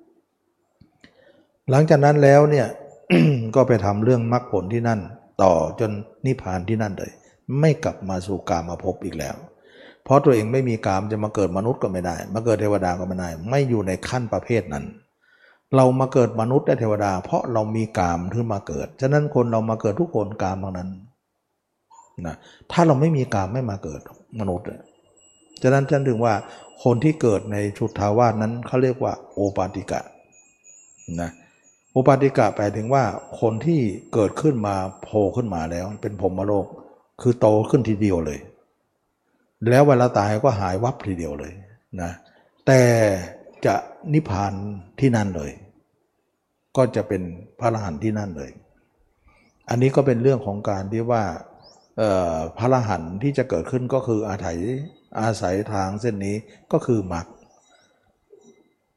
หลังจากนั้นแล้วเนี่ย ก็ไปทำเรื่องมรรคผลที่นั่นต่อจนนิพพานที่นั่นเลยไม่กลับมาสู่กามภพอีกแล้วเพราะตัวเองไม่มีกามจะมาเกิดมนุษย์ก็ไม่ได้มาเกิดเทวดาก็ไม่ได้ไม่อยู่ในขั้นประเภทนั้นเรามาเกิดมนุษย์และเทวดาเพราะเรามีกามถึงมาเกิดฉะนั้นคนเรามาเกิดทุกคนกามทั้งนั้นนะถ้าเราไม่มีกามไม่มาเกิดมนุษย์ฉะนั้นฉันถึงว่าคนที่เกิดในสุทธาวาสนั้นเขาเรียกว่าโอปาติกะนะโอปาติกะแปลถึงว่าคนที่เกิดขึ้นมาโผล่ขึ้นมาแล้วเป็นพรหมโลกคือโตขึ้นทีเดียวเลยแล้วเวลาตายก็หายวับทีเดียวเลยนะแต่จะนิพพานที่นั่นเลยก็จะเป็นพระอรหันต์ที่นั่นเลยอันนี้ก็เป็นเรื่องของการที่ว่าพระอรหันต์ที่จะเกิดขึ้นก็คืออาศัยอาศัยทางเส้นนี้ก็คือมรรค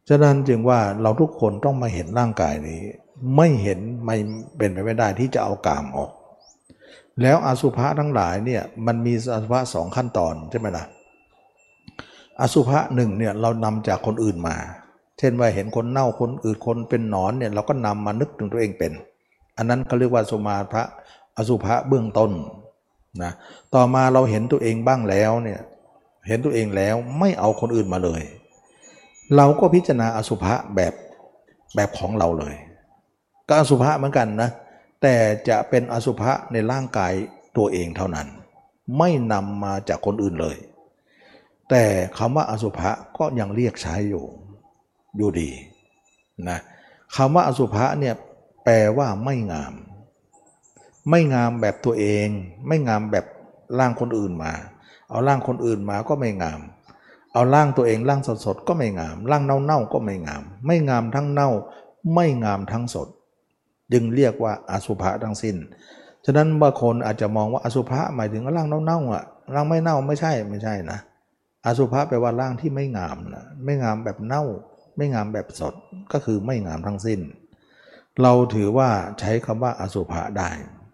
ฉะนั้นจึงว่าเราทุกคนต้องมาเห็นร่างกายนี้ไม่เห็นไม่เป็นไปไม่ได้ที่จะเอากามออกแล้วอสุภะทั้งหลายเนี่ยมันมีอสุภะสองขั้นตอนใช่ไหมล่ะอสุภะหนึ่งเนี่ยเรานำจากคนอื่นมาเช่นว่าเห็นคนเน่าคนอื่นคนเป็นหนอนเนี่ยเราก็นำมานึกถึงตัวเองเป็นอันนั้นเขาเรียกว่าสุมาพระอสุภะเบื้องต้นนะต่อมาเราเห็นตัวเองบ้างแล้วเนี่ยเห็นตัวเองแล้วไม่เอาคนอื่นมาเลยเราก็พิจารณาอสุภะแบบแบบของเราเลยก็อสุภะเหมือนกันนะแต่จะเป็นอสุภะในร่างกายตัวเองเท่านั้นไม่นำมาจากคนอื่นเลยแต่คำว่าอสุภะก็ยังเรียกใช้อยู่อยู่ดีนะคำว่าอสุภะเนี่ยแปลว่าไม่งามไม่งามแบบตัวเองไม่งามแบบร่างคนอื่นมาเอาร่างคนอื่นมาก็ไม่งามเอาร่างตัวเองร่างสดๆก็ไม่งามร่างเน่าๆก็ไม่งามไม่งามทั้งเน่าไม่งามทั้งสดจึงเรียกว่าอสุภะทั้งสิ้นฉะนั้นบางคนอาจจะมองว่าอสุภะหมายถึงร่างเน่าๆอ่ะร่างไม่เน่าไม่ใช่ไม่ใช่นะอสุภะแปลว่าร่างที่ไม่งามนะไม่งามแบบเน่าไม่งามแบบสดก็คือไม่งามทั้งสิ้นเราถือว่าใช้คำว่าอสุภะได้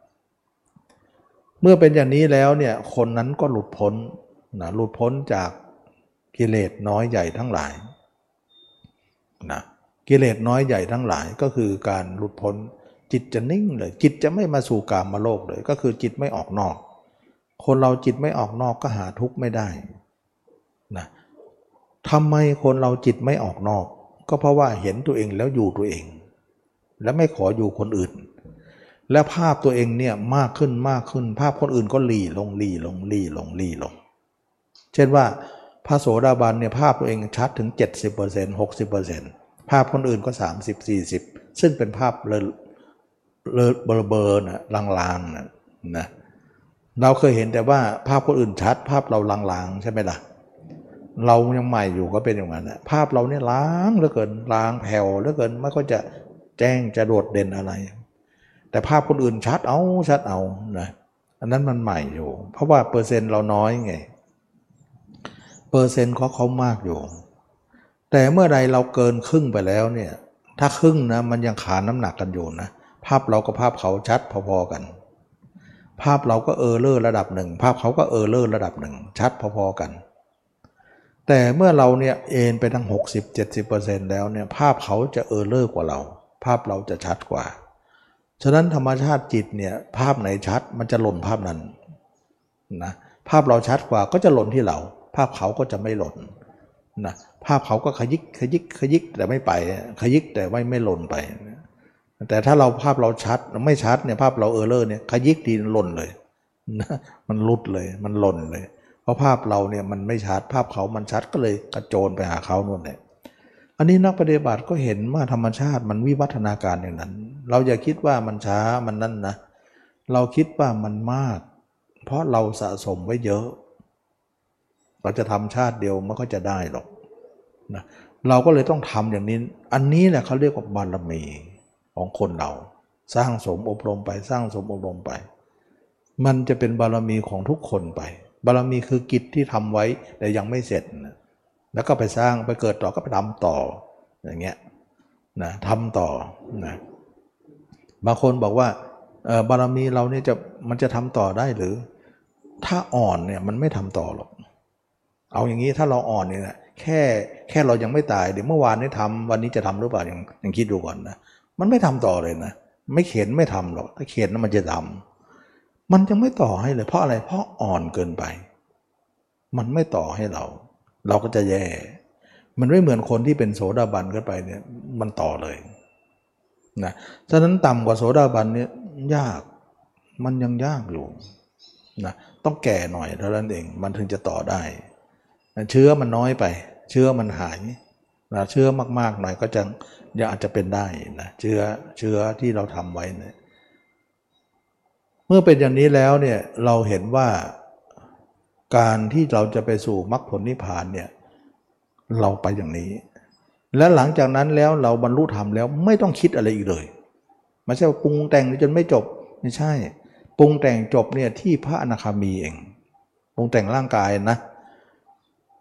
เมื่อเป็นอย่างนี้แล้วเนี่ยคนนั้นก็หลุดพ้นนะหลุดพ้นจากกิเลสน้อยใหญ่ทั้งหลายนะกิเลสน้อยใหญ่ทั้งหลายก็คือการหลุดพ้นจิตจะนิ่งเลยจิตจะไม่มาสู่กามโลกเลยก็คือจิตไม่ออกนอกคนเราจิตไม่ออกนอกก็หาทุกข์ไม่ได้นะทำไมคนเราจิตไม่ออกนอกก็เพราะว่าเห็นตัวเองแล้วอยู่ตัวเองและไม่ขออยู่คนอื่นและภาพตัวเองเนี่ยมากขึ้นมากขึ้นภาพคนอื่นก็หลีลงหลีลงหลีลงหลีลงเช่นว่าพระโสดาบันเนี่ยภาพตัวเองชัดถึง เจ็ดสิบเปอร์เซ็นต์ หกสิบเปอร์เซ็นต์ ภาพคนอื่นก็ สามสิบ สี่สิบ ซึ่งเป็นภาพเลอะเลอะเบลอเบอนะลางๆนะนะเราเคยเห็นแต่ว่าภาพคนอื่นชัดภาพเราลางๆใช่ไหมล่ะเรายังใหม่อยู่ก็เป็นอย่างนั้นนะภาพเราเนี่ยล้างเหลือเกินล้างแผ่วเหลือเกินไม่ค่อยจะแจ้งจะโดดเด่นอะไรแต่ภาพคนอื่นชัดเอาชัดเอานะอันนั้นมันใหม่อยู่เพราะว่าเปอร์เซ็นต์เราน้อยไงเปอร์เซ็นต์เขาเขามากอยู่แต่เมื่อใดเราเกินครึ่งไปแล้วเนี่ยถ้าครึ่งนะมันยังขาดน้ำหนักกันอยู่นะภาพเรากับภาพเขาชัดพอๆกันภาพเราก็เออร์เลอร์ระดับหนึ่งภาพเขาก็เออร์เลอร์ระดับหนึ่งชัดพอๆกันแต่เมื่อเราเนี่ยเอ็นไปทั้ง หกสิบ เจ็ดสิบเปอร์เซ็นต์ แล้วเนี่ยภาพเขาจะเออร์เลอร์กว่าเราภาพเราจะชัดกว่าฉะนั้นธรรมชาติจิตเนี่ยภาพไหนชัดมันจะหล่นภาพนั้นนะภาพเราชัดกว่าก็จะหล่นที่เราภาพเขาก็จะไม่หล่นนะภาพเขาก็ขยิกขยิกขยิกแต่ไม่ไปขยิกแต่ไม่ไม่หล่นไปแต่ถ้าเราภาพเราชัดไม่ชัดเนี่ยภาพเราเออร์เลอร์เนี่ยขยิกทีหล่นเลยนะมันหลุดเลยมันหล่นเลยเพราะภาพเราเนี่ยมันไม่ชัดภาพเขามันชัดก็เลยกระโจนไปหาเขานู่นแหละอันนี้นักปฏิบัติก็เห็นว่าธรรมชาติมันวิวัฒนาการอย่างนั้นเราอย่าคิดว่ามันช้ามันนั่นนะเราคิดว่ามันมากเพราะเราสะสมไว้เยอะเราจะทำชาติเดียวมันก็จะได้หรอกนะเราก็เลยต้องทำอย่างนี้อันนี้แหละเขาเรียกว่าบารมีของคนเราสร้างสมอบรมไปสร้างสมอบรมไปมันจะเป็นบารมีของทุกคนไปบารมีคือกิจที่ทำไว้แต่ยังไม่เสร็จนะแล้วก็ไปสร้างไปเกิดต่อก็ไปทำต่ออย่างเงี้ยนะทำต่อนะบางคนบอกว่าบารมีเราเนี่ยจะมันจะทำต่อได้หรือถ้าอ่อนเนี่ยมันไม่ทำต่อหรอกเอาอย่างนี้ถ้าเราอ่อนเนี่ยนะแค่แค่เรายังไม่ตายเดี๋ยวเมื่อวานนี้ทำวันนี้จะทำหรือเปล่ายังยังคิดดูก่อนนะมันไม่ทำต่อเลยนะไม่เข็นไม่ทำหรอกถ้าเข็นมันจะทำมันยังไม่ต่อให้เลยเพราะอะไรเพราะอ่อนเกินไปมันไม่ต่อให้เราเราก็จะแย่มันไม่เหมือนคนที่เป็นโสดาบันขึ้นไปเนี่ยมันต่อเลยนะฉะนั้นต่ำกว่าโสดาบันเนี่ยยากมันยังยากอยู่นะต้องแก่หน่อยเท่านั้นเองมันถึงจะต่อได้เชื้อมันน้อยไปเชื้อมันหายนะเชื้อมากๆหน่อยก็จะยังอาจจะเป็นได้นะเชื้อเชื้อที่เราทำไว้เนี่ยเมื่อเป็นอย่างนี้แล้วเนี่ยเราเห็นว่าการที่เราจะไปสู่มรรคผลนิพพานเนี่ยเราไปอย่างนี้และหลังจากนั้นแล้วเราบรรลุธรรมแล้วไม่ต้องคิดอะไรอีกเลยไม่ใช่ว่าปรุงแต่งจนไม่จบไม่ใช่ปรุงแต่งจบเนี่ยที่พระอนาคามีเองปรุงแต่งร่างกายนะ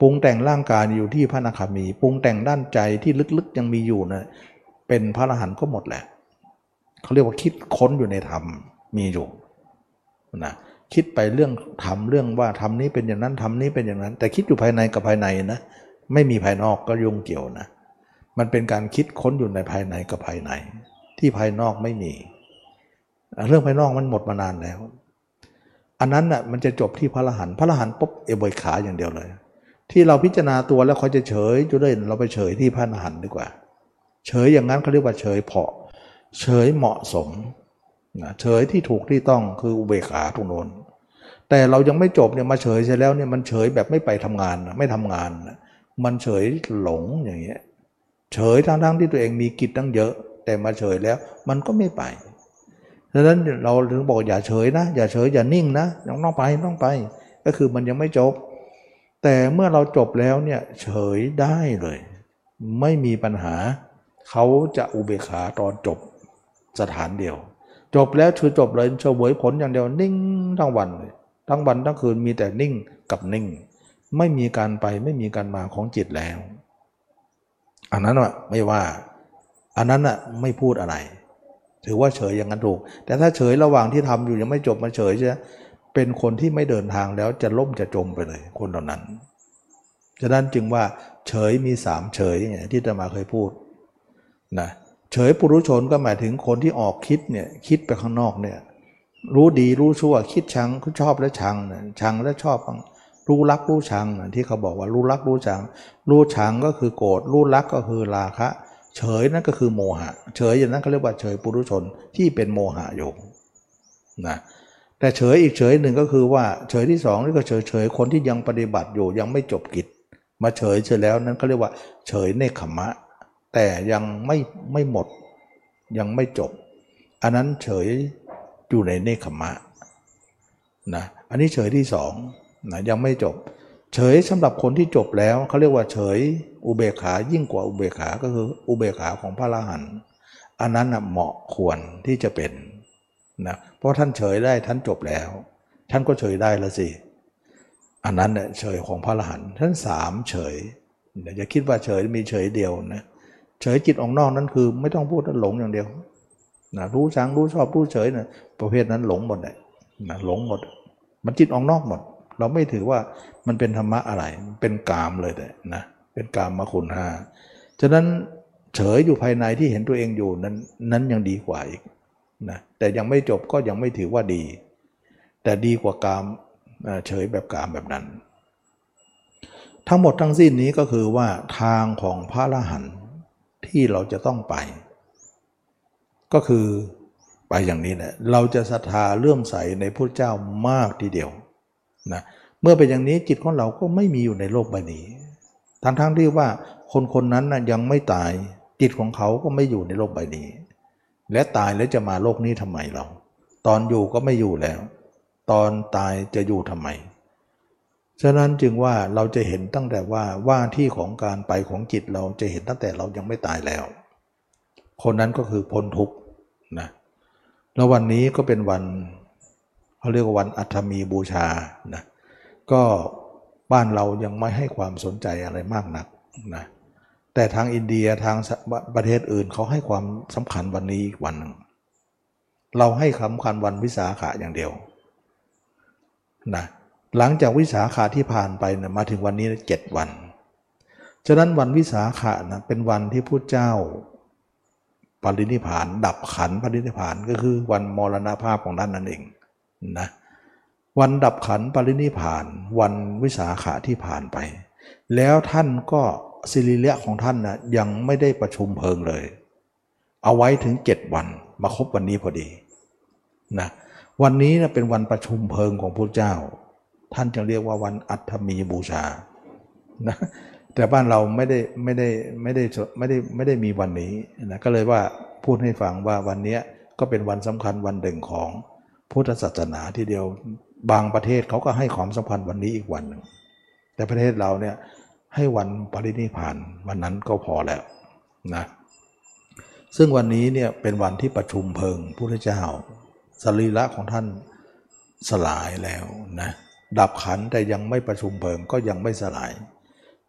ปรุงแต่งร่างกายอยู่ที่พระอนาคามีปรุงแต่งด้านใจที่ลึกๆยังมีอยู่นะเป็นพระอรหันต์ก็หมดแหละเขาเรียกว่าคิดค้นอยู่ในธรรมมีอยู่นะคิดไปเรื่องธรรมเรื่องว่าธรรมนี้เป็นอย่างนั้นธรรมนี้เป็นอย่างนั้น แต่คิดอยู่ภายในกับภายในนะไม่มีภายนอกก็ยุ่งเกี่ยวนะมันเป็นการคิดค้นอยู่ในภายในกับภายในที่ภายนอกไม่มีเรื่องภายนอกมันหมดมานานแล้วอันนั้นน่ะมันจะจบที่พระอรหันต์พระอรหันต์ปุ๊บเอเบยขาอย่างเดียวเลยที่เราพิจารณาตัวแล้วเขาจะเฉยจุดเด่นเราไปเฉยที่พระอรหันต์ดีกว่าเฉยอย่างนั้นเขาเรียกว่าเฉยเพาะเฉยเหมาะสมนะเฉยที่ถูกที่ต้องคืออุเบกขาตรงโน้นแต่เรายังไม่จบเนี่ยมาเฉยเสร็จแล้วเนี่ยมันเฉยแบบไม่ไปทำงานนะไม่ทำงานนะมันเฉยหลงอย่างเงี้ยเฉยทั้งๆที่ตัวเองมีกิจตั้งเยอะแต่มาเฉยแล้วมันก็ไม่ไปดังนั้นเราถึงบอกอย่าเฉยนะอย่าเฉยอย่านิ่งนะต้องไปต้องไปก็คือมันยังไม่จบแต่เมื่อเราจบแล้วเนี่ยเฉยได้เลยไม่มีปัญหาเขาจะอุเบกขาตอนจบสถานเดียวจบแล้วคือจบเลยเฉวยผลอย่างเดียวนิ่งทั้งวันทั้งวันทั้งคืนมีแต่นิ่งกับนิ่งไม่มีการไปไม่มีการมาของจิตแล้วอันนั้นอ่ะไม่ว่าอันนั้นอ่ะไม่พูดอะไรถือว่าเฉยอย่างนั้นถูกแต่ถ้าเฉยระหว่างที่ทำอยู่ยังไม่จบมาเฉยใช่ไหมเป็นคนที่ไม่เดินทางแล้วจะล่มจะจมไปเลยคนเหล่านั้นฉะนั้นจึงว่าเฉยมีสามเฉยไงที่อาตมาเคยพูดนะเฉยปุถุชนก็หมายถึงคนที่ออกคิดเนี่ยคิดไปข้างนอกเนี่ยรู้ดีรู้ชั่วคิดชังชอบและชังเนี่ยชังและชอบรู้รักรู้ชังที่เขาบอกว่ารู้รักรู้ชังรู้ชังก็คือโกรธรู้รักก็คือราคะเฉยนั่นก็คือโมหะเฉยอย่างนั้นเขาเรียกว่าเฉยปุถุชนที่เป็นโมหะอยู่นะแต่เฉยอีกเฉยหนึ่งก็คือว่าเฉยที่สองนี่ก็เฉยเฉยคนที่ยังปฏิบัติอยู่ยังไม่จบกิจมาเฉยเฉยแล้วนั้นเขาเรียกว่าเฉยเนคขมะแต่ยังไม่ไม่หมดยังไม่จบอันนั้นเฉยอยู่ในเนคขมะนะอันนี้เฉยที่สองนะยังไม่จบเฉยสำหรับคนที่จบแล้วเขาเรียกว่าเฉยอุเบกขายิ่งกว่าอุเบกขาก็คืออุเบกขาของพระอรหันต์อันนั้นนะเหมาะควรที่จะเป็นนะเพราะท่านเฉยได้ท่านจบแล้วท่านก็เฉยได้แล้วสิอันนั้นเนี่ยเฉยของพระอรหันต์ท่านสามเฉยอย่าคิดว่าเฉยมีเฉยเดียวนะเฉยจิตออกนอกนั้นคือไม่ต้องพูดหลงอย่างเดียวนะรู้ชังรู้ชอบรู้เฉยนะประเภทนั้นหลงหมดเลยนะหลงหมดมันจิตออกนอกหมดเราไม่ถือว่ามันเป็นธรรมะอะไรเป็นกามเลยแต่นะเป็นกามมคุณห้าฉะนั้นเฉยอยู่ภายในที่เห็นตัวเองอยู่นั้นนั้นยังดีกว่าอีกนะแต่ยังไม่จบก็ยังไม่ถือว่าดีแต่ดีกว่ากามเฉยแบบกามแบบนั้นทั้งหมดทั้งสิ้นนี้ก็คือว่าทางของพระอรหันต์ที่เราจะต้องไปก็คือไปอย่างนี้แหละเราจะศรัทธาเลื่อมใสในพระเจ้ามากทีเดียวนะเมื่อเป็นอย่างนี้จิตของเราก็ไม่มีอยู่ในโลกใบนี้ทั้งๆ ท, ที่ว่าคนคนนั้นนะยังไม่ตายจิตของเขาก็ไม่อยู่ในโลกใบนี้และตายแล้วจะมาโลกนี้ทำไมเราตอนอยู่ก็ไม่อยู่แล้วตอนตายจะอยู่ทำไมฉะนั้นจึงว่าเราจะเห็นตั้งแต่ว่าว่าที่ของการไปของจิตเราจะเห็นตั้งแต่เรายังไม่ตายแล้วคนนั้นก็คือพ้นทุกข์นะแล้ววันนี้ก็เป็นวันเขาเรียกว่าวันอัฐมีบูชานะก็บ้านเรายังไม่ให้ความสนใจอะไรมากนักนะแต่ทางอินเดียทางประเทศอื่นเขาให้ความสำคัญวันนี้อีกวันหนึ่งเราให้สำคัญวันวิสาขะอย่างเดียวนะหลังจากวิสาขะที่ผ่านไปนะมาถึงวันนี้เจ็ดวันฉะนั้นวันวิสาขะนะเป็นวันที่พุทธเจ้าปรินิพพานดับขันปรินิพพานก็คือวันมรณภาพของท่านนั่นเองนะวันดับขันปรินิพพานวันวิสาขะที่ผ่านไปแล้วท่านก็สิริเละของท่านนะยังไม่ได้ประชุมเพลิงเลยเอาไว้ถึงเจ็ดวันมาครบวันนี้พอดีนะวันนี้นะเป็นวันประชุมเพลิงของพระเจ้าท่านจึงเรียกว่าวันอัฐมีบูชานะแต่บ้านเราไม่ได้ไม่ได้ไม่ได้ไม่ได้ไม่ได้มีวันนี้นะก็เลยว่าพูดให้ฟังว่าวันนี้ก็เป็นวันสำคัญวันหนึ่งของพุทธศาสนาทีเดียวบางประเทศเขาก็ให้ความสำคัญวันนี้อีกวันหนึ่งแต่ประเทศเราเนี่ยให้วันปรินิพพานวันนั้นก็พอแล้วนะซึ่งวันนี้เนี่ยเป็นวันที่ประชุมเพลิงพระพุทธเจ้าสรีระของท่านสลายแล้วนะดับขันแต่ยังไม่ประชุมเพลิงก็ยังไม่สลาย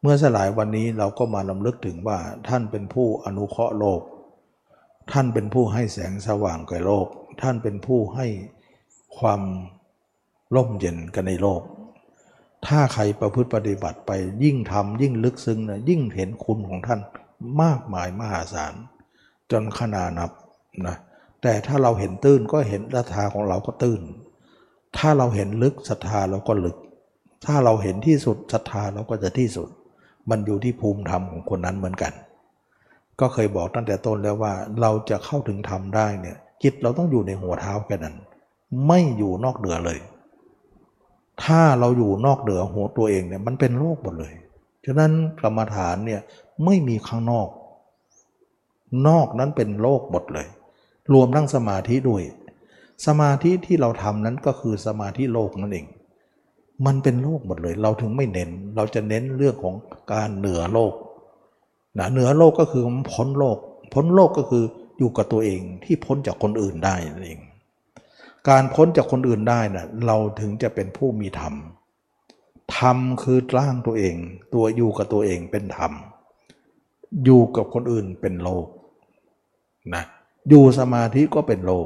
เมื่อสลายวันนี้เราก็มาลำลึกถึงว่าท่านเป็นผู้อนุเคราะห์โลกท่านเป็นผู้ให้แสงสว่างแก่โลกท่านเป็นผู้ให้ความร่มเย็นกันในโลกถ้าใครประพฤติปฏิบัติไปยิ่งทำยิ่งลึกซึ้งนะยิ่งเห็นคุณของท่านมากมายมหาศาลจนขนานับนะแต่ถ้าเราเห็นตื้นก็เห็นศรัทธาของเราก็ตื้นถ้าเราเห็นลึกศรัทธาเราก็ลึกถ้าเราเห็นที่สุดศรัทธาเราก็จะที่สุดมันอยู่ที่ภูมิธรรมของคนนั้นเหมือนกันก็เคยบอกตั้งแต่ต้นแล้วว่าเราจะเข้าถึงธรรมได้เนี่ยจิตเราต้องอยู่ในหัวเท้าแค่นั้นไม่อยู่นอกเหนือเลยถ้าเราอยู่นอกเหนือหัวตัวเองเนี่ยมันเป็นโลกหมดเลยฉะนั้นกรรมฐานเนี่ยไม่มีข้างนอกนอกนั้นเป็นโลกหมดเลยรวมทั้งสมาธิด้วยสมาธิที่เราทำนั้นก็คือสมาธิโลกนั่นเองมันเป็นโลกหมดเลยเราถึงไม่เน้นเราจะเน้นเรื่องของการเหนือโลกนะเหนือโลกก็คือพ้นโลกพ้นโลกก็คืออยู่กับตัวเองที่พ้นจากคนอื่นได้นั่นเองการพ้นจากคนอื่นได้นะเราถึงจะเป็นผู้มีธรรมธรรมคือร่างตัวเองตัวอยู่กับตัวเองเป็นธรรมอยู่กับคนอื่นเป็นโลกนะอยู่สมาธิก็เป็นโลก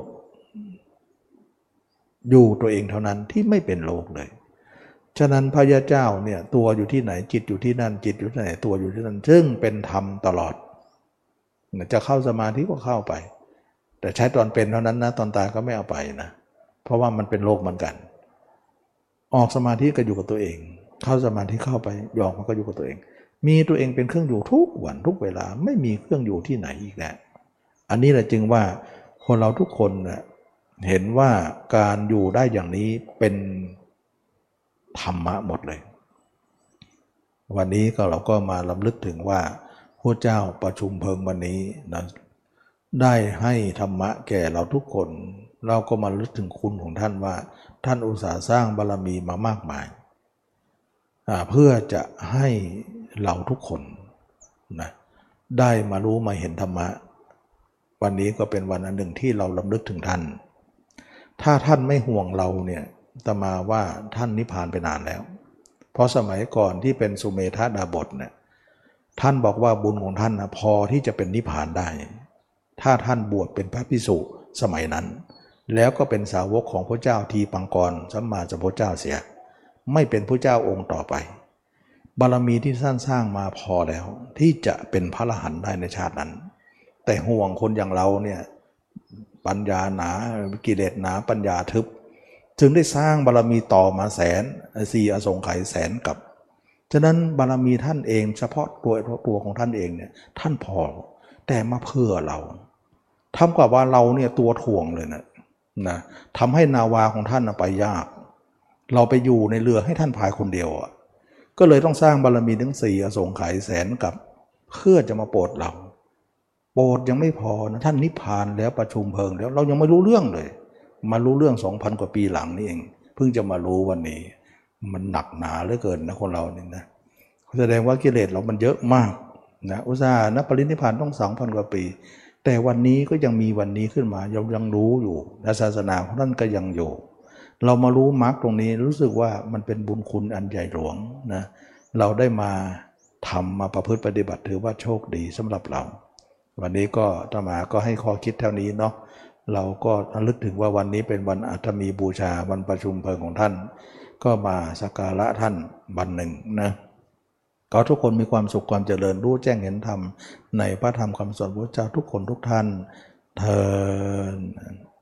อยู่ตัวเองเท่านั้นที่ไม่เป็นโลกเลยฉะนั้นพระยาเจ้าเนี่ยตัวอยู่ที่ไหนจิตอยู่ที่นั่นจิตอยู่ที่ไหนตัวอยู่ที่นั่นซึ่งเป็นธรรมตลอดจะเข้าสมาธิก็เข้าไปแต่ใช้ตอนเป็นเท่านั้นนะตอนตายก็ไม่เอาไปนะเพราะว่ามันเป็นโลกเหมือนกันออกสมาธิก็อยู่กับตัวเองเข้าสมาธิเข้าไปยอมมันก็อยู่กับตัวเองมีตัวเองเป็นเครื่องอยู่ทุกวันทุกเวลาไม่มีเครื่องอยู่ที่ไหนอีกแล้วอันนี้แหละจึงว่าคนเราทุกคนนะเห็นว่าการอยู่ได้อย่างนี้เป็นธรรมะหมดเลยวันนี้ก็เราก็มาลำลึกถึงว่าพระเจ้าประชุมเพลิงวันนี้นะได้ให้ธรรมะแก่เราทุกคนเราก็มาลึกถึงคุณของท่านว่าท่านอุตส่าห์สร้างบารมีมามากมายเพื่อจะให้เราทุกคนนะได้มารู้มาเห็นธรรมะวันนี้ก็เป็นวันอันหนึ่งที่เราลำลึกถึงท่านถ้าท่านไม่ห่วงเราเนี่ยอาตมาว่าท่านนิพพานไปนานแล้วเพราะสมัยก่อนที่เป็นสุเมธาดาบทเนี่ยท่านบอกว่าบุญของท่านนะพอที่จะเป็นนิพพานได้ถ้าท่านบวชเป็นพระภิกษุสมัยนั้นแล้วก็เป็นสาวกของพระเจ้าทีปังกรสัมมาสัมพุทธเจ้าเสียไม่เป็นพระเจ้าองค์ต่อไปบารมีที่ท่านสร้างมาพอแล้วที่จะเป็นพระอรหันต์ได้ในชาตินั้นแต่ห่วงคนอย่างเราเนี่ยปัญญาหนากิเลสหนาปัญญาทึบจึงได้สร้างบารมีต่อมาแสนสี่อสงไขยแสนกับฉะนั้นบารมีท่านเองเฉพาะตัวตัวของท่านเองเนี่ยท่านพอแต่มาเพื่อเราทำกับว่าเราเนี่ยตัวถ่วงเลยนะนะทำให้นาวาของท่านไปยากเราไปอยู่ในเรือให้ท่านพายคนเดียวอ่ะก็เลยต้องสร้างบารมีถึงสี่อสงไขยแสนกับเพื่อจะมาโปรดเราโปรดยังไม่พอนะท่านนิพพานแล้วประชุมเพลิงแล้วเรายังไม่รู้เรื่องเลยมารู้เรื่อง สองพัน กว่าปีหลังนี่เองเพิ่งจะมารู้วันนี้มันหนักหนาเหลือเกินนะคนเราเนี่ยนะแสดงว่ากิเลสเรามันเยอะมากนะอุตส่าห์นะปรินิพพานต้อง สองพัน กว่าปีแต่วันนี้ก็ยังมีวันนี้ขึ้นมายังยังรู้อยู่และศาสนาของท่านก็ยังอยู่เรามารู้มรรคตรงนี้รู้สึกว่ามันเป็นบุญคุณอันใหญ่หลวงนะเราได้มาทำมาประพฤติปฏิบัติถือว่าโชคดีสำหรับเราวันนี้ก็อาตมาก็ให้ข้อคิดเท่านี้เนาะเราก็ระลึกถึงว่าวันนี้เป็นวันอาตมีบูชาวันประชุมเพลิงของท่านก็มาสักการะท่านวันหนึ่งนะก็ทุกคนมีความสุขความเจริญรู้แจ้งเห็นธรรมในพระธรรมคำสอนพระเจ้าทุกคนทุกท่านเทอญ